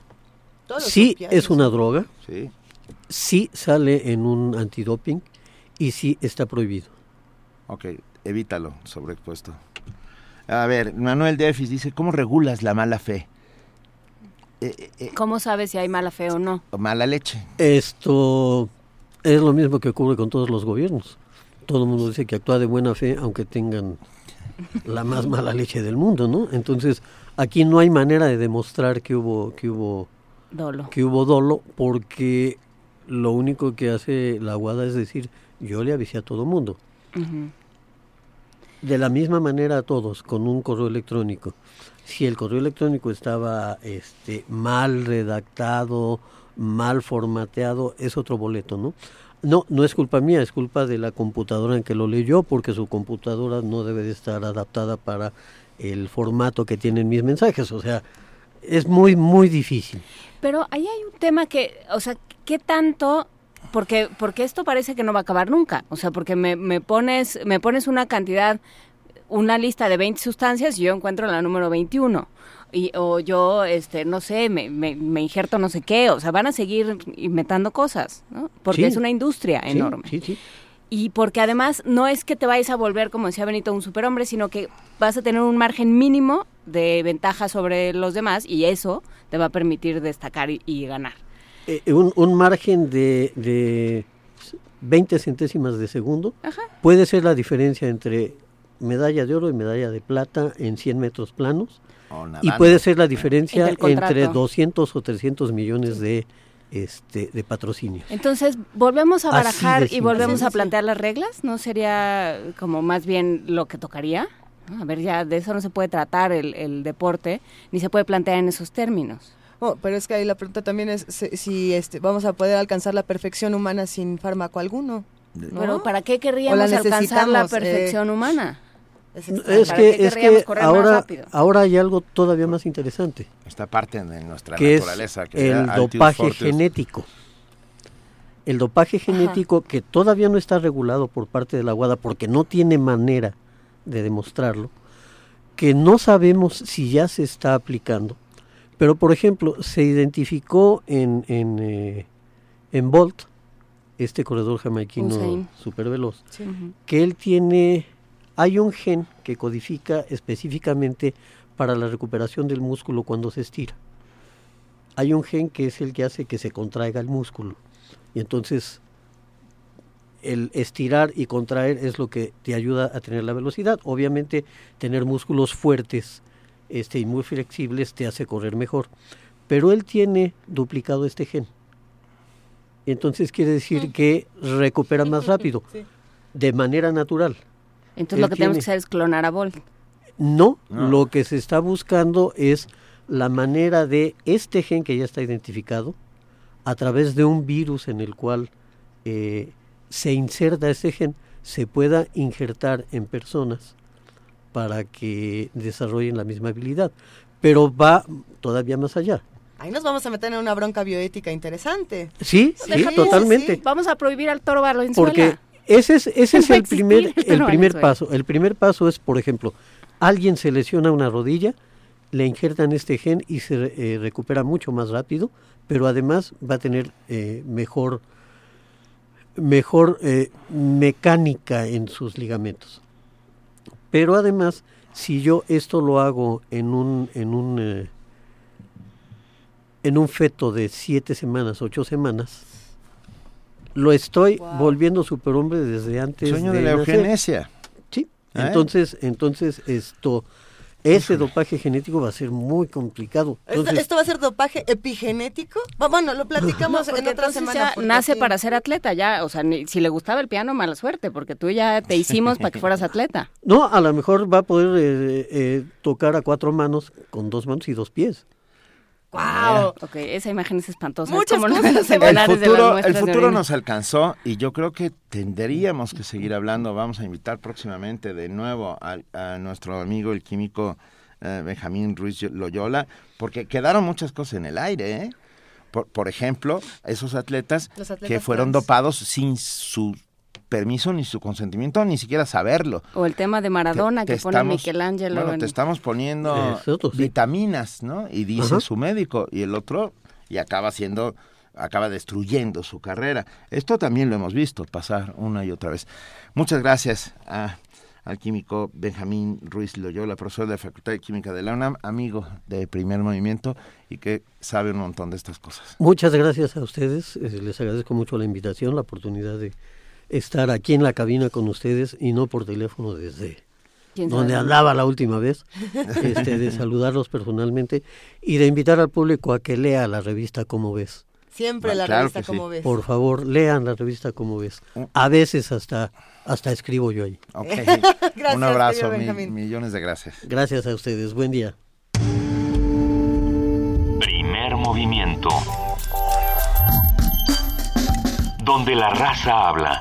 Sí, es una droga. Sí. Sí sale en un antidoping y sí está prohibido. Ok, evítalo, Sobreexpuesto. A ver, Manuel Defis dice, ¿cómo regulas la mala fe? ¿Cómo sabes si hay mala fe o no? O mala leche. Esto es lo mismo que ocurre con todos los gobiernos. Todo el mundo dice que actúa de buena fe, aunque tengan la más mala leche del mundo, ¿no? Entonces, aquí no hay manera de demostrar que hubo dolo, porque lo único que hace la UADA es decir, yo le avisé a todo el mundo. De la misma manera a todos, con un correo electrónico. Si el correo electrónico estaba mal redactado, mal formateado, es otro boleto, ¿no? No es culpa mía, es culpa de la computadora en que lo leyó, porque su computadora no debe de estar adaptada para el formato que tienen mis mensajes, o sea, es muy, muy difícil. Pero ahí hay un tema que, o sea, ¿qué tanto? Porque esto parece que no va a acabar nunca, o sea, porque me pones una cantidad, una lista de 20 sustancias y yo encuentro la número 21. O yo, no sé, me injerto no sé qué, o sea, van a seguir inventando cosas, ¿no? Porque es una industria enorme. Sí. Y porque además no es que te vayas a volver, como decía Benito, un superhombre, sino que vas a tener un margen mínimo de ventaja sobre los demás y eso te va a permitir destacar y ganar. Un margen de 20 centésimas de segundo puede ser la diferencia entre medalla de oro y medalla de plata en 100 metros planos. Y puede ser la diferencia entre 200 o 300 millones de patrocinios. Entonces, volvemos a barajar y volvemos a plantear las reglas, ¿no sería como más bien lo que tocaría? A ver, ya de eso no se puede tratar el deporte, ni se puede plantear en esos términos. Pero es que ahí la pregunta también es si vamos a poder alcanzar la perfección humana sin fármaco alguno, ¿no? Pero ¿para qué querríamos alcanzar la perfección humana? Es que ahora hay algo todavía más interesante. Esta parte de nuestra que naturaleza. Es el dopaje genético. El dopaje genético que todavía no está regulado por parte de la UADA porque no tiene manera de demostrarlo, que no sabemos si ya se está aplicando. Pero, por ejemplo, se identificó en Bolt, este corredor jamaiquino superveloz, que él tiene... Hay un gen que codifica específicamente para la recuperación del músculo cuando se estira. Hay un gen que es el que hace que se contraiga el músculo. Y entonces el estirar y contraer es lo que te ayuda a tener la velocidad. Obviamente tener músculos fuertes y muy flexibles te hace correr mejor, pero él tiene duplicado este gen. Entonces quiere decir que recupera más rápido, de manera natural. Entonces lo que tenemos que hacer es clonar a Bolt. No, lo que se está buscando es la manera de este gen que ya está identificado, a través de un virus en el cual se inserta ese gen, se pueda injertar en personas para que desarrollen la misma habilidad. Pero va todavía más allá. Ahí nos vamos a meter en una bronca bioética interesante. Sí, totalmente. Sí. Vamos a prohibir al toro Valenzuela. Porque ese es el primer paso. El primer paso es, por ejemplo, alguien se lesiona una rodilla, le injertan este gen y se recupera mucho más rápido, pero además va a tener mejor mecánica en sus ligamentos. Pero además, si yo esto lo hago en un feto de 7 semanas, 8 semanas, lo estoy volviendo superhombre desde antes. Sueño de la eugenesia. Sí. Entonces ese dopaje genético va a ser muy complicado. Entonces, ¿Esto va a ser dopaje epigenético? Bueno, lo platicamos en otra semana. Nace para ser atleta ya, o sea, si le gustaba el piano, mala suerte, porque tú ya te hicimos para que fueras atleta. No, a lo mejor va a poder tocar a 4 manos, con 2 manos y 2 pies. ¡Wow! Ok, esa imagen es espantosa. Muchas cosas. El futuro nos alcanzó y yo creo que tendríamos que seguir hablando. Vamos a invitar próximamente de nuevo a nuestro amigo el químico Benjamín Ruiz Loyola, porque quedaron muchas cosas en el aire, ¿eh? Por ejemplo, esos atletas que fueron dopados sin su permiso ni su consentimiento, ni siquiera saberlo. O el tema de Maradona que pone Michelangelo. Bueno, te estamos poniendo vitaminas, ¿no? Y dice su médico, y el otro, y acaba destruyendo su carrera. Esto también lo hemos visto pasar una y otra vez. Muchas gracias al químico Benjamín Ruiz Loyola, profesor de la Facultad de Química de la UNAM, amigo de Primer Movimiento y que sabe un montón de estas cosas. Muchas gracias a ustedes, les agradezco mucho la invitación, la oportunidad de estar aquí en la cabina con ustedes y no por teléfono desde donde andaba la última vez, de saludarlos personalmente y de invitar al público a que lea la revista Cómo Ves. Siempre la revista Cómo Ves. Por favor, lean la revista Cómo Ves. A veces hasta escribo yo ahí. Okay. Gracias, un abrazo, millones de gracias. Gracias a ustedes, buen día. Primer movimiento. Donde la raza habla.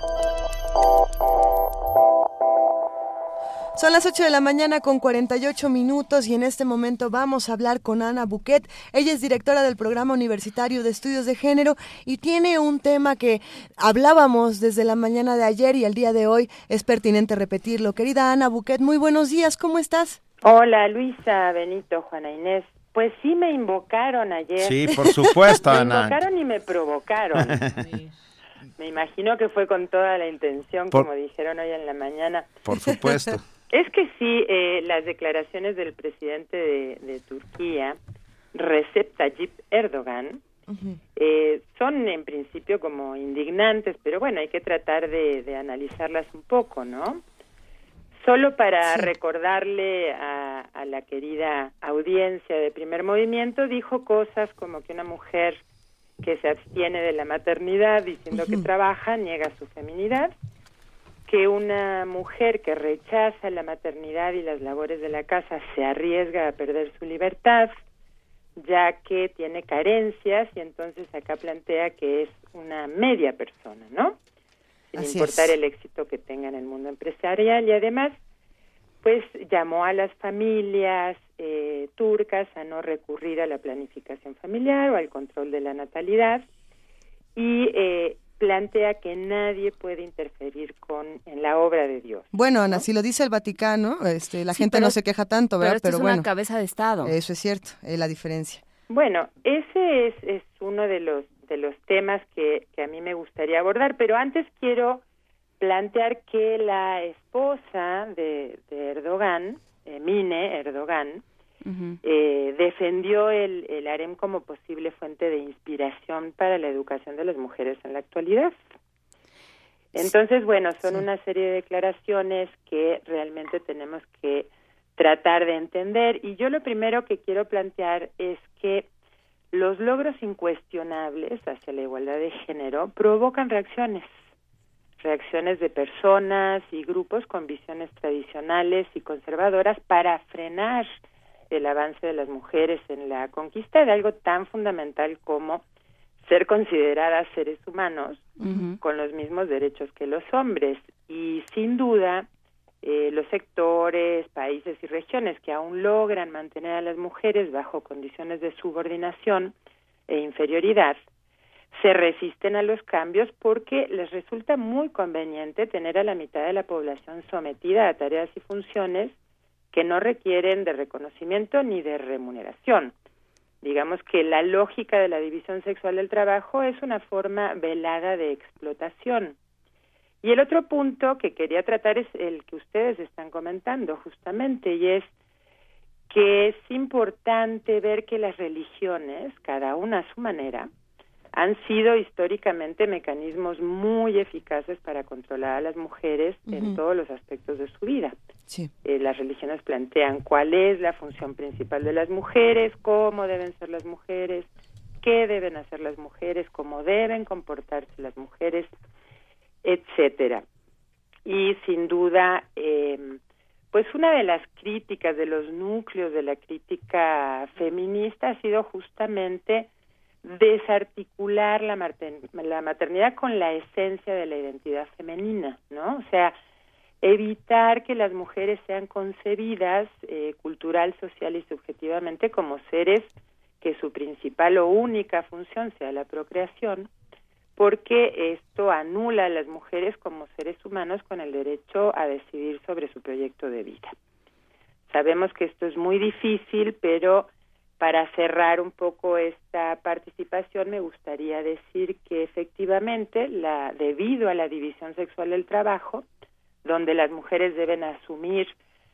Son las 8 de la mañana con 48 minutos y en este momento vamos a hablar con Ana Buquet. Ella es directora del Programa Universitario de Estudios de Género y tiene un tema que hablábamos desde la mañana de ayer y el día de hoy es pertinente repetirlo. Querida Ana Buquet, muy buenos días, ¿cómo estás? Hola Luisa, Benito, Juana Inés. Pues sí me invocaron ayer. Sí, por supuesto, Ana. Me invocaron y me provocaron. Me imagino que fue con toda la intención, como dijeron hoy en la mañana. Por supuesto. Es que sí, las declaraciones del presidente de Turquía, Recep Tayyip Erdogan, son en principio como indignantes, pero bueno, hay que tratar de analizarlas un poco, ¿no? Solo para recordarle a la querida audiencia de Primer Movimiento, dijo cosas como que una mujer que se abstiene de la maternidad diciendo que trabaja, niega su feminidad, que una mujer que rechaza la maternidad y las labores de la casa se arriesga a perder su libertad, ya que tiene carencias, y entonces acá plantea que es una media persona, ¿no? Sin importar el éxito que tenga en el mundo empresarial, y además, pues llamó a las familias turcas a no recurrir a la planificación familiar o al control de la natalidad, y plantea que nadie puede interferir en la obra de Dios. Bueno, Ana, si lo dice el Vaticano, la gente no se queja tanto, ¿verdad? Pero es una cabeza de Estado. Eso es cierto, es la diferencia. Bueno, ese es uno de los temas que a mí me gustaría abordar, pero antes quiero plantear que la esposa de Erdogan, Mine Erdogan, defendió el harem como posible fuente de inspiración para la educación de las mujeres en la actualidad. Entonces, bueno, son una serie de declaraciones que realmente tenemos que tratar de entender. Y yo lo primero que quiero plantear es que los logros incuestionables hacia la igualdad de género provocan reacciones de personas y grupos con visiones tradicionales y conservadoras para frenar el avance de las mujeres en la conquista de algo tan fundamental como ser consideradas seres humanos con los mismos derechos que los hombres. Y sin duda, los sectores, países y regiones que aún logran mantener a las mujeres bajo condiciones de subordinación e inferioridad, se resisten a los cambios porque les resulta muy conveniente tener a la mitad de la población sometida a tareas y funciones que no requieren de reconocimiento ni de remuneración. Digamos que la lógica de la división sexual del trabajo es una forma velada de explotación. Y el otro punto que quería tratar es el que ustedes están comentando justamente, y es que es importante ver que las religiones, cada una a su manera, han sido históricamente mecanismos muy eficaces para controlar a las mujeres en todos los aspectos de su vida. Sí. Las religiones plantean cuál es la función principal de las mujeres, cómo deben ser las mujeres, qué deben hacer las mujeres, cómo deben comportarse las mujeres, etcétera. Y sin duda, pues una de las críticas, de los núcleos de la crítica feminista ha sido justamente desarticular la maternidad con la esencia de la identidad femenina, ¿no? O sea, evitar que las mujeres sean concebidas cultural, social y subjetivamente como seres que su principal o única función sea la procreación, porque esto anula a las mujeres como seres humanos con el derecho a decidir sobre su proyecto de vida. Sabemos que esto es muy difícil, pero para cerrar un poco esta participación me gustaría decir que efectivamente, debido a la división sexual del trabajo, donde las mujeres deben asumir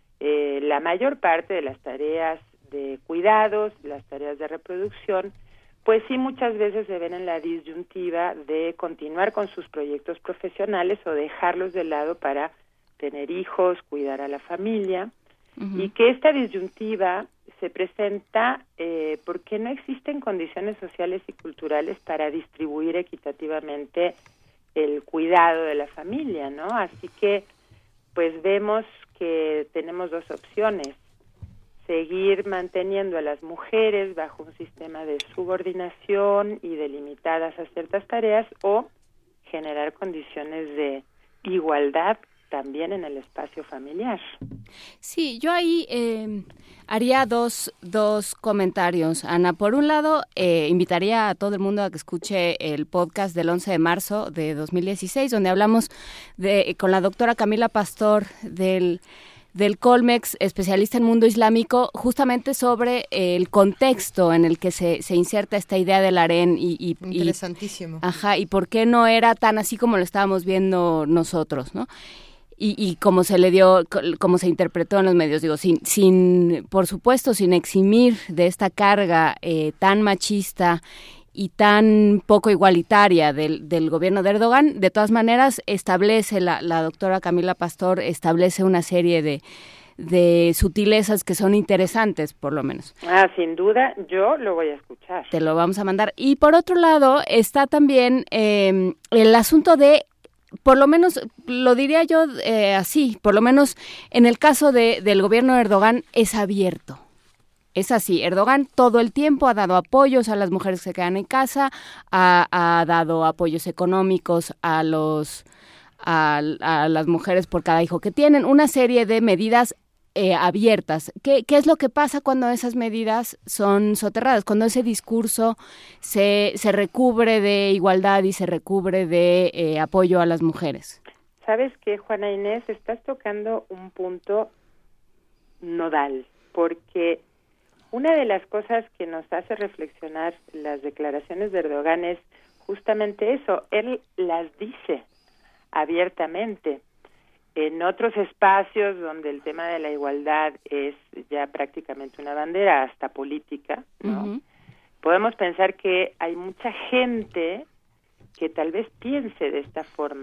la mayor parte de las tareas de cuidados, las tareas de reproducción, pues sí muchas veces se ven en la disyuntiva de continuar con sus proyectos profesionales o dejarlos de lado para tener hijos, cuidar a la familia, y que esta disyuntiva se presenta porque no existen condiciones sociales y culturales para distribuir equitativamente el cuidado de la familia, ¿no? Así que, pues vemos que tenemos dos opciones: seguir manteniendo a las mujeres bajo un sistema de subordinación y delimitadas a ciertas tareas, o generar condiciones de igualdad también en el espacio familiar. Sí, yo ahí haría dos comentarios, Ana. Por un lado, invitaría a todo el mundo a que escuche el podcast del 11 de marzo de 2016, donde hablamos con la doctora Camila Pastor del Colmex, especialista en mundo islámico, justamente sobre el contexto en el que se inserta esta idea del harén interesantísimo. Y por qué no era tan así como lo estábamos viendo nosotros, ¿no? Y cómo se le dio, cómo se interpretó en los medios, digo, sin por supuesto, sin eximir de esta carga tan machista y tan poco igualitaria del gobierno de Erdogan. De todas maneras, establece la doctora Camila Pastor, establece una serie de sutilezas que son interesantes, por lo menos. Sin duda, yo lo voy a escuchar. Te lo vamos a mandar. Y por otro lado, está también el asunto de, por lo menos, lo diría yo así, por lo menos en el caso del gobierno de Erdogan, es abierto. Es así, Erdogan todo el tiempo ha dado apoyos a las mujeres que se quedan en casa, ha dado apoyos económicos a las mujeres por cada hijo que tienen, una serie de medidas abiertas. ¿Qué es lo que pasa cuando esas medidas son soterradas? Cuando ese discurso se recubre de igualdad y se recubre de apoyo a las mujeres. ¿Sabes qué, Juana Inés? Estás tocando un punto nodal, porque una de las cosas que nos hace reflexionar las declaraciones de Erdogan es justamente eso. Él las dice abiertamente. En otros espacios donde el tema de la igualdad es ya prácticamente una bandera, hasta política, ¿no? Podemos pensar que hay mucha gente que tal vez piense de esta forma,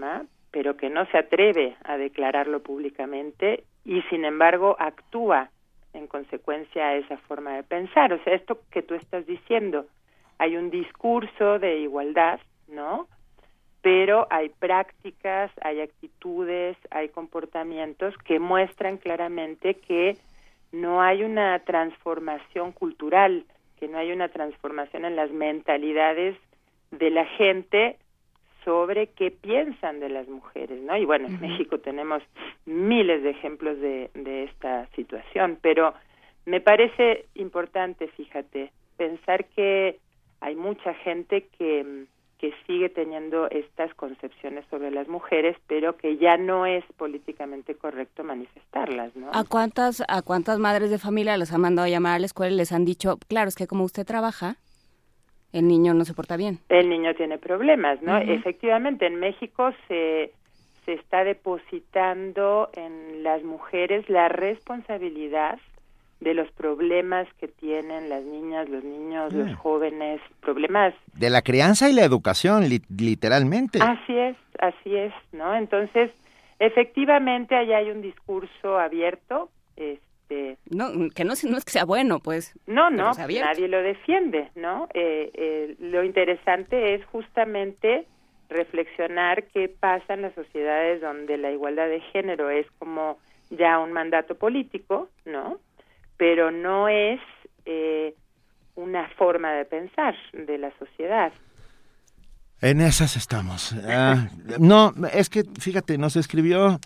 pero que no se atreve a declararlo públicamente y sin embargo actúa en consecuencia a esa forma de pensar. O sea, esto que tú estás diciendo, hay un discurso de igualdad, ¿no? Pero hay prácticas, hay actitudes, hay comportamientos que muestran claramente que no hay una transformación cultural, que no hay una transformación en las mentalidades de la gente sobre qué piensan de las mujeres, ¿no? Y bueno, en México tenemos miles de ejemplos de esta situación, pero me parece importante, fíjate, pensar que hay mucha gente que sigue teniendo estas concepciones sobre las mujeres, pero que ya no es políticamente correcto manifestarlas, ¿no? ¿A cuántas madres de familia les han mandado a llamar a la escuela y les han dicho, claro, es que como usted trabaja, el niño no se porta bien? El niño tiene problemas, ¿no? Efectivamente, en México se está depositando en las mujeres la responsabilidad de los problemas que tienen las niñas, los niños, los jóvenes, problemas de la crianza y la educación, literalmente. Así es, ¿no? Entonces, efectivamente, allá hay un discurso abierto, no, que no es que sea bueno, pues. No, nadie lo defiende, ¿no? Lo interesante es justamente reflexionar qué pasa en las sociedades donde la igualdad de género es como ya un mandato político, ¿no? Pero no es una forma de pensar de la sociedad. En esas estamos. No, es que, fíjate, nos escribió...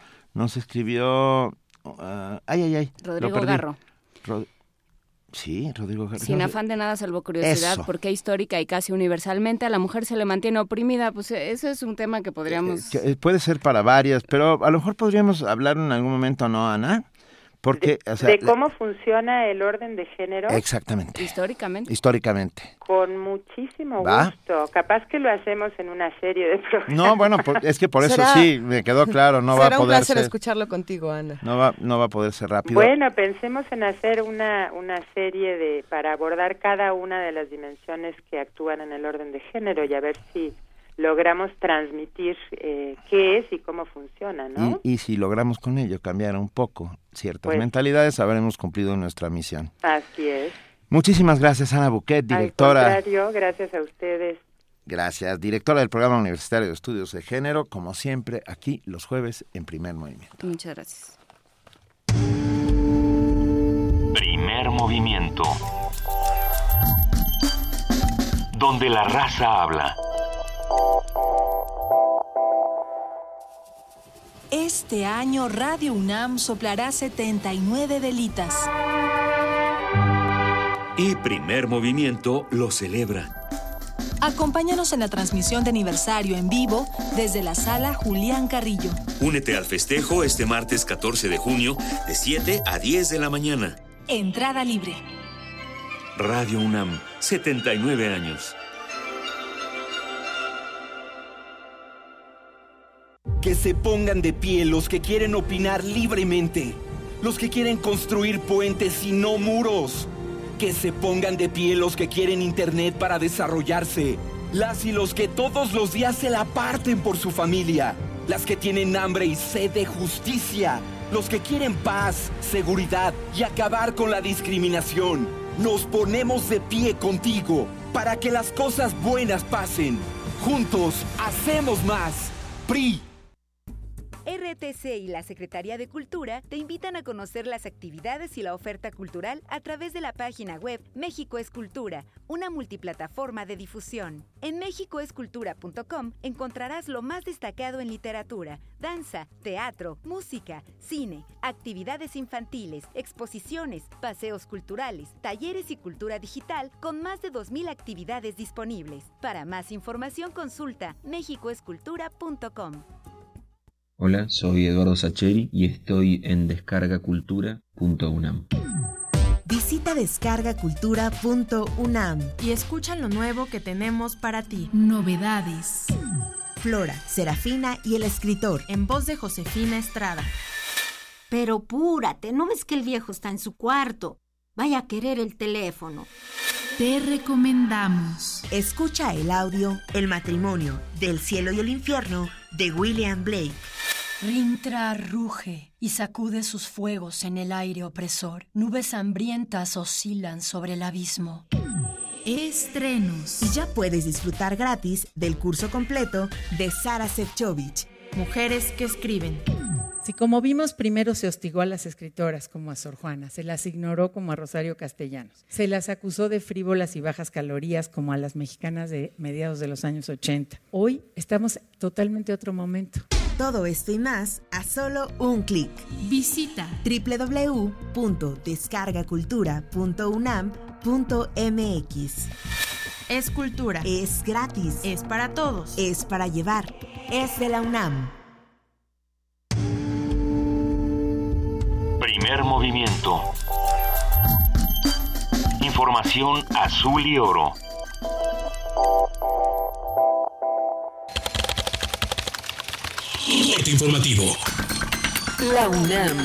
Rodrigo Garro. Sí, Rodrigo Garro. Sin afán de nada, salvo curiosidad, Eso. porque histórica y casi universalmente a la mujer se le mantiene oprimida. Pues ese es un tema que podríamos... puede ser para varias, pero a lo mejor podríamos hablar en algún momento, ¿no, Ana? Porque, de cómo funciona el orden de género. Exactamente. Históricamente. Con muchísimo gusto. Capaz que lo hacemos en una serie de programas. No, bueno, es que por eso sí, me quedó claro, no va a poder ser. Será un placer escucharlo contigo, Ana. No va a poder ser rápido. Bueno, pensemos en hacer una serie para abordar cada una de las dimensiones que actúan en el orden de género y a ver si logramos transmitir qué es y cómo funciona, ¿no? Y si logramos con ello cambiar un poco ciertas mentalidades, habremos cumplido nuestra misión. Así es. Muchísimas gracias, Ana Buquet, directora. Al contrario, gracias a ustedes. Gracias, directora del Programa Universitario de Estudios de Género, como siempre, aquí los jueves en Primer Movimiento. Muchas gracias. Primer Movimiento. Donde la raza habla. Este año Radio UNAM soplará 79 velitas. Y Primer Movimiento lo celebra. Acompáñanos en la transmisión de aniversario en vivo desde la Sala Julián Carrillo. Únete al festejo este martes 14 de junio de 7 a 10 de la mañana. Entrada libre. Radio UNAM, 79 años. Que se pongan de pie los que quieren opinar libremente, los que quieren construir puentes y no muros. Que se pongan de pie los que quieren internet para desarrollarse, las y los que todos los días se la parten por su familia, las que tienen hambre y sed de justicia, los que quieren paz, seguridad y acabar con la discriminación. Nos ponemos de pie contigo para que las cosas buenas pasen. Juntos hacemos más. PRI. RTC y la Secretaría de Cultura te invitan a conocer las actividades y la oferta cultural a través de la página web México es Cultura, una multiplataforma de difusión. En mexicoescultura.com encontrarás lo más destacado en literatura, danza, teatro, música, cine, actividades infantiles, exposiciones, paseos culturales, talleres y cultura digital con más de 2,000 actividades disponibles. Para más información consulta mexicoescultura.com. Hola, soy Eduardo Sacheri y estoy en descargacultura.unam. Visita descargacultura.unam y escucha lo nuevo que tenemos para ti. Novedades. Flora, Serafina y el escritor. En voz de Josefina Estrada. Pero apúrate, ¿no ves que el viejo está en su cuarto? Vaya a querer el teléfono. Te recomendamos. Escucha el audio El matrimonio del cielo y el infierno de William Blake. Rintra ruge y sacude sus fuegos en el aire opresor. Nubes hambrientas oscilan sobre el abismo. Estrenos. Y ya puedes disfrutar gratis del curso completo de Sara Sefcovic. Mujeres que escriben. Si como vimos primero se hostigó a las escritoras como a Sor Juana, se las ignoró como a Rosario Castellanos, se las acusó de frívolas y bajas calorías como a las mexicanas de mediados de los años 80. Hoy estamos totalmente otro momento. Todo esto y más a solo un clic. Visita www.descargacultura.unam.mx. Es cultura. Es gratis. Es para todos. Es para llevar. Es de la UNAM. Primer movimiento. Información azul y oro. Corte informativo. La UNAM.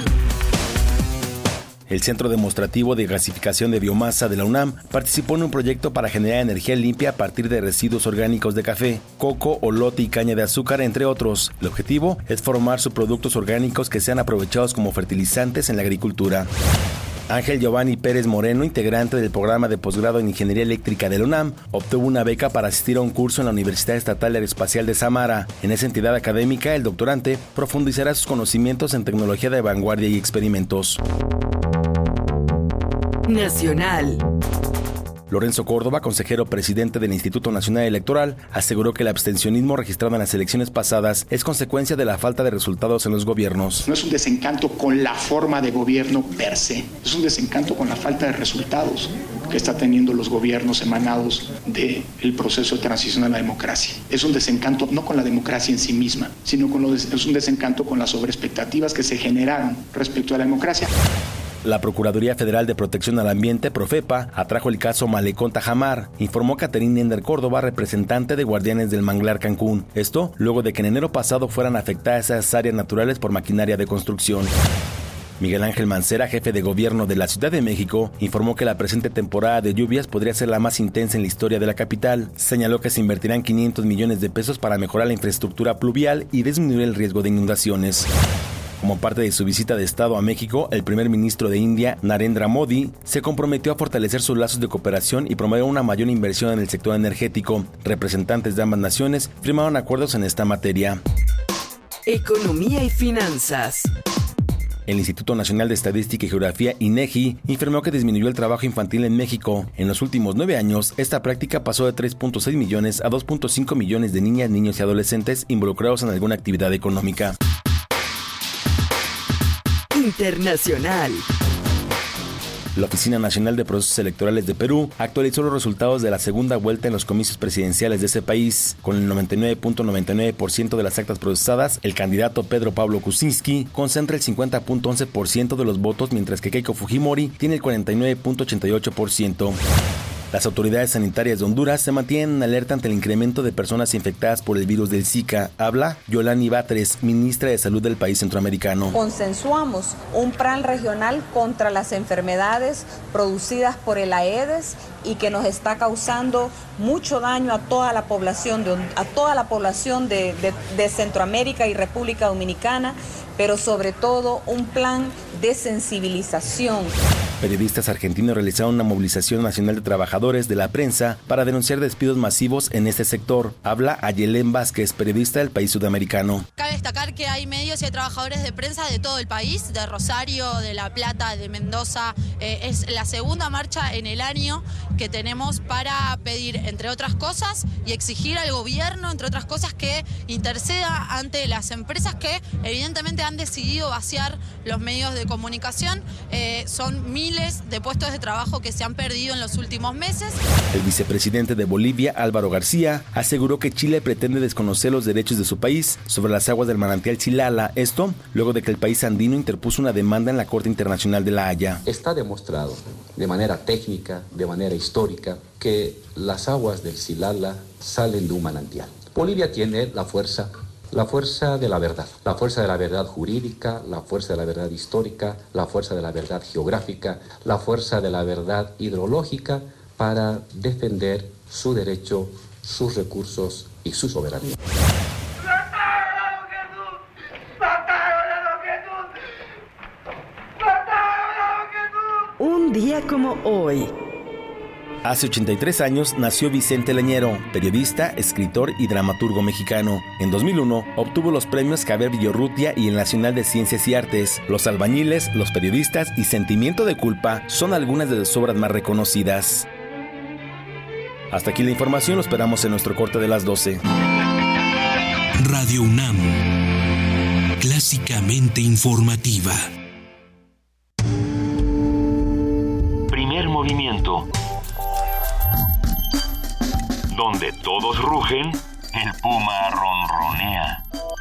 El Centro Demostrativo de Gasificación de Biomasa de la UNAM participó en un proyecto para generar energía limpia a partir de residuos orgánicos de café, coco, olote y caña de azúcar, entre otros. El objetivo es formar subproductos orgánicos que sean aprovechados como fertilizantes en la agricultura. Ángel Giovanni Pérez Moreno, integrante del programa de posgrado en Ingeniería Eléctrica de la UNAM, obtuvo una beca para asistir a un curso en la Universidad Estatal Aeroespacial de Samara. En esa entidad académica, el doctorante profundizará sus conocimientos en tecnología de vanguardia y experimentos. Nacional. Lorenzo Córdoba, consejero presidente del Instituto Nacional Electoral, aseguró que el abstencionismo registrado en las elecciones pasadas es consecuencia de la falta de resultados en los gobiernos. No es un desencanto con la forma de gobierno per se, es un desencanto con la falta de resultados que está teniendo los gobiernos emanados del proceso de transición a la democracia. Es un desencanto no con la democracia en sí misma, sino es un desencanto con las sobreexpectativas que se generaron respecto a la democracia. La Procuraduría Federal de Protección al Ambiente, Profepa, atrajo el caso Malecón Tajamar, informó Caterina Ender Córdoba, representante de Guardianes del Manglar Cancún. Esto luego de que en enero pasado fueran afectadas esas áreas naturales por maquinaria de construcción. Miguel Ángel Mancera, jefe de gobierno de la Ciudad de México, informó que la presente temporada de lluvias podría ser la más intensa en la historia de la capital. Señaló que se invertirán 500 millones de pesos para mejorar la infraestructura pluvial y disminuir el riesgo de inundaciones. Como parte de su visita de Estado a México, el primer ministro de India, Narendra Modi, se comprometió a fortalecer sus lazos de cooperación y promover una mayor inversión en el sector energético. Representantes de ambas naciones firmaron acuerdos en esta materia. Economía y finanzas. El Instituto Nacional de Estadística y Geografía, INEGI, informó que disminuyó el trabajo infantil en México. En los últimos 9 años, esta práctica pasó de 3.6 millones a 2.5 millones de niñas, niños y adolescentes involucrados en alguna actividad económica. Internacional. La Oficina Nacional de Procesos Electorales de Perú actualizó los resultados de la segunda vuelta en los comicios presidenciales de ese país. Con el 99.99% de las actas procesadas, el candidato Pedro Pablo Kuczynski concentra el 50.11% de los votos, mientras que Keiko Fujimori tiene el 49.88%. Las autoridades sanitarias de Honduras se mantienen en alerta ante el incremento de personas infectadas por el virus del Zika. Habla Yolani Batres, ministra de Salud del país centroamericano. Consensuamos un plan regional contra las enfermedades producidas por el Aedes y que nos está causando mucho daño a toda la población de Centroamérica y República Dominicana, pero sobre todo un plan de sensibilización. Periodistas argentinos realizaron una movilización nacional de trabajadores de la prensa para denunciar despidos masivos en este sector. Habla Ayelén Vázquez, periodista del país sudamericano. Cabe destacar que hay medios y hay trabajadores de prensa de todo el país, de Rosario, de La Plata, de Mendoza. Es la segunda marcha en el año que tenemos para pedir, entre otras cosas, y exigir al gobierno, entre otras cosas, que interceda ante las empresas que evidentemente han decidido vaciar los medios de comunicación. Son miles de puestos de trabajo que se han perdido en los últimos meses. El vicepresidente de Bolivia, Álvaro García, aseguró que Chile pretende desconocer los derechos de su país sobre las aguas del manantial Chilala. Esto luego de que el país andino interpuso una demanda en la Corte Internacional de La Haya. Está demostrado de manera técnica, de manera histórica, que las aguas del Chilala salen de un manantial. Bolivia tiene la fuerza de la verdad jurídica, la fuerza de la verdad histórica, la fuerza de la verdad geográfica, la fuerza de la verdad hidrológica para defender su derecho, sus recursos y su soberanía. hoy. Hace 83 años nació Vicente Leñero, periodista, escritor y dramaturgo mexicano. En 2001 obtuvo los premios Javier Villorrutia y el Nacional de Ciencias y Artes. Los albañiles, Los periodistas y Sentimiento de culpa son algunas de sus obras más reconocidas. Hasta aquí la información, lo esperamos en nuestro corte de las 12. Radio UNAM, clásicamente informativa. Primer movimiento. Donde todos rugen, el puma ronronea.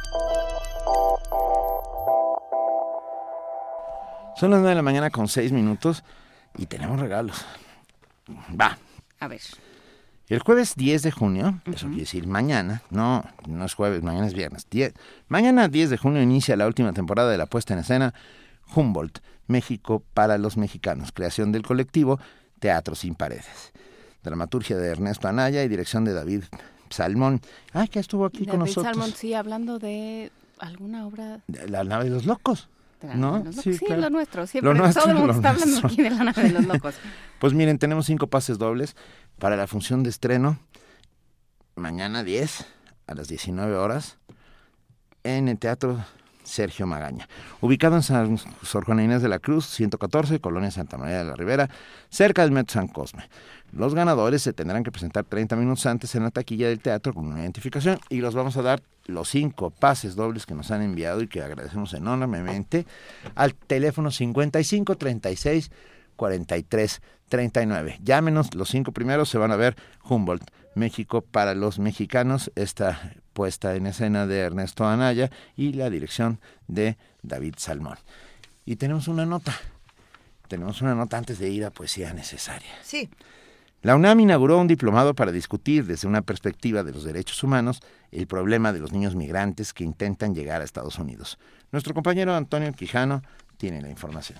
Son las 9 de la mañana con 6 minutos y tenemos regalos. Va. A ver. El jueves 10 de junio, eso quiere decir mañana, no es jueves, mañana es viernes. Mañana 10 de junio inicia la última temporada de la puesta en escena Humboldt, México para los mexicanos, creación del colectivo Teatro Sin Paredes. Dramaturgia de Ernesto Anaya y dirección de David Salmón. Que estuvo aquí con nosotros. David Salmón, sí, hablando de alguna obra... La nave de los locos. ¿No? Sí, claro. Lo nuestro. Siempre todo el mundo está hablando nuestro. aquí de la nave de los locos. Pues miren, tenemos 5 pases dobles para la función de estreno mañana 10 a las 19 horas en el Teatro Sergio Magaña, ubicado en Sor Juana Inés de la Cruz, 114, Colonia Santa María de la Ribera, cerca del Metro San Cosme. Los ganadores se tendrán que presentar 30 minutos antes en la taquilla del teatro con una identificación y los vamos a dar los 5 pases dobles que nos han enviado y que agradecemos enormemente al teléfono 55 36 43 39. Llámenos, los 5 primeros se van a ver Humboldt, México para los mexicanos, esta puesta en escena de Ernesto Anaya y la dirección de David Salmón. Y tenemos una nota antes de ir a Poesía Necesaria. Sí. La UNAM inauguró un diplomado para discutir desde una perspectiva de los derechos humanos el problema de los niños migrantes que intentan llegar a Estados Unidos. Nuestro compañero Antonio Quijano tiene la información.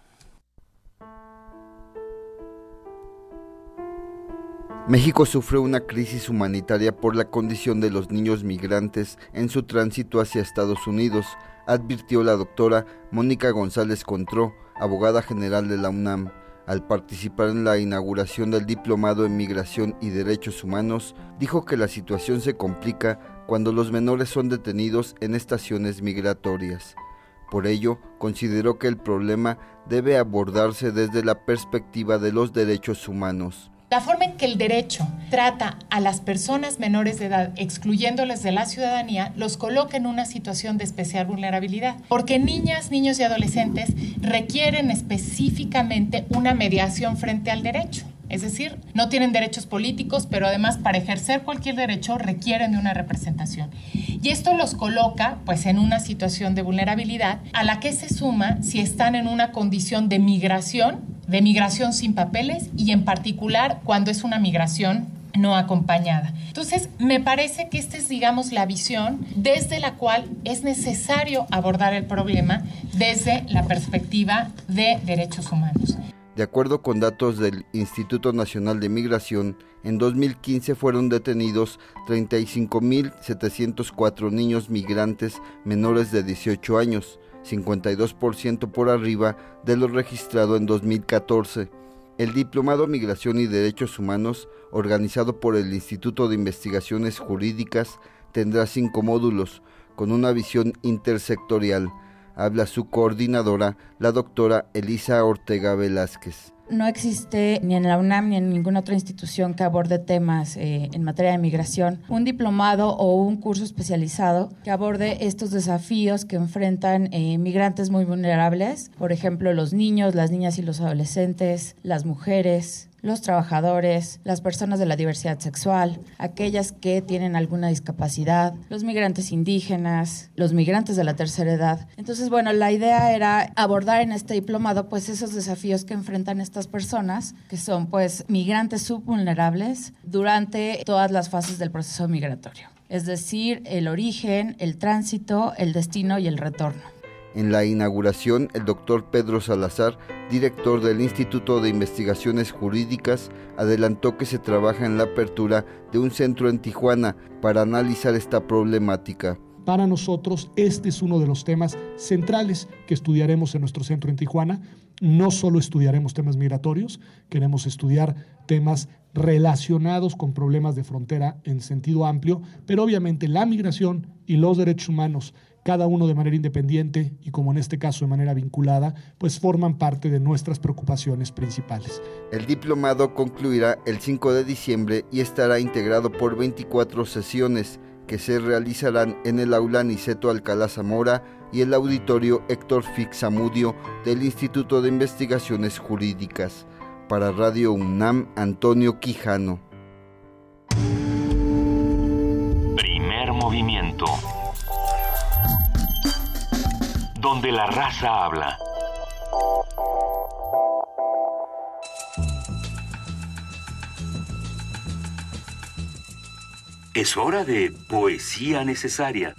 México sufre una crisis humanitaria por la condición de los niños migrantes en su tránsito hacia Estados Unidos, advirtió la doctora Mónica González Contró, abogada general de la UNAM, al participar en la inauguración del Diplomado en Migración y Derechos Humanos. Dijo que la situación se complica cuando los menores son detenidos en estaciones migratorias. Por ello, consideró que el problema debe abordarse desde la perspectiva de los derechos humanos. La forma en que el derecho trata a las personas menores de edad, excluyéndoles de la ciudadanía, los coloca en una situación de especial vulnerabilidad. Porque niñas, niños y adolescentes requieren específicamente una mediación frente al derecho. Es decir, no tienen derechos políticos, pero además para ejercer cualquier derecho requieren de una representación. Y esto los coloca pues en una situación de vulnerabilidad a la que se suma si están en una condición de migración sin papeles y en particular cuando es una migración no acompañada. Entonces, me parece que esta es, digamos, la visión desde la cual es necesario abordar el problema desde la perspectiva de derechos humanos. De acuerdo con datos del Instituto Nacional de Migración, en 2015 fueron detenidos 35.704 niños migrantes menores de 18 años, 52% por arriba de lo registrado en 2014. El Diplomado Migración y Derechos Humanos, organizado por el Instituto de Investigaciones Jurídicas, tendrá 5 módulos, con una visión intersectorial. Habla su coordinadora, la doctora Elisa Ortega Velázquez. No existe ni en la UNAM ni en ninguna otra institución que aborde temas en materia de migración, un diplomado o un curso especializado que aborde estos desafíos que enfrentan migrantes muy vulnerables, por ejemplo, los niños, las niñas y los adolescentes, las mujeres, los trabajadores, las personas de la diversidad sexual, aquellas que tienen alguna discapacidad, los migrantes indígenas, los migrantes de la tercera edad. Entonces, bueno, la idea era abordar en este diplomado pues esos desafíos que enfrentan estas personas, que son pues migrantes subvulnerables durante todas las fases del proceso migratorio. Es decir, el origen, el tránsito, el destino y el retorno. En la inauguración, el doctor Pedro Salazar, director del Instituto de Investigaciones Jurídicas, adelantó que se trabaja en la apertura de un centro en Tijuana para analizar esta problemática. Para nosotros, este es uno de los temas centrales que estudiaremos en nuestro centro en Tijuana. No solo estudiaremos temas migratorios, queremos estudiar temas relacionados con problemas de frontera en sentido amplio, pero obviamente la migración y los derechos humanos, cada uno de manera independiente y como en este caso de manera vinculada, pues forman parte de nuestras preocupaciones principales. El diplomado concluirá el 5 de diciembre y estará integrado por 24 sesiones que se realizarán en el aula Niceto Alcalá Zamora y el auditorio Héctor Fix-Zamudio del Instituto de Investigaciones Jurídicas. Para Radio UNAM, Antonio Quijano. Primer movimiento. Donde la raza habla. Es hora de poesía necesaria.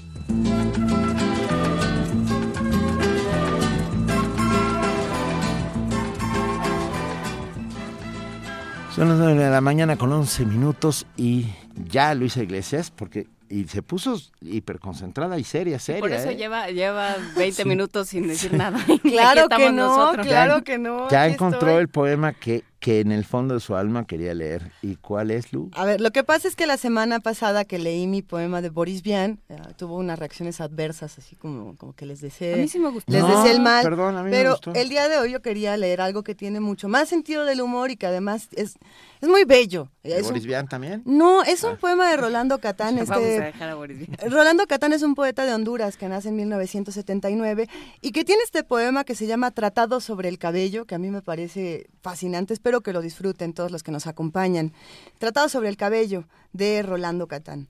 Son las 9 de la mañana con 11 minutos y ya Luisa Iglesias, y se puso hiperconcentrada y seria. Por eso lleva 20 minutos sin decir nada. Claro que no, claro que no. Ya encontró el poema que en el fondo de su alma quería leer. ¿Y cuál es, Lu? A ver, lo que pasa es que la semana pasada que leí mi poema de Boris Vian, tuvo unas reacciones adversas, así como que les deseé. A mí sí me gustó. Les deseé el mal. Perdón, a mí pero me gustó. El día de hoy yo quería leer algo que tiene mucho más sentido del humor y que además es muy bello. ¿De Boris Vian también? No, es un poema de Rolando Catán. Vamos a dejar a Boris Vian. Rolando Catán es un poeta de Honduras que nace en 1979 y que tiene este poema que se llama Tratado sobre el cabello, que a mí me parece fascinante. Espero que lo disfruten todos los que nos acompañan. Tratado sobre el cabello, de Rolando Catán.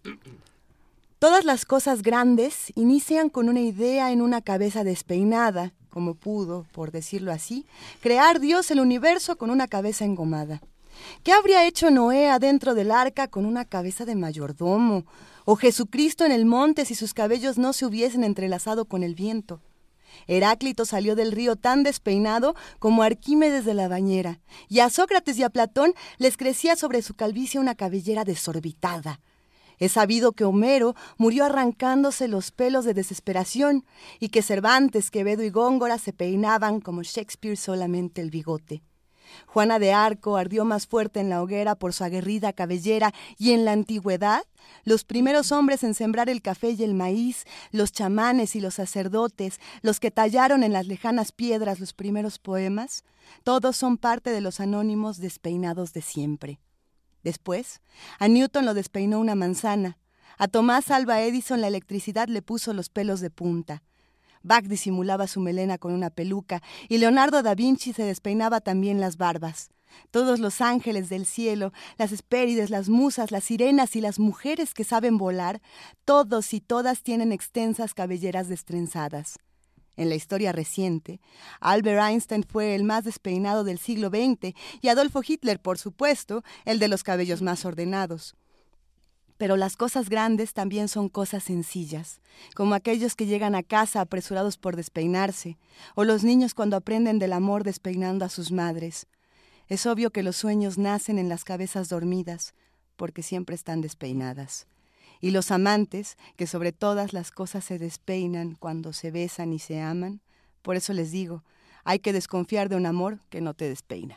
Todas las cosas grandes inician con una idea en una cabeza despeinada, como pudo, por decirlo así, crear Dios el universo con una cabeza engomada. ¿Qué habría hecho Noé adentro del arca con una cabeza de mayordomo? O Jesucristo en el monte si sus cabellos no se hubiesen entrelazado con el viento. Heráclito salió del río tan despeinado como Arquímedes de la bañera, y a Sócrates y a Platón les crecía sobre su calvicie una cabellera desorbitada. Es sabido que Homero murió arrancándose los pelos de desesperación, y que Cervantes, Quevedo y Góngora se peinaban como Shakespeare solamente el bigote. Juana de Arco ardió más fuerte en la hoguera por su aguerrida cabellera, y en la antigüedad, los primeros hombres en sembrar el café y el maíz, los chamanes y los sacerdotes, los que tallaron en las lejanas piedras los primeros poemas, todos son parte de los anónimos despeinados de siempre. Después, a Newton lo despeinó una manzana, a Tomás Alva Edison la electricidad le puso los pelos de punta. Bach disimulaba su melena con una peluca y Leonardo da Vinci se despeinaba también las barbas. Todos los ángeles del cielo, las Hespérides, las musas, las sirenas y las mujeres que saben volar, todos y todas tienen extensas cabelleras destrenzadas. En la historia reciente, Albert Einstein fue el más despeinado del siglo XX y Adolfo Hitler, por supuesto, el de los cabellos más ordenados. Pero las cosas grandes también son cosas sencillas, como aquellos que llegan a casa apresurados por despeinarse, o los niños cuando aprenden del amor despeinando a sus madres. Es obvio que los sueños nacen en las cabezas dormidas, porque siempre están despeinadas. Y los amantes, que sobre todas las cosas se despeinan cuando se besan y se aman, por eso les digo, hay que desconfiar de un amor que no te despeina.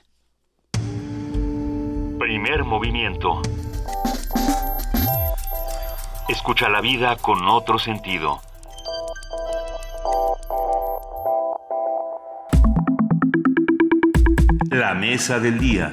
Primer movimiento. Escucha la vida con otro sentido. La mesa del día.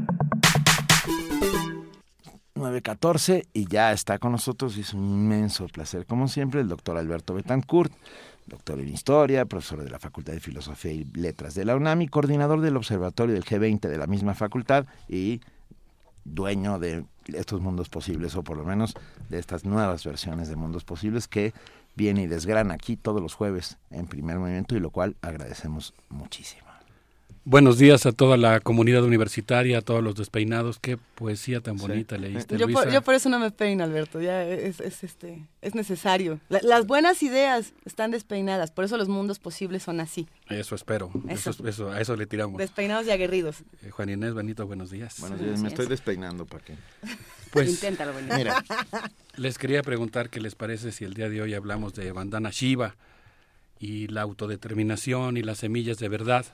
9:14 y ya está con nosotros y es un inmenso placer, como siempre, el doctor Alberto Betancourt, doctor en Historia, profesor de la Facultad de Filosofía y Letras de la UNAM y coordinador del Observatorio del G20 de la misma facultad y dueño de estos mundos posibles, o por lo menos de estas nuevas versiones de mundos posibles que viene y desgrana aquí todos los jueves en Primer Movimiento, y lo cual agradecemos muchísimo. Buenos días a toda la comunidad universitaria, a todos los despeinados. Qué poesía tan bonita leíste, Luisa. Yo por eso no me peino, Alberto. Ya es necesario. Las buenas ideas están despeinadas, por eso los mundos posibles son así. Eso espero. Eso, a eso le tiramos. Despeinados y aguerridos. Juan Inés, Benito, buenos días. Buenos días, me estoy despeinando, ¿para qué? Pues, inténtalo, Benito. Mira. Les quería preguntar qué les parece si el día de hoy hablamos de Vandana Shiva y la autodeterminación y las semillas de verdad.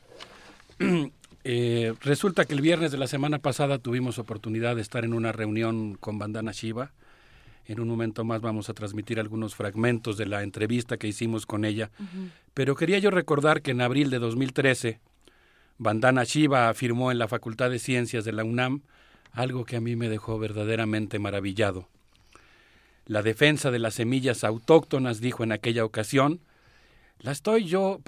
Resulta que el viernes de la semana pasada tuvimos oportunidad de estar en una reunión con Vandana Shiva. En un momento más vamos a transmitir algunos fragmentos de la entrevista que hicimos con ella. Pero quería yo recordar que en abril de 2013 Vandana Shiva afirmó en la Facultad de Ciencias de la UNAM algo que a mí me dejó verdaderamente maravillado. La defensa de las semillas autóctonas, dijo en aquella ocasión. La estoy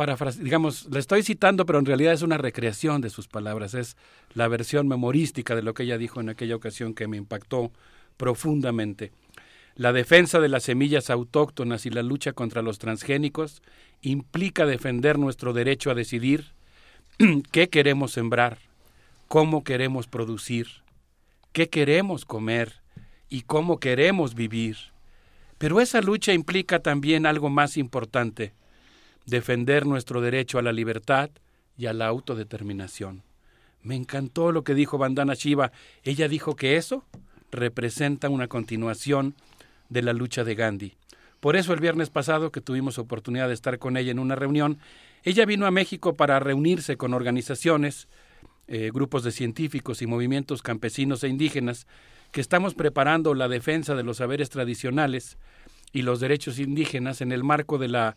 la estoy citando, pero en realidad es una recreación de sus palabras, es la versión memorística de lo que ella dijo en aquella ocasión que me impactó profundamente. La defensa de las semillas autóctonas y la lucha contra los transgénicos implica defender nuestro derecho a decidir qué queremos sembrar, cómo queremos producir, qué queremos comer y cómo queremos vivir. Pero esa lucha implica también algo más importante: defender nuestro derecho a la libertad y a la autodeterminación. Me encantó lo que dijo Vandana Shiva. Ella dijo que eso representa una continuación de la lucha de Gandhi. Por eso el viernes pasado, que tuvimos oportunidad de estar con ella en una reunión, ella vino a México para reunirse con organizaciones, grupos de científicos y movimientos campesinos e indígenas que estamos preparando la defensa de los saberes tradicionales y los derechos indígenas en el marco de la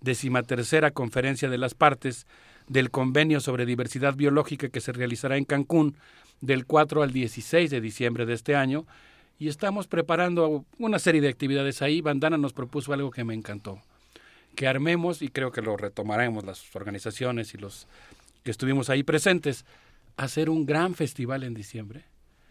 13ª Conferencia de las Partes del Convenio sobre Diversidad Biológica que se realizará en Cancún del 4 al 16 de diciembre de este año, y estamos preparando una serie de actividades ahí. Vandana nos propuso algo que me encantó, que armemos, y creo que lo retomaremos las organizaciones y los que estuvimos ahí presentes, hacer un gran festival en diciembre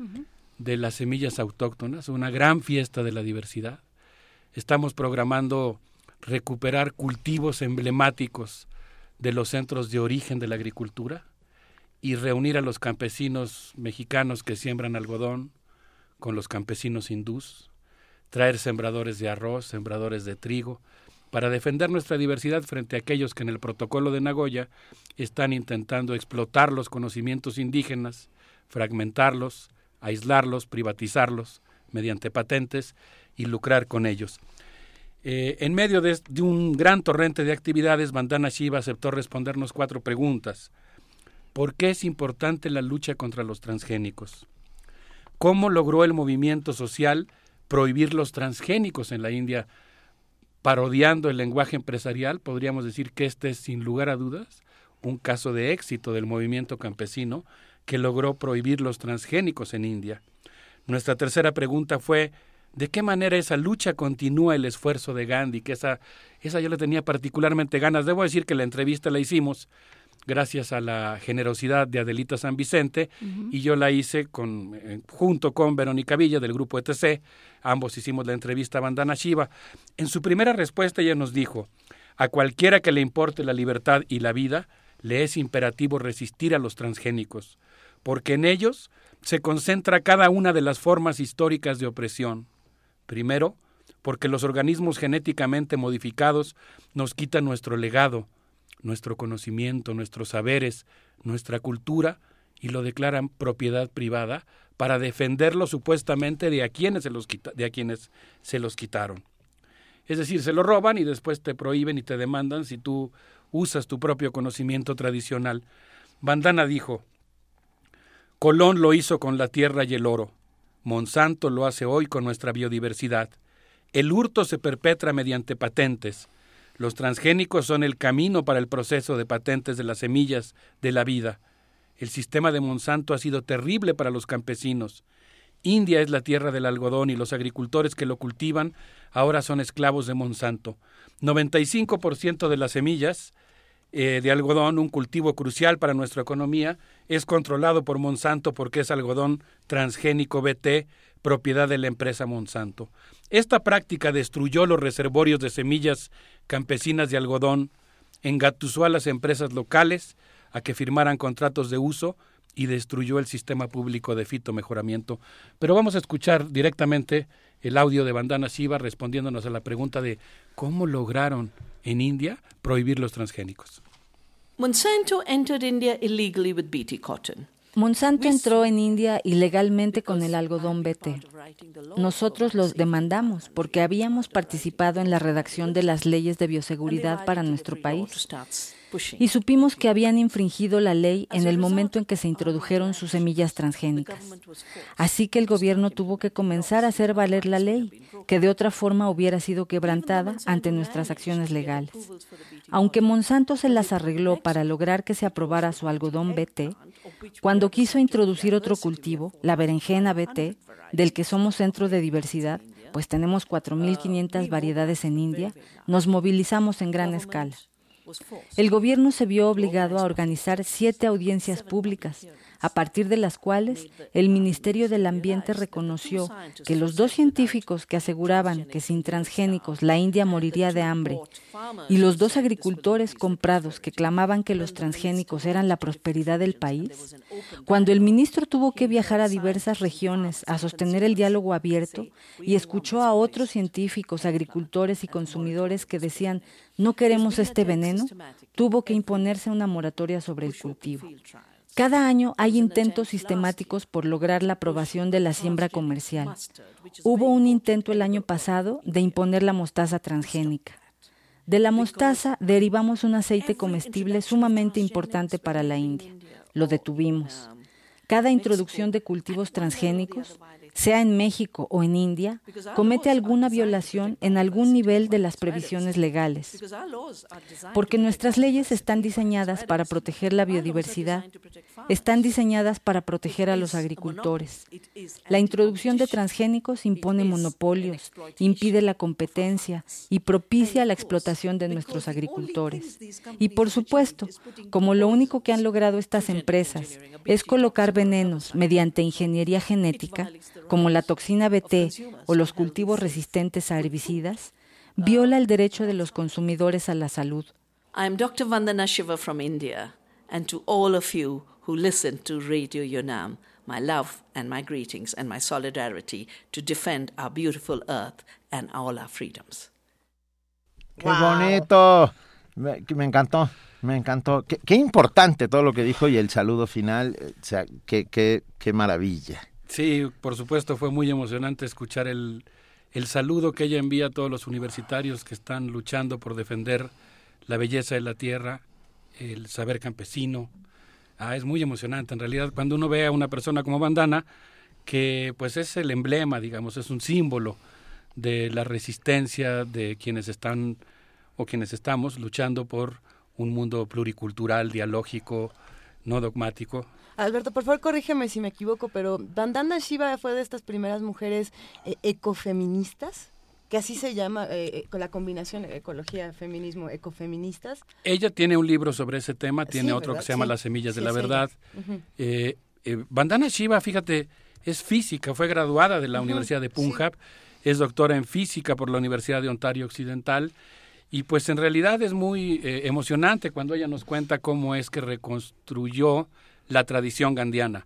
de las semillas autóctonas, una gran fiesta de la diversidad. Estamos programando recuperar cultivos emblemáticos de los centros de origen de la agricultura y reunir a los campesinos mexicanos que siembran algodón con los campesinos hindús, traer sembradores de arroz, sembradores de trigo, para defender nuestra diversidad frente a aquellos que en el protocolo de Nagoya están intentando explotar los conocimientos indígenas, fragmentarlos, aislarlos, privatizarlos mediante patentes y lucrar con ellos. En medio de un gran torrente de actividades, Vandana Shiva aceptó respondernos 4 preguntas. ¿Por qué es importante la lucha contra los transgénicos? ¿Cómo logró el movimiento social prohibir los transgénicos en la India? Parodiando el lenguaje empresarial, podríamos decir que este es, sin lugar a dudas, un caso de éxito del movimiento campesino que logró prohibir los transgénicos en India. Nuestra tercera pregunta fue: ¿de qué manera esa lucha continúa el esfuerzo de Gandhi? Que esa yo le tenía particularmente ganas. Debo decir que la entrevista la hicimos gracias a la generosidad de Adelita San Vicente, y yo la hice junto con Verónica Villa del grupo ETC. Ambos hicimos la entrevista a Vandana Shiva. En su primera respuesta ella nos dijo: a cualquiera que le importe la libertad y la vida, le es imperativo resistir a los transgénicos, porque en ellos se concentra cada una de las formas históricas de opresión. Primero, porque los organismos genéticamente modificados nos quitan nuestro legado, nuestro conocimiento, nuestros saberes, nuestra cultura, y lo declaran propiedad privada para defenderlo supuestamente de a quienes se los quitaron. Es decir, se lo roban y después te prohíben y te demandan si tú usas tu propio conocimiento tradicional. Vandana dijo: Colón lo hizo con la tierra y el oro. Monsanto lo hace hoy con nuestra biodiversidad. El hurto se perpetra mediante patentes. Los transgénicos son el camino para el proceso de patentes de las semillas de la vida. El sistema de Monsanto ha sido terrible para los campesinos. India es la tierra del algodón y los agricultores que lo cultivan ahora son esclavos de Monsanto. 95% de las semillas de algodón, un cultivo crucial para nuestra economía, es controlado por Monsanto porque es algodón transgénico BT, propiedad de la empresa Monsanto. Esta práctica destruyó los reservorios de semillas campesinas de algodón, engatusó a las empresas locales, a que firmaran contratos de uso y destruyó el sistema público de fitomejoramiento. Pero vamos a escuchar directamente el audio de Vandana Shiva respondiéndonos a la pregunta de cómo lograron en India prohibir los transgénicos. Monsanto entered India illegally with BT cotton. Monsanto entró en India ilegalmente con el algodón BT. Nosotros los demandamos porque habíamos participado en la redacción de las leyes de bioseguridad para nuestro país y supimos que habían infringido la ley en el momento en que se introdujeron sus semillas transgénicas. Así que el gobierno tuvo que comenzar a hacer valer la ley, que de otra forma hubiera sido quebrantada ante nuestras acciones legales. Aunque Monsanto se las arregló para lograr que se aprobara su algodón BT, cuando quiso introducir otro cultivo, la berenjena BT, del que somos centro de diversidad, pues tenemos 4.500 variedades en India, nos movilizamos en gran escala. El gobierno se vio obligado a organizar 7 audiencias públicas, a partir de las cuales el Ministerio del Ambiente reconoció que los 2 científicos que aseguraban que sin transgénicos la India moriría de hambre y los 2 agricultores comprados que clamaban que los transgénicos eran la prosperidad del país, cuando el ministro tuvo que viajar a diversas regiones a sostener el diálogo abierto y escuchó a otros científicos, agricultores y consumidores que decían no queremos este veneno, tuvo que imponerse una moratoria sobre el cultivo. Cada año hay intentos sistemáticos por lograr la aprobación de la siembra comercial. Hubo un intento el año pasado de imponer la mostaza transgénica. De la mostaza derivamos un aceite comestible sumamente importante para la India. Lo detuvimos. Cada introducción de cultivos transgénicos, sea en México o en India, comete alguna violación en algún nivel de las previsiones legales, porque nuestras leyes están diseñadas para proteger la biodiversidad, están diseñadas para proteger a los agricultores. La introducción de transgénicos impone monopolios, impide la competencia y propicia la explotación de nuestros agricultores. Y por supuesto, como lo único que han logrado estas empresas es colocar venenos mediante ingeniería genética, como la toxina BT o los cultivos resistentes a herbicidas, viola el derecho de los consumidores a la salud. I am Dr. Vandana Shiva from India, and to all of you who listen to Radio UNAM, my love and my greetings and my solidarity to defend our beautiful earth and all our freedoms. ¡Qué bonito! Me encantó. Me encantó. Qué importante todo lo que dijo y el saludo final. O sea, qué maravilla. Sí, por supuesto, fue muy emocionante escuchar el saludo que ella envía a todos los universitarios que están luchando por defender la belleza de la tierra, el saber campesino. Es muy emocionante. En realidad, cuando uno ve a una persona como Vandana, que pues es el emblema, digamos, es un símbolo de la resistencia de quienes están o quienes estamos luchando por un mundo pluricultural, dialógico, no dogmático. Alberto, por favor, corrígeme si me equivoco, pero Vandana Shiva fue de estas primeras mujeres ecofeministas, que así se llama, con la combinación ecología, feminismo, ecofeministas. Ella tiene un libro sobre ese tema, tiene sí, otro ¿verdad? Que se llama Sí. Las semillas de la Sí, verdad. Uh-huh. Vandana Shiva, fíjate, es física, fue graduada de la Universidad de Punjab, es doctora en física por la Universidad de Ontario Occidental, y pues en realidad es muy emocionante cuando ella nos cuenta cómo es que reconstruyó la tradición gandhiana.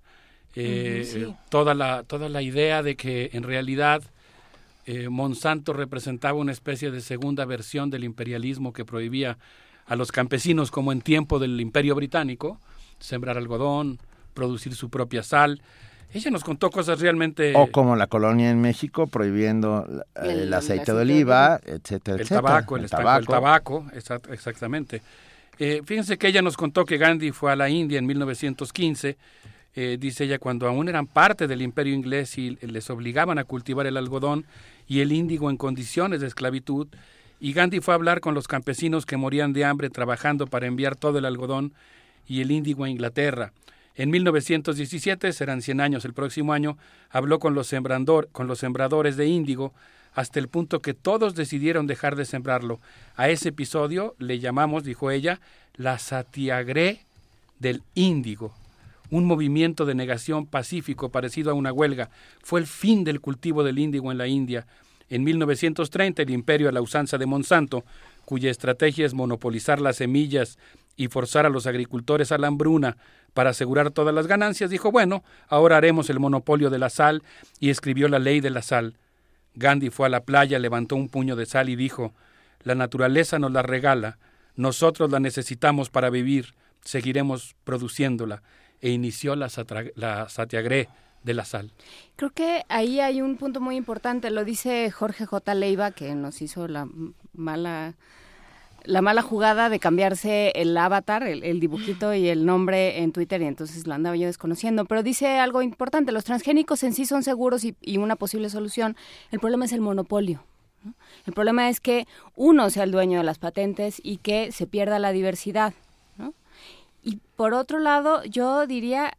Toda la idea de que en realidad Monsanto representaba una especie de segunda versión del imperialismo que prohibía a los campesinos, como en tiempo del Imperio Británico, sembrar algodón, producir su propia sal. Ella nos contó cosas realmente... O como la colonia en México, prohibiendo el aceite de oliva, etcétera, etcétera. El tabaco, exactamente. Fíjense que ella nos contó que Gandhi fue a la India en 1915, dice ella, cuando aún eran parte del imperio inglés y les obligaban a cultivar el algodón y el índigo en condiciones de esclavitud, y Gandhi fue a hablar con los campesinos que morían de hambre trabajando para enviar todo el algodón y el índigo a Inglaterra. En 1917, serán 100 años el próximo año, habló con los sembradores de índigo, hasta el punto que todos decidieron dejar de sembrarlo. A ese episodio le llamamos, dijo ella, la Satyagreh del índigo, un movimiento de negación pacífico parecido a una huelga. Fue el fin del cultivo del índigo en la India. En 1930, el imperio a la usanza de Monsanto, cuya estrategia es monopolizar las semillas y forzar a los agricultores a la hambruna para asegurar todas las ganancias, dijo, bueno, ahora haremos el monopolio de la sal, y escribió la ley de la sal. Gandhi fue a la playa, levantó un puño de sal y dijo, la naturaleza nos la regala, nosotros la necesitamos para vivir, seguiremos produciéndola, e inició la Satyagreh de la sal. Creo que ahí hay un punto muy importante, lo dice Jorge J. Leiva, que nos hizo la mala jugada de cambiarse el avatar, el dibujito y el nombre en Twitter, y entonces lo andaba yo desconociendo, pero dice algo importante, los transgénicos en sí son seguros y una posible solución, el problema es el monopolio, ¿no? El problema es que uno sea el dueño de las patentes y que se pierda la diversidad, ¿no? Y por otro lado, yo diría,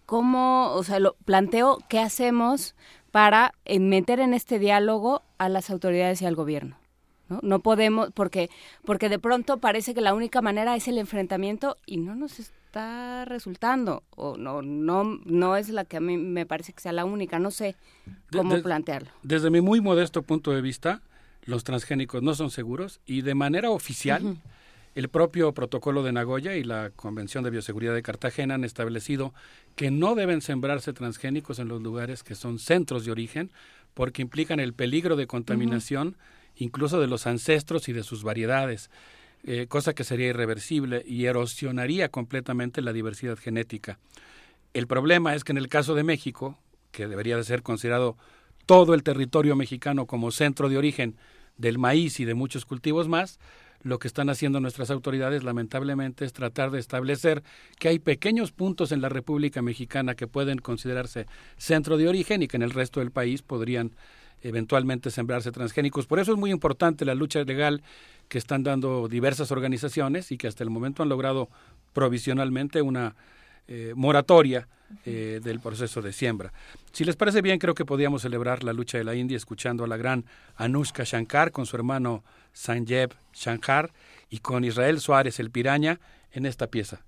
lo planteo, ¿qué hacemos para meter en este diálogo a las autoridades y al gobierno? No podemos, porque de pronto parece que la única manera es el enfrentamiento y no nos está resultando, o no es la que a mí me parece que sea la única, no sé cómo plantearlo. Desde mi muy modesto punto de vista, los transgénicos no son seguros y de manera oficial, el propio protocolo de Nagoya y la Convención de Bioseguridad de Cartagena han establecido que no deben sembrarse transgénicos en los lugares que son centros de origen porque implican el peligro de contaminación incluso de los ancestros y de sus variedades, cosa que sería irreversible y erosionaría completamente la diversidad genética. El problema es que en el caso de México, que debería de ser considerado todo el territorio mexicano como centro de origen del maíz y de muchos cultivos más, lo que están haciendo nuestras autoridades lamentablemente es tratar de establecer que hay pequeños puntos en la República Mexicana que pueden considerarse centro de origen y que en el resto del país podrían eventualmente sembrarse transgénicos. Por eso es muy importante la lucha legal que están dando diversas organizaciones y que hasta el momento han logrado provisionalmente una moratoria del proceso de siembra. Si les parece bien, creo que podríamos celebrar la lucha de la India escuchando a la gran Anushka Shankar con su hermano Sanjeev Shankar y con Israel Suárez el Piraña en esta pieza.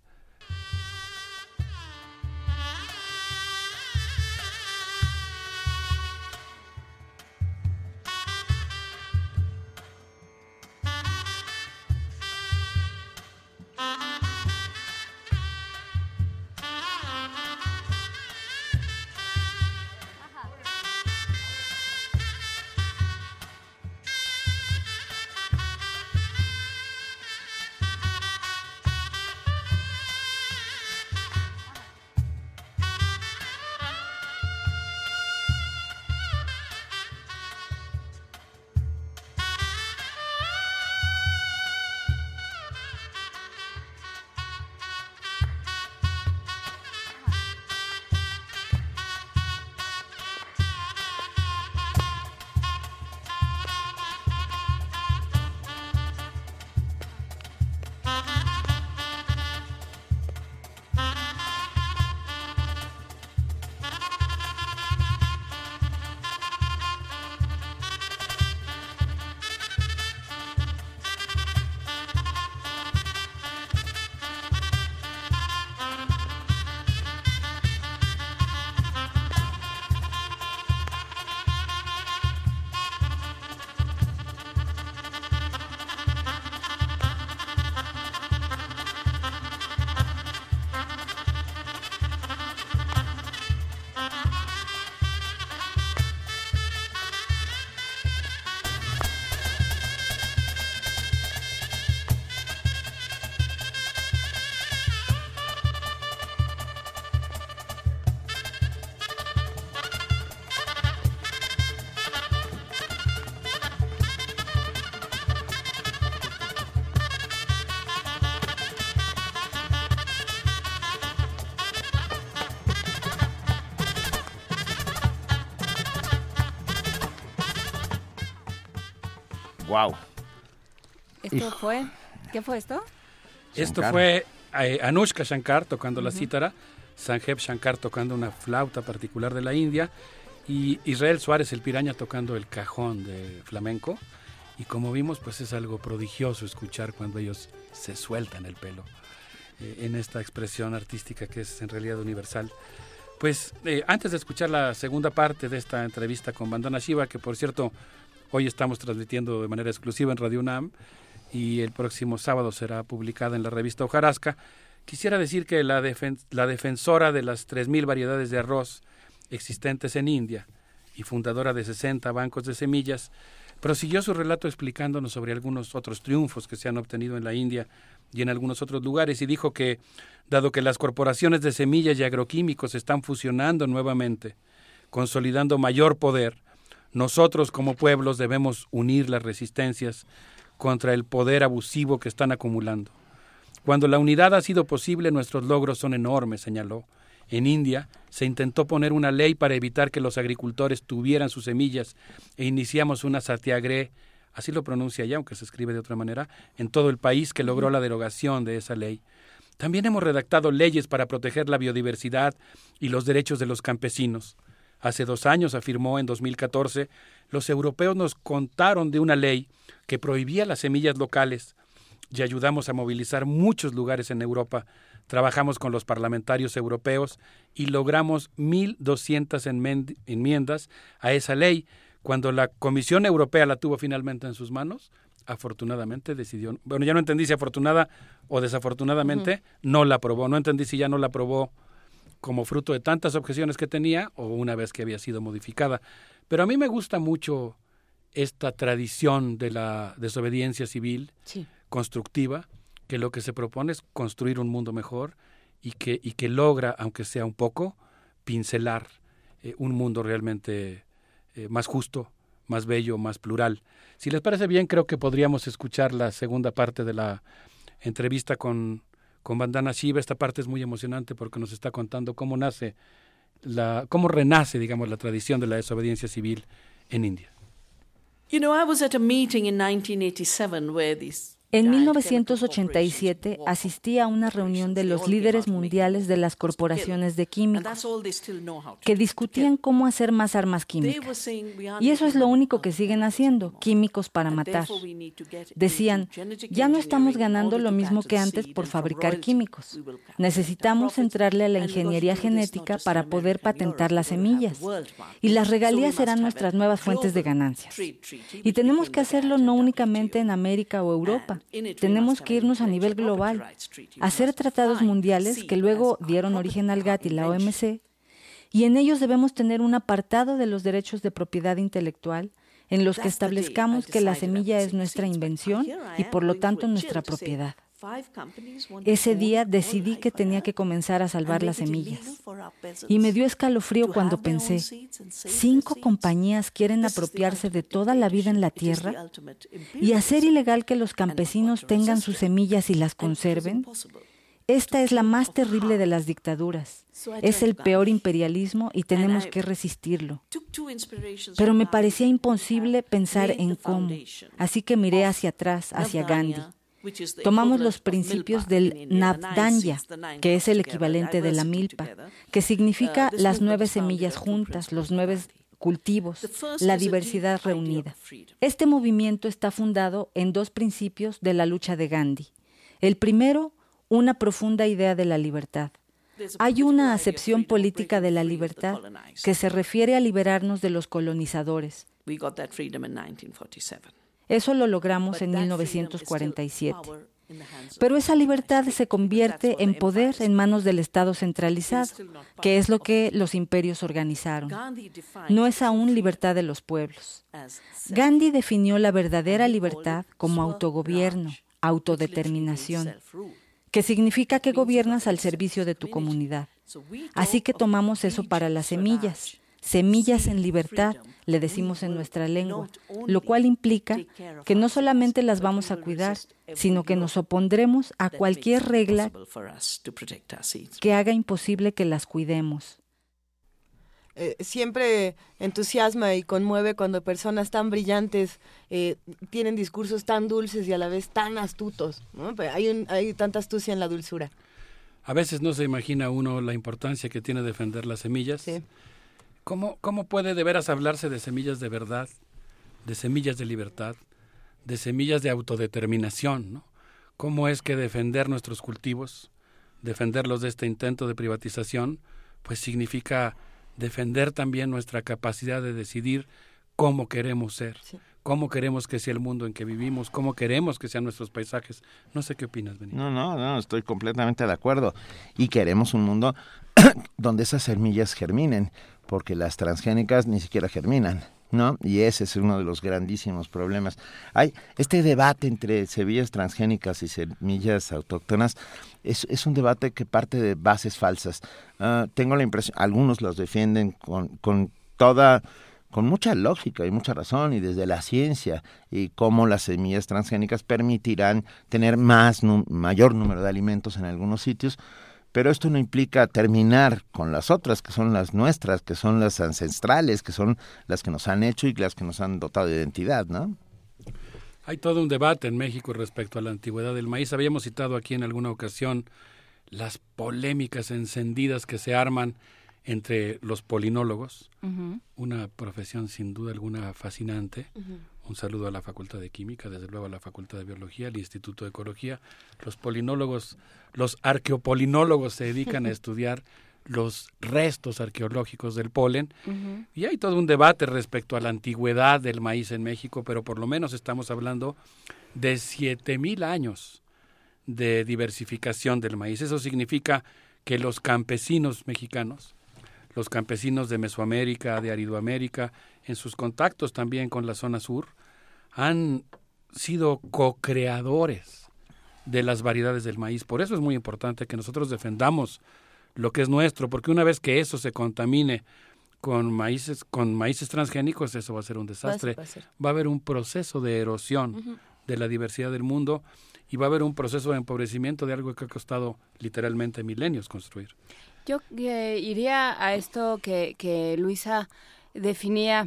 Wow. ¿Qué fue esto? Esto fue Anushka Shankar tocando la cítara, Sanjeev Shankar tocando una flauta particular de la India y Israel Suárez el Piraña tocando el cajón de flamenco. Y como vimos, pues es algo prodigioso escuchar cuando ellos se sueltan el pelo en esta expresión artística que es en realidad universal. Pues antes de escuchar la segunda parte de esta entrevista con Vandana Shiva, que por cierto hoy estamos transmitiendo de manera exclusiva en Radio UNAM, y el próximo sábado será publicada en la revista Hojarasca. Quisiera decir que la defensora de las 3.000 variedades de arroz existentes en India y fundadora de 60 bancos de semillas, prosiguió su relato explicándonos sobre algunos otros triunfos que se han obtenido en la India y en algunos otros lugares, y dijo que, dado que las corporaciones de semillas y agroquímicos están fusionando nuevamente, consolidando mayor poder, nosotros como pueblos debemos unir las resistencias contra el poder abusivo que están acumulando. Cuando la unidad ha sido posible, nuestros logros son enormes, señaló. En India se intentó poner una ley para evitar que los agricultores tuvieran sus semillas e iniciamos una satyagreh, así lo pronuncia allá, aunque se escribe de otra manera, en todo el país, que logró la derogación de esa ley. También hemos redactado leyes para proteger la biodiversidad y los derechos de los campesinos. Hace 2 años, afirmó, en 2014, los europeos nos contaron de una ley que prohibía las semillas locales y ayudamos a movilizar muchos lugares en Europa. Trabajamos con los parlamentarios europeos y logramos 1.200 enmiendas a esa ley. Cuando la Comisión Europea la tuvo finalmente en sus manos, afortunadamente decidió, bueno, ya no entendí si afortunada o desafortunadamente, no la aprobó. No entendí si ya no la aprobó como fruto de tantas objeciones que tenía o una vez que había sido modificada. Pero a mí me gusta mucho esta tradición de la desobediencia civil, constructiva, que lo que se propone es construir un mundo mejor y que logra, aunque sea un poco, pincelar un mundo realmente más justo, más bello, más plural. Si les parece bien, creo que podríamos escuchar la segunda parte de la entrevista con Vandana Shiva. Esta parte es muy emocionante porque nos está contando cómo renace, digamos, la tradición de la desobediencia civil en India. You know, I was at a meeting in 1987 where these En 1987 asistí a una reunión de los líderes mundiales de las corporaciones de químicos que discutían cómo hacer más armas químicas. Y eso es lo único que siguen haciendo, químicos para matar. Decían, ya no estamos ganando lo mismo que antes por fabricar químicos. Necesitamos entrarle a la ingeniería genética para poder patentar las semillas. Y las regalías serán nuestras nuevas fuentes de ganancias. Y tenemos que hacerlo no únicamente en América o Europa. Tenemos que irnos a nivel global, hacer tratados mundiales que luego dieron origen al GATT y la OMC, y en ellos debemos tener un apartado de los derechos de propiedad intelectual en los que establezcamos que la semilla es nuestra invención y por lo tanto nuestra propiedad. Ese día decidí que tenía que comenzar a salvar las semillas. Y me dio escalofrío cuando pensé, 5 compañías quieren apropiarse de toda la vida en la tierra y hacer ilegal que los campesinos tengan sus semillas y las conserven. Esta es la más terrible de las dictaduras. Es el peor imperialismo y tenemos que resistirlo. Pero me parecía imposible pensar en cómo. Así que miré hacia atrás, hacia Gandhi. Tomamos los principios del Navdanya, que es el equivalente de la milpa, que significa las 9 semillas juntas, los 9 cultivos, la diversidad reunida. Este movimiento está fundado en 2 principios de la lucha de Gandhi. El primero, una profunda idea de la libertad. Hay una acepción política de la libertad que se refiere a liberarnos de los colonizadores. Eso lo logramos en 1947. Pero esa libertad se convierte en poder en manos del Estado centralizado, que es lo que los imperios organizaron. No es aún libertad de los pueblos. Gandhi definió la verdadera libertad como autogobierno, autodeterminación, que significa que gobiernas al servicio de tu comunidad. Así que tomamos eso para las semillas. Semillas en libertad, le decimos en nuestra lengua, lo cual implica que no solamente las vamos a cuidar, sino que nos opondremos a cualquier regla que haga imposible que las cuidemos. Siempre entusiasma y conmueve cuando personas tan brillantes tienen discursos tan dulces y a la vez tan astutos, ¿no? Hay tanta astucia en la dulzura. A veces no se imagina uno la importancia que tiene defender las semillas. Sí. ¿Cómo puede de veras hablarse de semillas de verdad, de semillas de libertad, de semillas de autodeterminación, ¿no? ¿Cómo es que defender nuestros cultivos, defenderlos de este intento de privatización, pues significa defender también nuestra capacidad de decidir cómo queremos ser, cómo queremos que sea el mundo en que vivimos, cómo queremos que sean nuestros paisajes. No sé qué opinas, Benito. No, estoy completamente de acuerdo. Y queremos un mundo donde esas semillas germinen, porque las transgénicas ni siquiera germinan, ¿no? Y ese es uno de los grandísimos problemas. Hay este debate entre semillas transgénicas y semillas autóctonas, es un debate que parte de bases falsas. Tengo la impresión, algunos los defienden con mucha lógica y mucha razón, y desde la ciencia, y cómo las semillas transgénicas permitirán tener mayor número de alimentos en algunos sitios, pero esto no implica terminar con las otras, que son las nuestras, que son las ancestrales, que son las que nos han hecho y las que nos han dotado de identidad, ¿no? Hay todo un debate en México respecto a la antigüedad del maíz. Habíamos citado aquí en alguna ocasión las polémicas encendidas que se arman entre los polinólogos, una profesión sin duda alguna fascinante. Un saludo a la Facultad de Química, desde luego a la Facultad de Biología, al Instituto de Ecología. Los polinólogos, los arqueopolinólogos se dedican a estudiar los restos arqueológicos del polen, y hay todo un debate respecto a la antigüedad del maíz en México, pero por lo menos estamos hablando de 7,000 años de diversificación del maíz. Eso significa que los campesinos mexicanos, los campesinos de Mesoamérica, de Aridoamérica, en sus contactos también con la zona sur, han sido co-creadores de las variedades del maíz. Por eso es muy importante que nosotros defendamos lo que es nuestro, porque una vez que eso se contamine con maíces transgénicos, eso va a ser un desastre. Va a haber un proceso de erosión de la diversidad del mundo, y va a haber un proceso de empobrecimiento de algo que ha costado literalmente milenios construir. Yo iría a esto que Luisa definía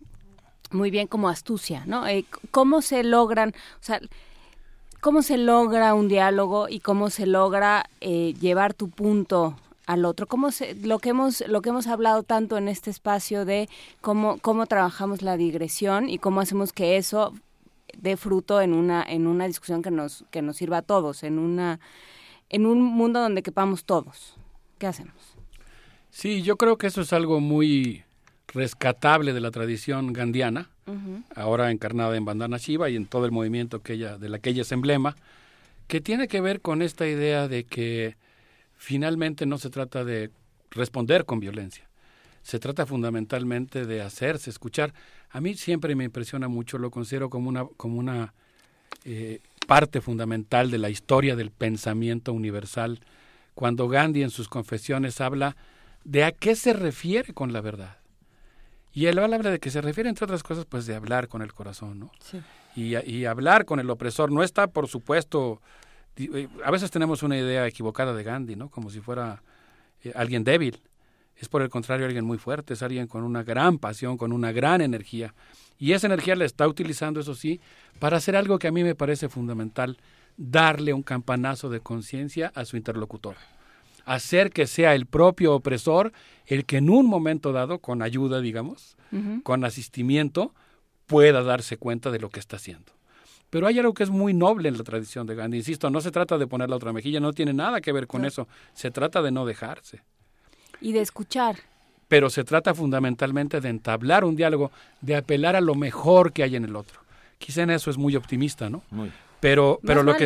muy bien como astucia, ¿no? ¿Cómo se logran, cómo se logra un diálogo y cómo se logra llevar tu punto al otro? Lo que hemos hablado tanto en este espacio de cómo trabajamos la digresión y cómo hacemos que eso dé fruto en una discusión que nos sirva a todos, en un mundo donde quepamos todos. ¿Qué hacemos? Sí, yo creo que eso es algo muy rescatable de la tradición gandhiana, ahora encarnada en Vandana Shiva y en todo el movimiento de la que ella es emblema, que tiene que ver con esta idea de que finalmente no se trata de responder con violencia, se trata fundamentalmente de hacerse escuchar. A mí siempre me impresiona mucho, lo considero como una parte fundamental de la historia del pensamiento universal, cuando Gandhi en sus confesiones habla de a qué se refiere con la verdad. Y él habla de que se refiere, entre otras cosas, pues de hablar con el corazón, ¿no? Sí. Y hablar con el opresor. No está, por supuesto, a veces tenemos una idea equivocada de Gandhi, ¿no? Como si fuera alguien débil. Es por el contrario alguien muy fuerte, es alguien con una gran pasión, con una gran energía. Y esa energía la está utilizando, eso sí, para hacer algo que a mí me parece fundamental: darle un campanazo de conciencia a su interlocutor. Hacer que sea el propio opresor el que en un momento dado, con ayuda, digamos, con asistimiento, pueda darse cuenta de lo que está haciendo. Pero hay algo que es muy noble en la tradición de Gandhi. Insisto, no se trata de poner la otra mejilla, no tiene nada que ver con eso. Se trata de no dejarse. Y de escuchar. Pero se trata fundamentalmente de entablar un diálogo, de apelar a lo mejor que hay en el otro. Quizá en eso es muy optimista, ¿no? Muy. Pero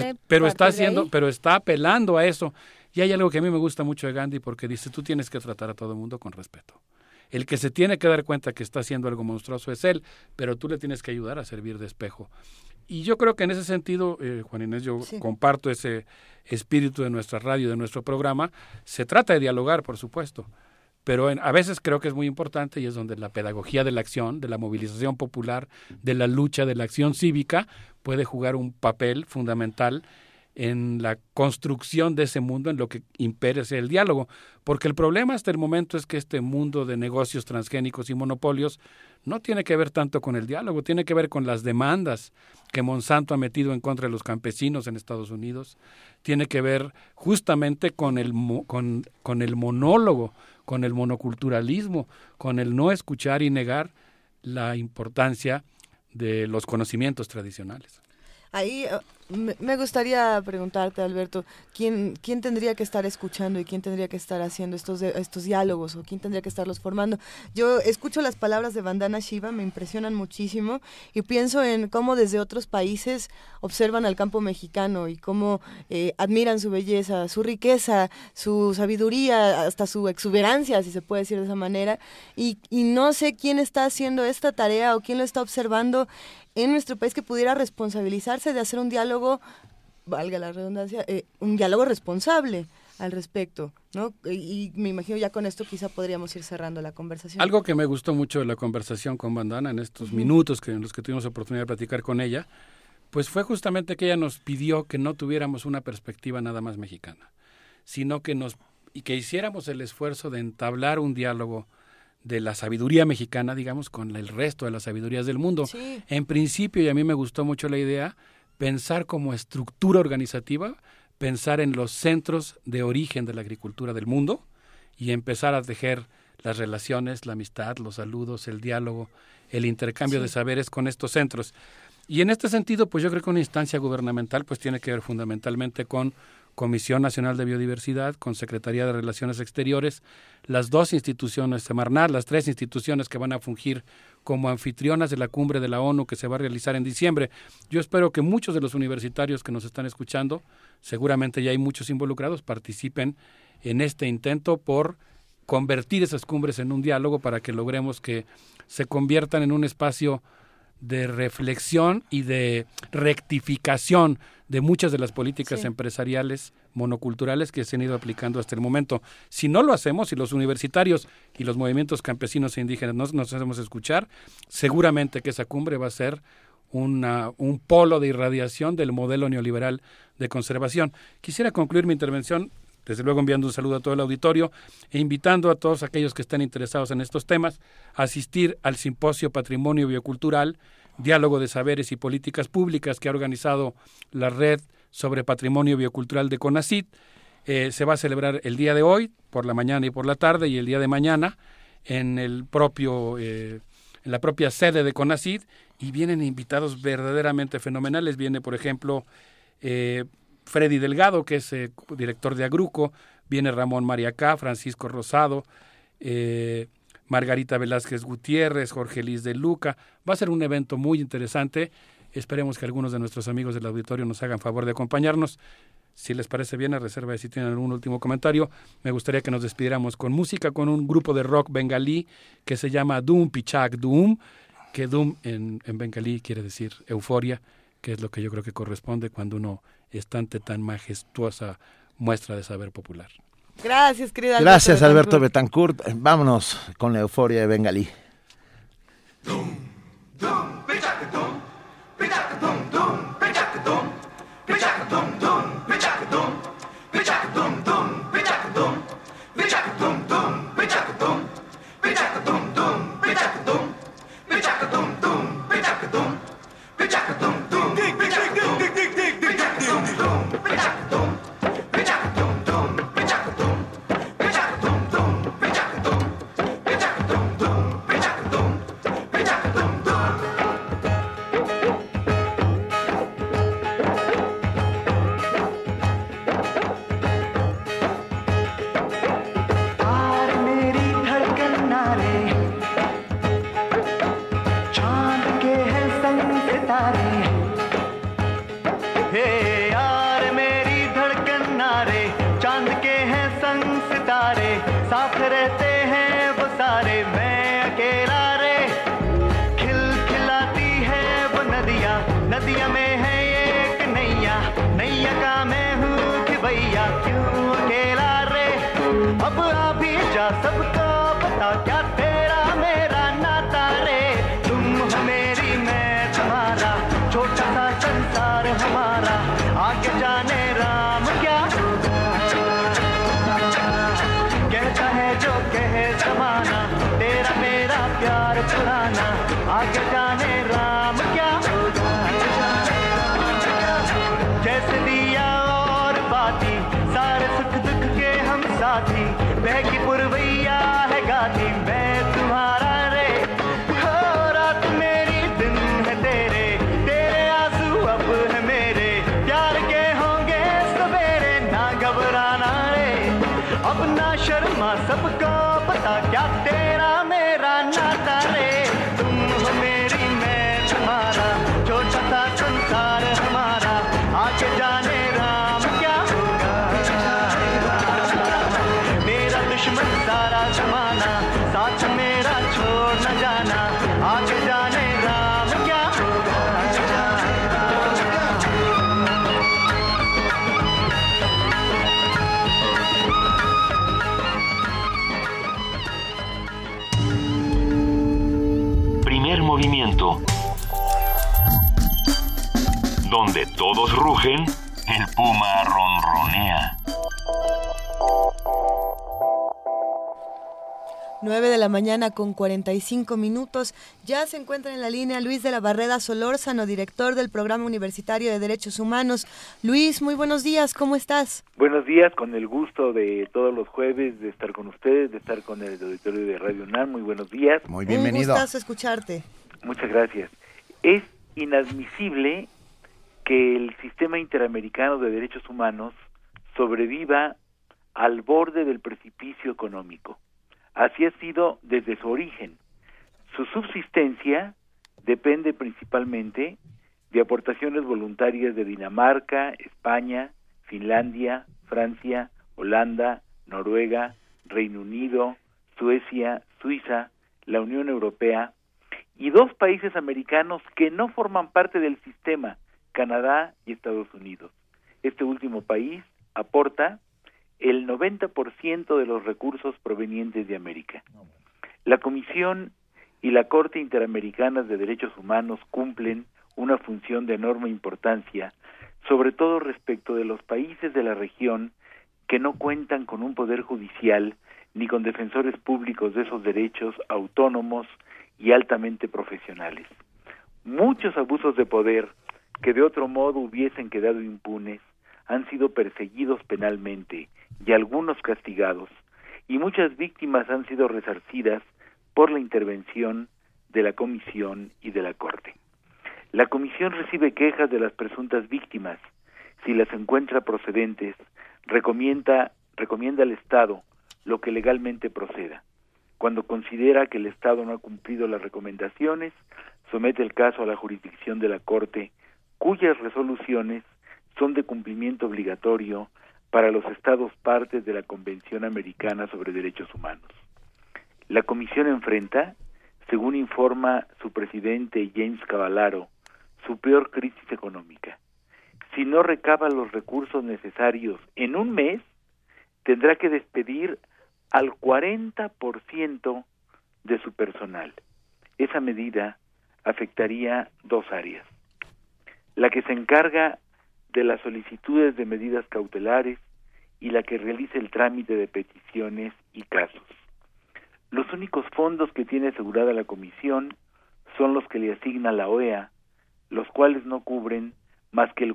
está apelando a eso. Y hay algo que a mí me gusta mucho de Gandhi, porque dice: tú tienes que tratar a todo el mundo con respeto. El que se tiene que dar cuenta que está haciendo algo monstruoso es él, pero tú le tienes que ayudar a servir de espejo. Y yo creo que en ese sentido, Juan Inés, yo comparto ese espíritu de nuestra radio, de nuestro programa. Se trata de dialogar, por supuesto, pero a veces creo que es muy importante, y es donde la pedagogía de la acción, de la movilización popular, de la lucha, de la acción cívica, puede jugar un papel fundamental en la construcción de ese mundo, en lo que impere sea el diálogo. Porque el problema hasta el momento es que este mundo de negocios transgénicos y monopolios no tiene que ver tanto con el diálogo, tiene que ver con las demandas que Monsanto ha metido en contra de los campesinos en Estados Unidos, tiene que ver justamente con el monólogo, con el monoculturalismo, con el no escuchar y negar la importancia de los conocimientos tradicionales. Ahí Me gustaría preguntarte, Alberto, ¿quién tendría que estar escuchando y quién tendría que estar haciendo estos diálogos o quién tendría que estarlos formando? Yo escucho las palabras de Vandana Shiva, me impresionan muchísimo y pienso en cómo desde otros países observan al campo mexicano y cómo admiran su belleza, su riqueza, su sabiduría, hasta su exuberancia, si se puede decir de esa manera, y no sé quién está haciendo esta tarea o quién lo está observando en nuestro país que pudiera responsabilizarse de hacer un diálogo, valga la redundancia, un diálogo responsable al respecto, ¿no? Y me imagino ya con esto quizá podríamos ir cerrando la conversación. Algo que me gustó mucho de la conversación con Vandana en estos minutos en los que tuvimos oportunidad de platicar con ella, pues fue justamente que ella nos pidió que no tuviéramos una perspectiva nada más mexicana, sino que que hiciéramos el esfuerzo de entablar un diálogo de la sabiduría mexicana, digamos, con el resto de las sabidurías del mundo. Sí. En principio, y a mí me gustó mucho la idea, pensar como estructura organizativa, pensar en los centros de origen de la agricultura del mundo y empezar a tejer las relaciones, la amistad, los saludos, el diálogo, el intercambio de saberes con estos centros. Y en este sentido, pues yo creo que una instancia gubernamental pues tiene que ver fundamentalmente con Comisión Nacional de Biodiversidad, con Secretaría de Relaciones Exteriores, las dos instituciones, Semarnat, las tres instituciones que van a fungir como anfitrionas de la cumbre de la ONU que se va a realizar en diciembre. Yo espero que muchos de los universitarios que nos están escuchando, seguramente ya hay muchos involucrados, participen en este intento por convertir esas cumbres en un diálogo para que logremos que se conviertan en un espacio de reflexión y de rectificación de muchas de las políticas empresariales monoculturales que se han ido aplicando hasta el momento. Si no lo hacemos, si los universitarios y los movimientos campesinos e indígenas no nos hacemos escuchar, seguramente que esa cumbre va a ser un polo de irradiación del modelo neoliberal de conservación. Quisiera concluir mi intervención, desde luego enviando un saludo a todo el auditorio e invitando a todos aquellos que estén interesados en estos temas a asistir al Simposio Patrimonio Biocultural, Diálogo de Saberes y Políticas Públicas que ha organizado la Red sobre Patrimonio Biocultural de CONACYT. Se va a celebrar el día de hoy, por la mañana y por la tarde, y el día de mañana en la propia sede de CONACYT, y vienen invitados verdaderamente fenomenales. Viene, por ejemplo, Freddy Delgado, que es director de Agruco, viene Ramón Mariacá, Francisco Rosado, Margarita Velázquez Gutiérrez, Jorge Liz de Luca. Va a ser un evento muy interesante. Esperemos que algunos de nuestros amigos del auditorio nos hagan favor de acompañarnos. Si les parece bien, a reserva de si tienen algún último comentario, me gustaría que nos despidiéramos con música, con un grupo de rock bengalí que se llama Doom Pichak Doom, que Doom en bengalí quiere decir euforia, que es lo que yo creo que corresponde cuando uno está ante tan majestuosa muestra de saber popular. Gracias, querida Alberto. Gracias, Alberto Betancourt. Vámonos con la euforia de bengalí. शर्मा सबको पता क्या तेरा मेरा नाता रे तुम हो मेरी मैं तुम्हारा छोटा सा संसार हमारा आगे जाने राम क्या होगा मेरा दुश्मन सारा जमाना साथ मेरा छोड़ न जाना आगे जाने राम क्या होगा Primer movimiento. Donde todos rugen, el puma ronronea. 9 de la mañana con 45 minutos. Ya se encuentra en la línea Luis de la Barreda Solórzano, director del Programa Universitario de Derechos Humanos. Luis, muy buenos días, ¿cómo estás? Buenos días, con el gusto de todos los jueves de estar con ustedes, de estar con el auditorio de Radio UNAM. Muy buenos días. Muy bienvenido. Un gustazo escucharte. Muchas gracias. Es inadmisible que el sistema interamericano de derechos humanos sobreviva al borde del precipicio económico. Así ha sido desde su origen. Su subsistencia depende principalmente de aportaciones voluntarias de Dinamarca, España, Finlandia, Francia, Holanda, Noruega, Reino Unido, Suecia, Suiza, la Unión Europea y 2 países americanos que no forman parte del sistema, Canadá y Estados Unidos. Este último país aporta el 90% de los recursos provenientes de América. La Comisión y la Corte Interamericana de Derechos Humanos cumplen una función de enorme importancia, sobre todo respecto de los países de la región que no cuentan con un poder judicial ni con defensores públicos de esos derechos autónomos y altamente profesionales. Muchos abusos de poder que de otro modo hubiesen quedado impunes han sido perseguidos penalmente y algunos castigados, y muchas víctimas han sido resarcidas por la intervención de la Comisión y de la Corte. La Comisión recibe quejas de las presuntas víctimas. Si las encuentra procedentes, recomienda al Estado lo que legalmente proceda. Cuando considera que el Estado no ha cumplido las recomendaciones, somete el caso a la jurisdicción de la Corte, cuyas resoluciones son de cumplimiento obligatorio para los Estados partes de la Convención Americana sobre Derechos Humanos. La Comisión enfrenta, según informa su presidente James Cavallaro, su peor crisis económica. Si no recaba los recursos necesarios en un mes, tendrá que despedir al 40% de su personal. Esa medida afectaría 2 áreas. La que se encarga de las solicitudes de medidas cautelares y la que realiza el trámite de peticiones y casos. Los únicos fondos que tiene asegurada la Comisión son los que le asigna la OEA, los cuales no cubren más que el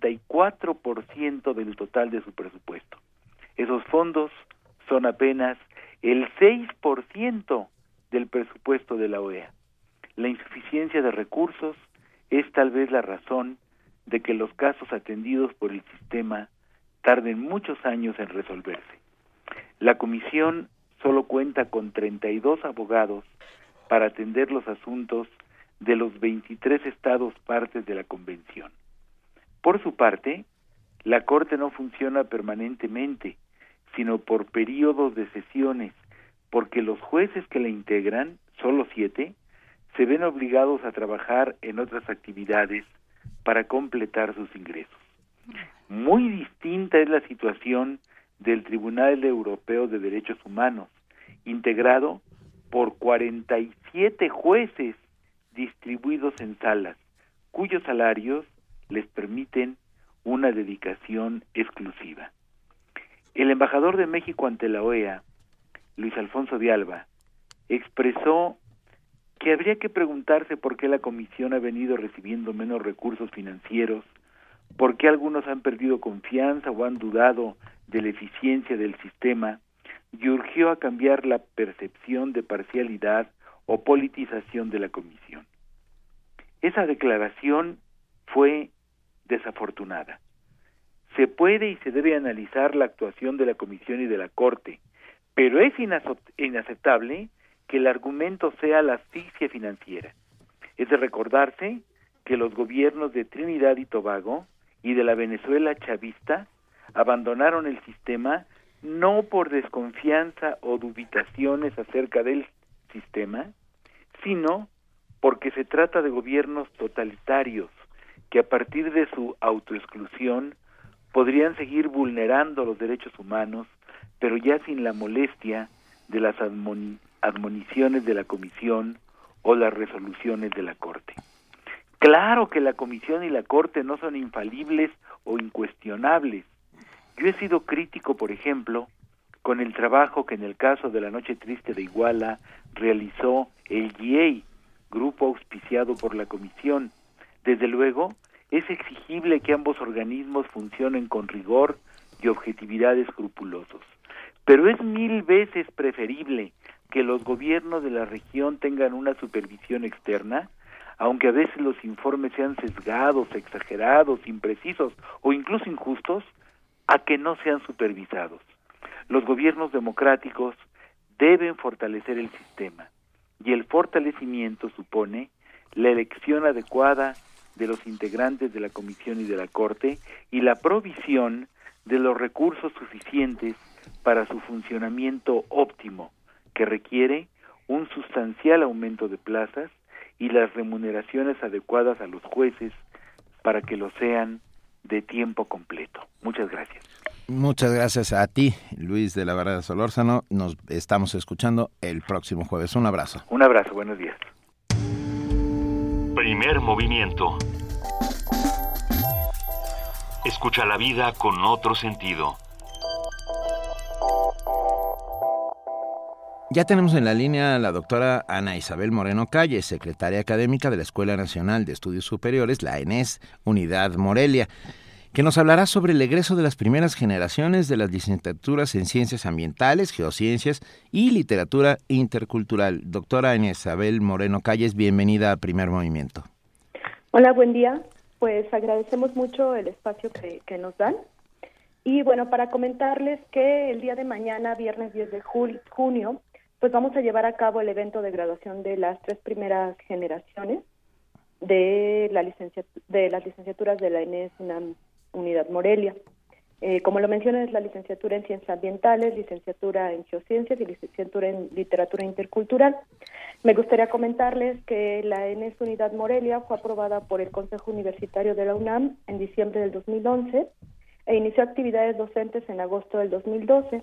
44% del total de su presupuesto. Esos fondos son apenas el 6% del presupuesto de la OEA. La insuficiencia de recursos es tal vez la razón de que los casos atendidos por el sistema tarden muchos años en resolverse. La Comisión solo cuenta con 32 abogados para atender los asuntos de los 23 estados partes de la Convención. Por su parte, la Corte no funciona permanentemente, sino por periodos de sesiones, porque los jueces que la integran, solo 7, se ven obligados a trabajar en otras actividades para completar sus ingresos. Muy distinta es la situación del Tribunal Europeo de Derechos Humanos, integrado por 47 jueces distribuidos en salas, cuyos salarios les permiten una dedicación exclusiva. El embajador de México ante la OEA, Luis Alfonso de Alba, expresó que habría que preguntarse por qué la Comisión ha venido recibiendo menos recursos financieros, por qué algunos han perdido confianza o han dudado de la eficiencia del sistema, y urgió a cambiar la percepción de parcialidad o politización de la Comisión. Esa declaración fue desafortunada. Se puede y se debe analizar la actuación de la Comisión y de la Corte, Pero es inaceptable que el argumento sea la asfixia financiera. Es de recordarse que los gobiernos de Trinidad y Tobago y de la Venezuela chavista abandonaron el sistema no por desconfianza o dubitaciones acerca del sistema, sino porque se trata de gobiernos totalitarios que a partir de su autoexclusión podrían seguir vulnerando los derechos humanos, pero ya sin la molestia de las admoniciones de la Comisión o las resoluciones de la Corte. Claro que la Comisión y la Corte no son infalibles o incuestionables. Yo he sido crítico, por ejemplo, con el trabajo que en el caso de la Noche Triste de Iguala realizó el GIEI, grupo auspiciado por la Comisión. Desde luego, es exigible que ambos organismos funcionen con rigor y objetividad escrupulosos. Pero es 1000 veces preferible que los gobiernos de la región tengan una supervisión externa, aunque a veces los informes sean sesgados, exagerados, imprecisos o incluso injustos, a que no sean supervisados. Los gobiernos democráticos deben fortalecer el sistema, y el fortalecimiento supone la elección adecuada de los integrantes de la Comisión y de la Corte y la provisión de los recursos suficientes para su funcionamiento óptimo, que requiere un sustancial aumento de plazas y las remuneraciones adecuadas a los jueces para que lo sean de tiempo completo. Muchas gracias. Muchas gracias a ti, Luis de la Barrera Solórzano. Nos estamos escuchando el próximo jueves. Un abrazo. Un abrazo, buenos días. Primer movimiento. Escucha la vida con otro sentido. Ya tenemos en la línea a la doctora Ana Isabel Moreno Calle, secretaria académica de la Escuela Nacional de Estudios Superiores, la ENES, Unidad Morelia, que nos hablará sobre el egreso de las primeras generaciones de las licenciaturas en Ciencias Ambientales, Geociencias y Literatura Intercultural. Doctora Ana Isabel Moreno Calles, bienvenida a Primer Movimiento. Hola, buen día. Pues agradecemos mucho el espacio que nos dan. Y bueno, para comentarles que el día de mañana, viernes 10 de junio, pues vamos a llevar a cabo el evento de graduación de las 3 primeras generaciones de las licenciaturas de la ENES UNAM Unidad Morelia. Como lo mencioné, es la licenciatura en Ciencias Ambientales, licenciatura en Geociencias y licenciatura en Literatura Intercultural. Me gustaría comentarles que la ENES Unidad Morelia fue aprobada por el Consejo Universitario de la UNAM en diciembre del 2011 e inició actividades docentes en agosto del 2012.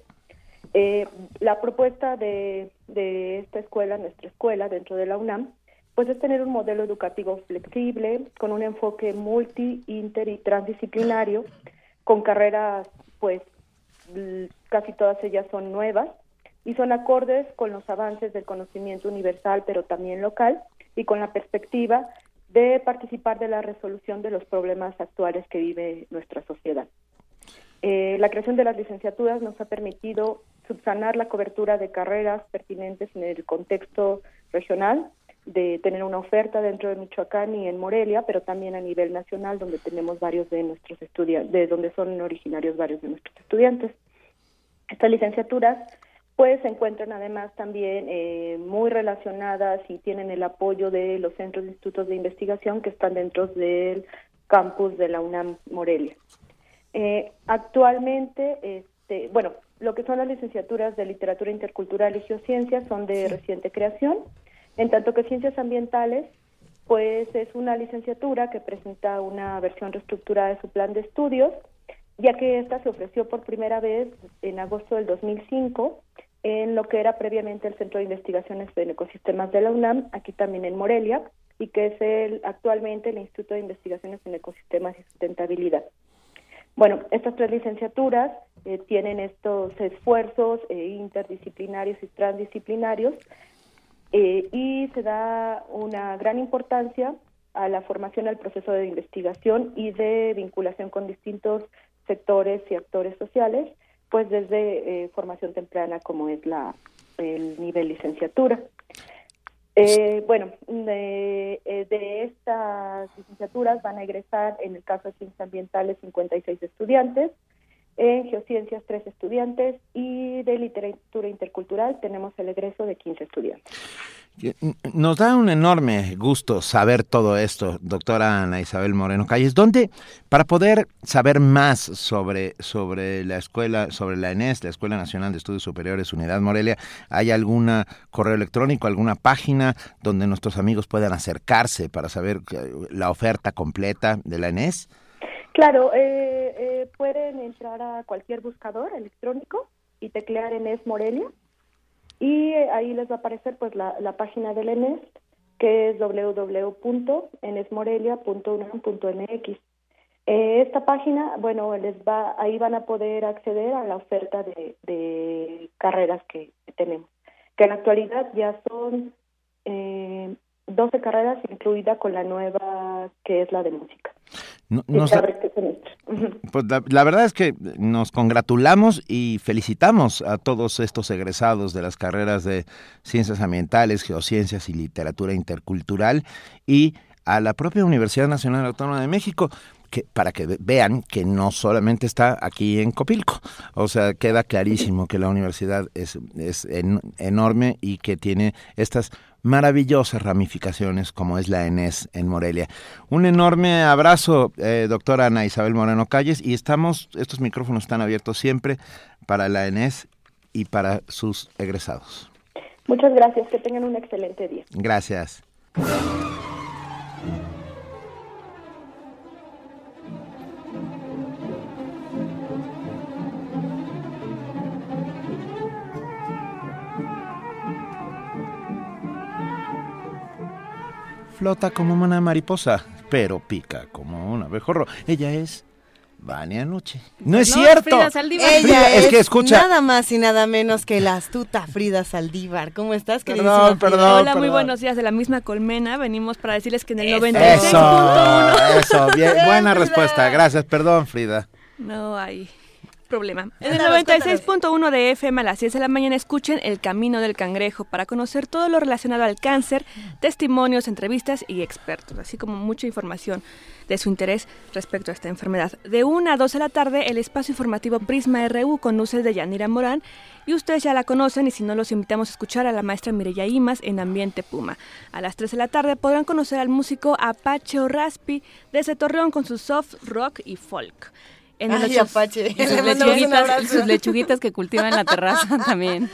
La propuesta de esta escuela, nuestra escuela dentro de la UNAM, pues es tener un modelo educativo flexible, con un enfoque multi, inter y transdisciplinario, con carreras, pues casi todas ellas son nuevas y son acordes con los avances del conocimiento universal, pero también local, y con la perspectiva de participar de la resolución de los problemas actuales que vive nuestra sociedad. La creación de las licenciaturas nos ha permitido subsanar la cobertura de carreras pertinentes en el contexto regional, de tener una oferta dentro de Michoacán y en Morelia, pero también a nivel nacional, donde tenemos varios de nuestros estudiantes, de donde son originarios varios de nuestros estudiantes. Estas licenciaturas pues se encuentran además también muy relacionadas y tienen el apoyo de los centros de institutos de investigación que están dentro del campus de la UNAM Morelia. Actualmente, lo que son las licenciaturas de Literatura Intercultural y Geociencias son de reciente creación, en tanto que Ciencias Ambientales, pues es una licenciatura que presenta una versión reestructurada de su plan de estudios, ya que esta se ofreció por primera vez en agosto del 2005 en lo que era previamente el Centro de Investigaciones en Ecosistemas de la UNAM, aquí también en Morelia, y que es actualmente el Instituto de Investigaciones en Ecosistemas y Sustentabilidad. Bueno, estas 3 licenciaturas tienen estos esfuerzos interdisciplinarios y transdisciplinarios y se da una gran importancia a la formación al proceso de investigación y de vinculación con distintos sectores y actores sociales, pues desde formación temprana como es el nivel licenciatura. De estas licenciaturas van a egresar, en el caso de Ciencias Ambientales, 56 estudiantes, En Geociencias 3 estudiantes y de Literatura Intercultural tenemos el egreso de 15 estudiantes. Nos da un enorme gusto saber todo esto, doctora Ana Isabel Moreno Calles. ¿Dónde, para poder saber más sobre la escuela, sobre la ENES, la Escuela Nacional de Estudios Superiores Unidad Morelia, hay algún correo electrónico, alguna página donde nuestros amigos puedan acercarse para saber la oferta completa de la ENES? Claro, pueden entrar a cualquier buscador electrónico y teclear ENES Morelia. Y ahí les va a aparecer pues la página del ENES, que es www.enesmorelia.unam.mx. Esta página, bueno, ahí van a poder acceder a la oferta de carreras que tenemos, que en la actualidad ya son 12 carreras, incluida con la nueva que es la de música. Pues la verdad es que nos congratulamos y felicitamos a todos estos egresados de las carreras de Ciencias Ambientales, Geociencias y Literatura Intercultural y a la propia Universidad Nacional Autónoma de México, para que vean que no solamente está aquí en Copilco, o sea, queda clarísimo que la universidad es enorme y que tiene estas maravillosas ramificaciones como es la ENES en Morelia. Un enorme abrazo, doctora Ana Isabel Moreno Calles, y estos micrófonos están abiertos siempre para la ENES y para sus egresados. Muchas gracias, que tengan un excelente día. Gracias. Flota como una mariposa, pero pica como un abejorro. Ella es Vania Nuche. ¡No es cierto! Frida Saldívar. Ella es que escucha nada más y nada menos que la astuta Frida Saldívar. ¿Cómo estás, queridísima Frida? Hola, muy buenos días de la misma colmena. Venimos para decirles que en el 96.1... Eso, bien, buena respuesta. Gracias, perdón, Frida. No hay problema. En el 96.1 de FM a las 10 de la mañana escuchen El Camino del Cangrejo para conocer todo lo relacionado al cáncer, testimonios, entrevistas y expertos, así como mucha información de su interés respecto a esta enfermedad. De 1 a 2 de la tarde, el espacio informativo Prisma RU con luces de Yanira Morán, y ustedes ya la conocen, y si no, los invitamos a escuchar a la maestra Mireya Imas en Ambiente Puma. A las 3 de la tarde podrán conocer al músico Apache O'Raspi desde Torreón con su soft rock y folk. Apache. Sus lechuguitas que cultiva en la terraza también.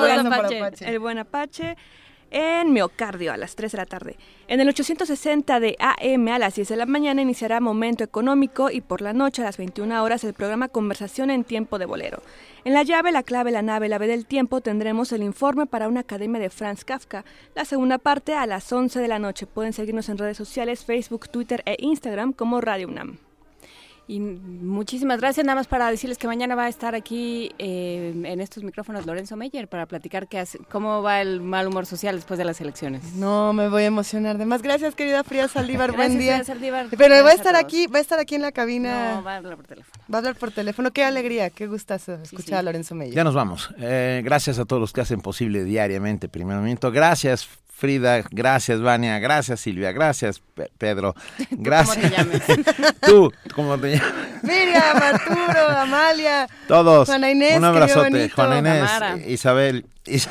El buen Apache. En Miocardio a las 3 de la tarde. En el 860 de AM a las 10 de la mañana iniciará Momento Económico, y por la noche a las 21 horas el programa Conversación en Tiempo de Bolero. En La Llave, la Clave, la Nave, la V del Tiempo tendremos el informe para una academia de Franz Kafka. La segunda parte a las 11 de la noche. Pueden seguirnos en redes sociales, Facebook, Twitter e Instagram como Radio UNAM. Y muchísimas gracias, nada más para decirles que mañana va a estar aquí en estos micrófonos Lorenzo Meyer para platicar cómo va el mal humor social después de las elecciones. No, me voy a emocionar. De más, gracias, querida Frida Saldívar, buen día. Frida Saldívar. Pero va a estar aquí en la cabina. No, va a hablar por teléfono. Va a hablar por teléfono, qué alegría, qué gustazo escuchar a Lorenzo Meyer. Ya nos vamos. Gracias a todos los que hacen posible diariamente Primer Movimiento. Gracias, Frida, gracias, Vania, gracias, Silvia, gracias, Pedro, gracias. ¿Cómo te llames? Tú, ¿cómo te llamas? Miriam, Arturo, Amalia, todos, Juana Inés, un abrazote, Juana Inés, Isabel,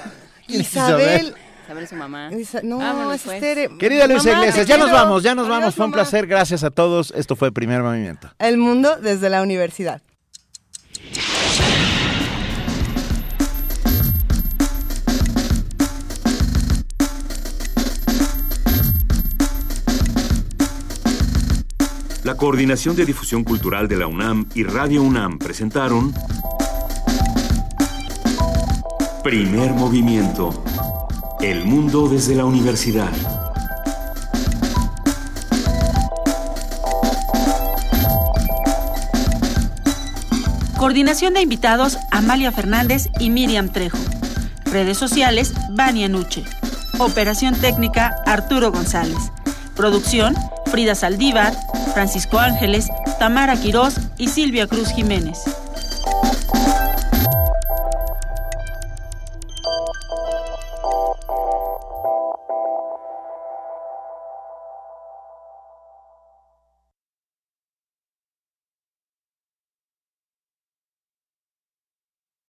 Isabel es su mamá. No, es Estere. Querida Luis Iglesias, ya nos vamos, fue un placer, gracias a todos, esto fue Primer Movimiento. El mundo desde la universidad. La Coordinación de Difusión Cultural de la UNAM y Radio UNAM presentaron Primer Movimiento. El mundo desde la universidad. Coordinación de invitados Amalia Fernández y Miriam Trejo. Redes sociales Vania Nuche. Operación técnica Arturo González. Producción Frida Saldívar, Francisco Ángeles, Tamara Quirós y Silvia Cruz Jiménez.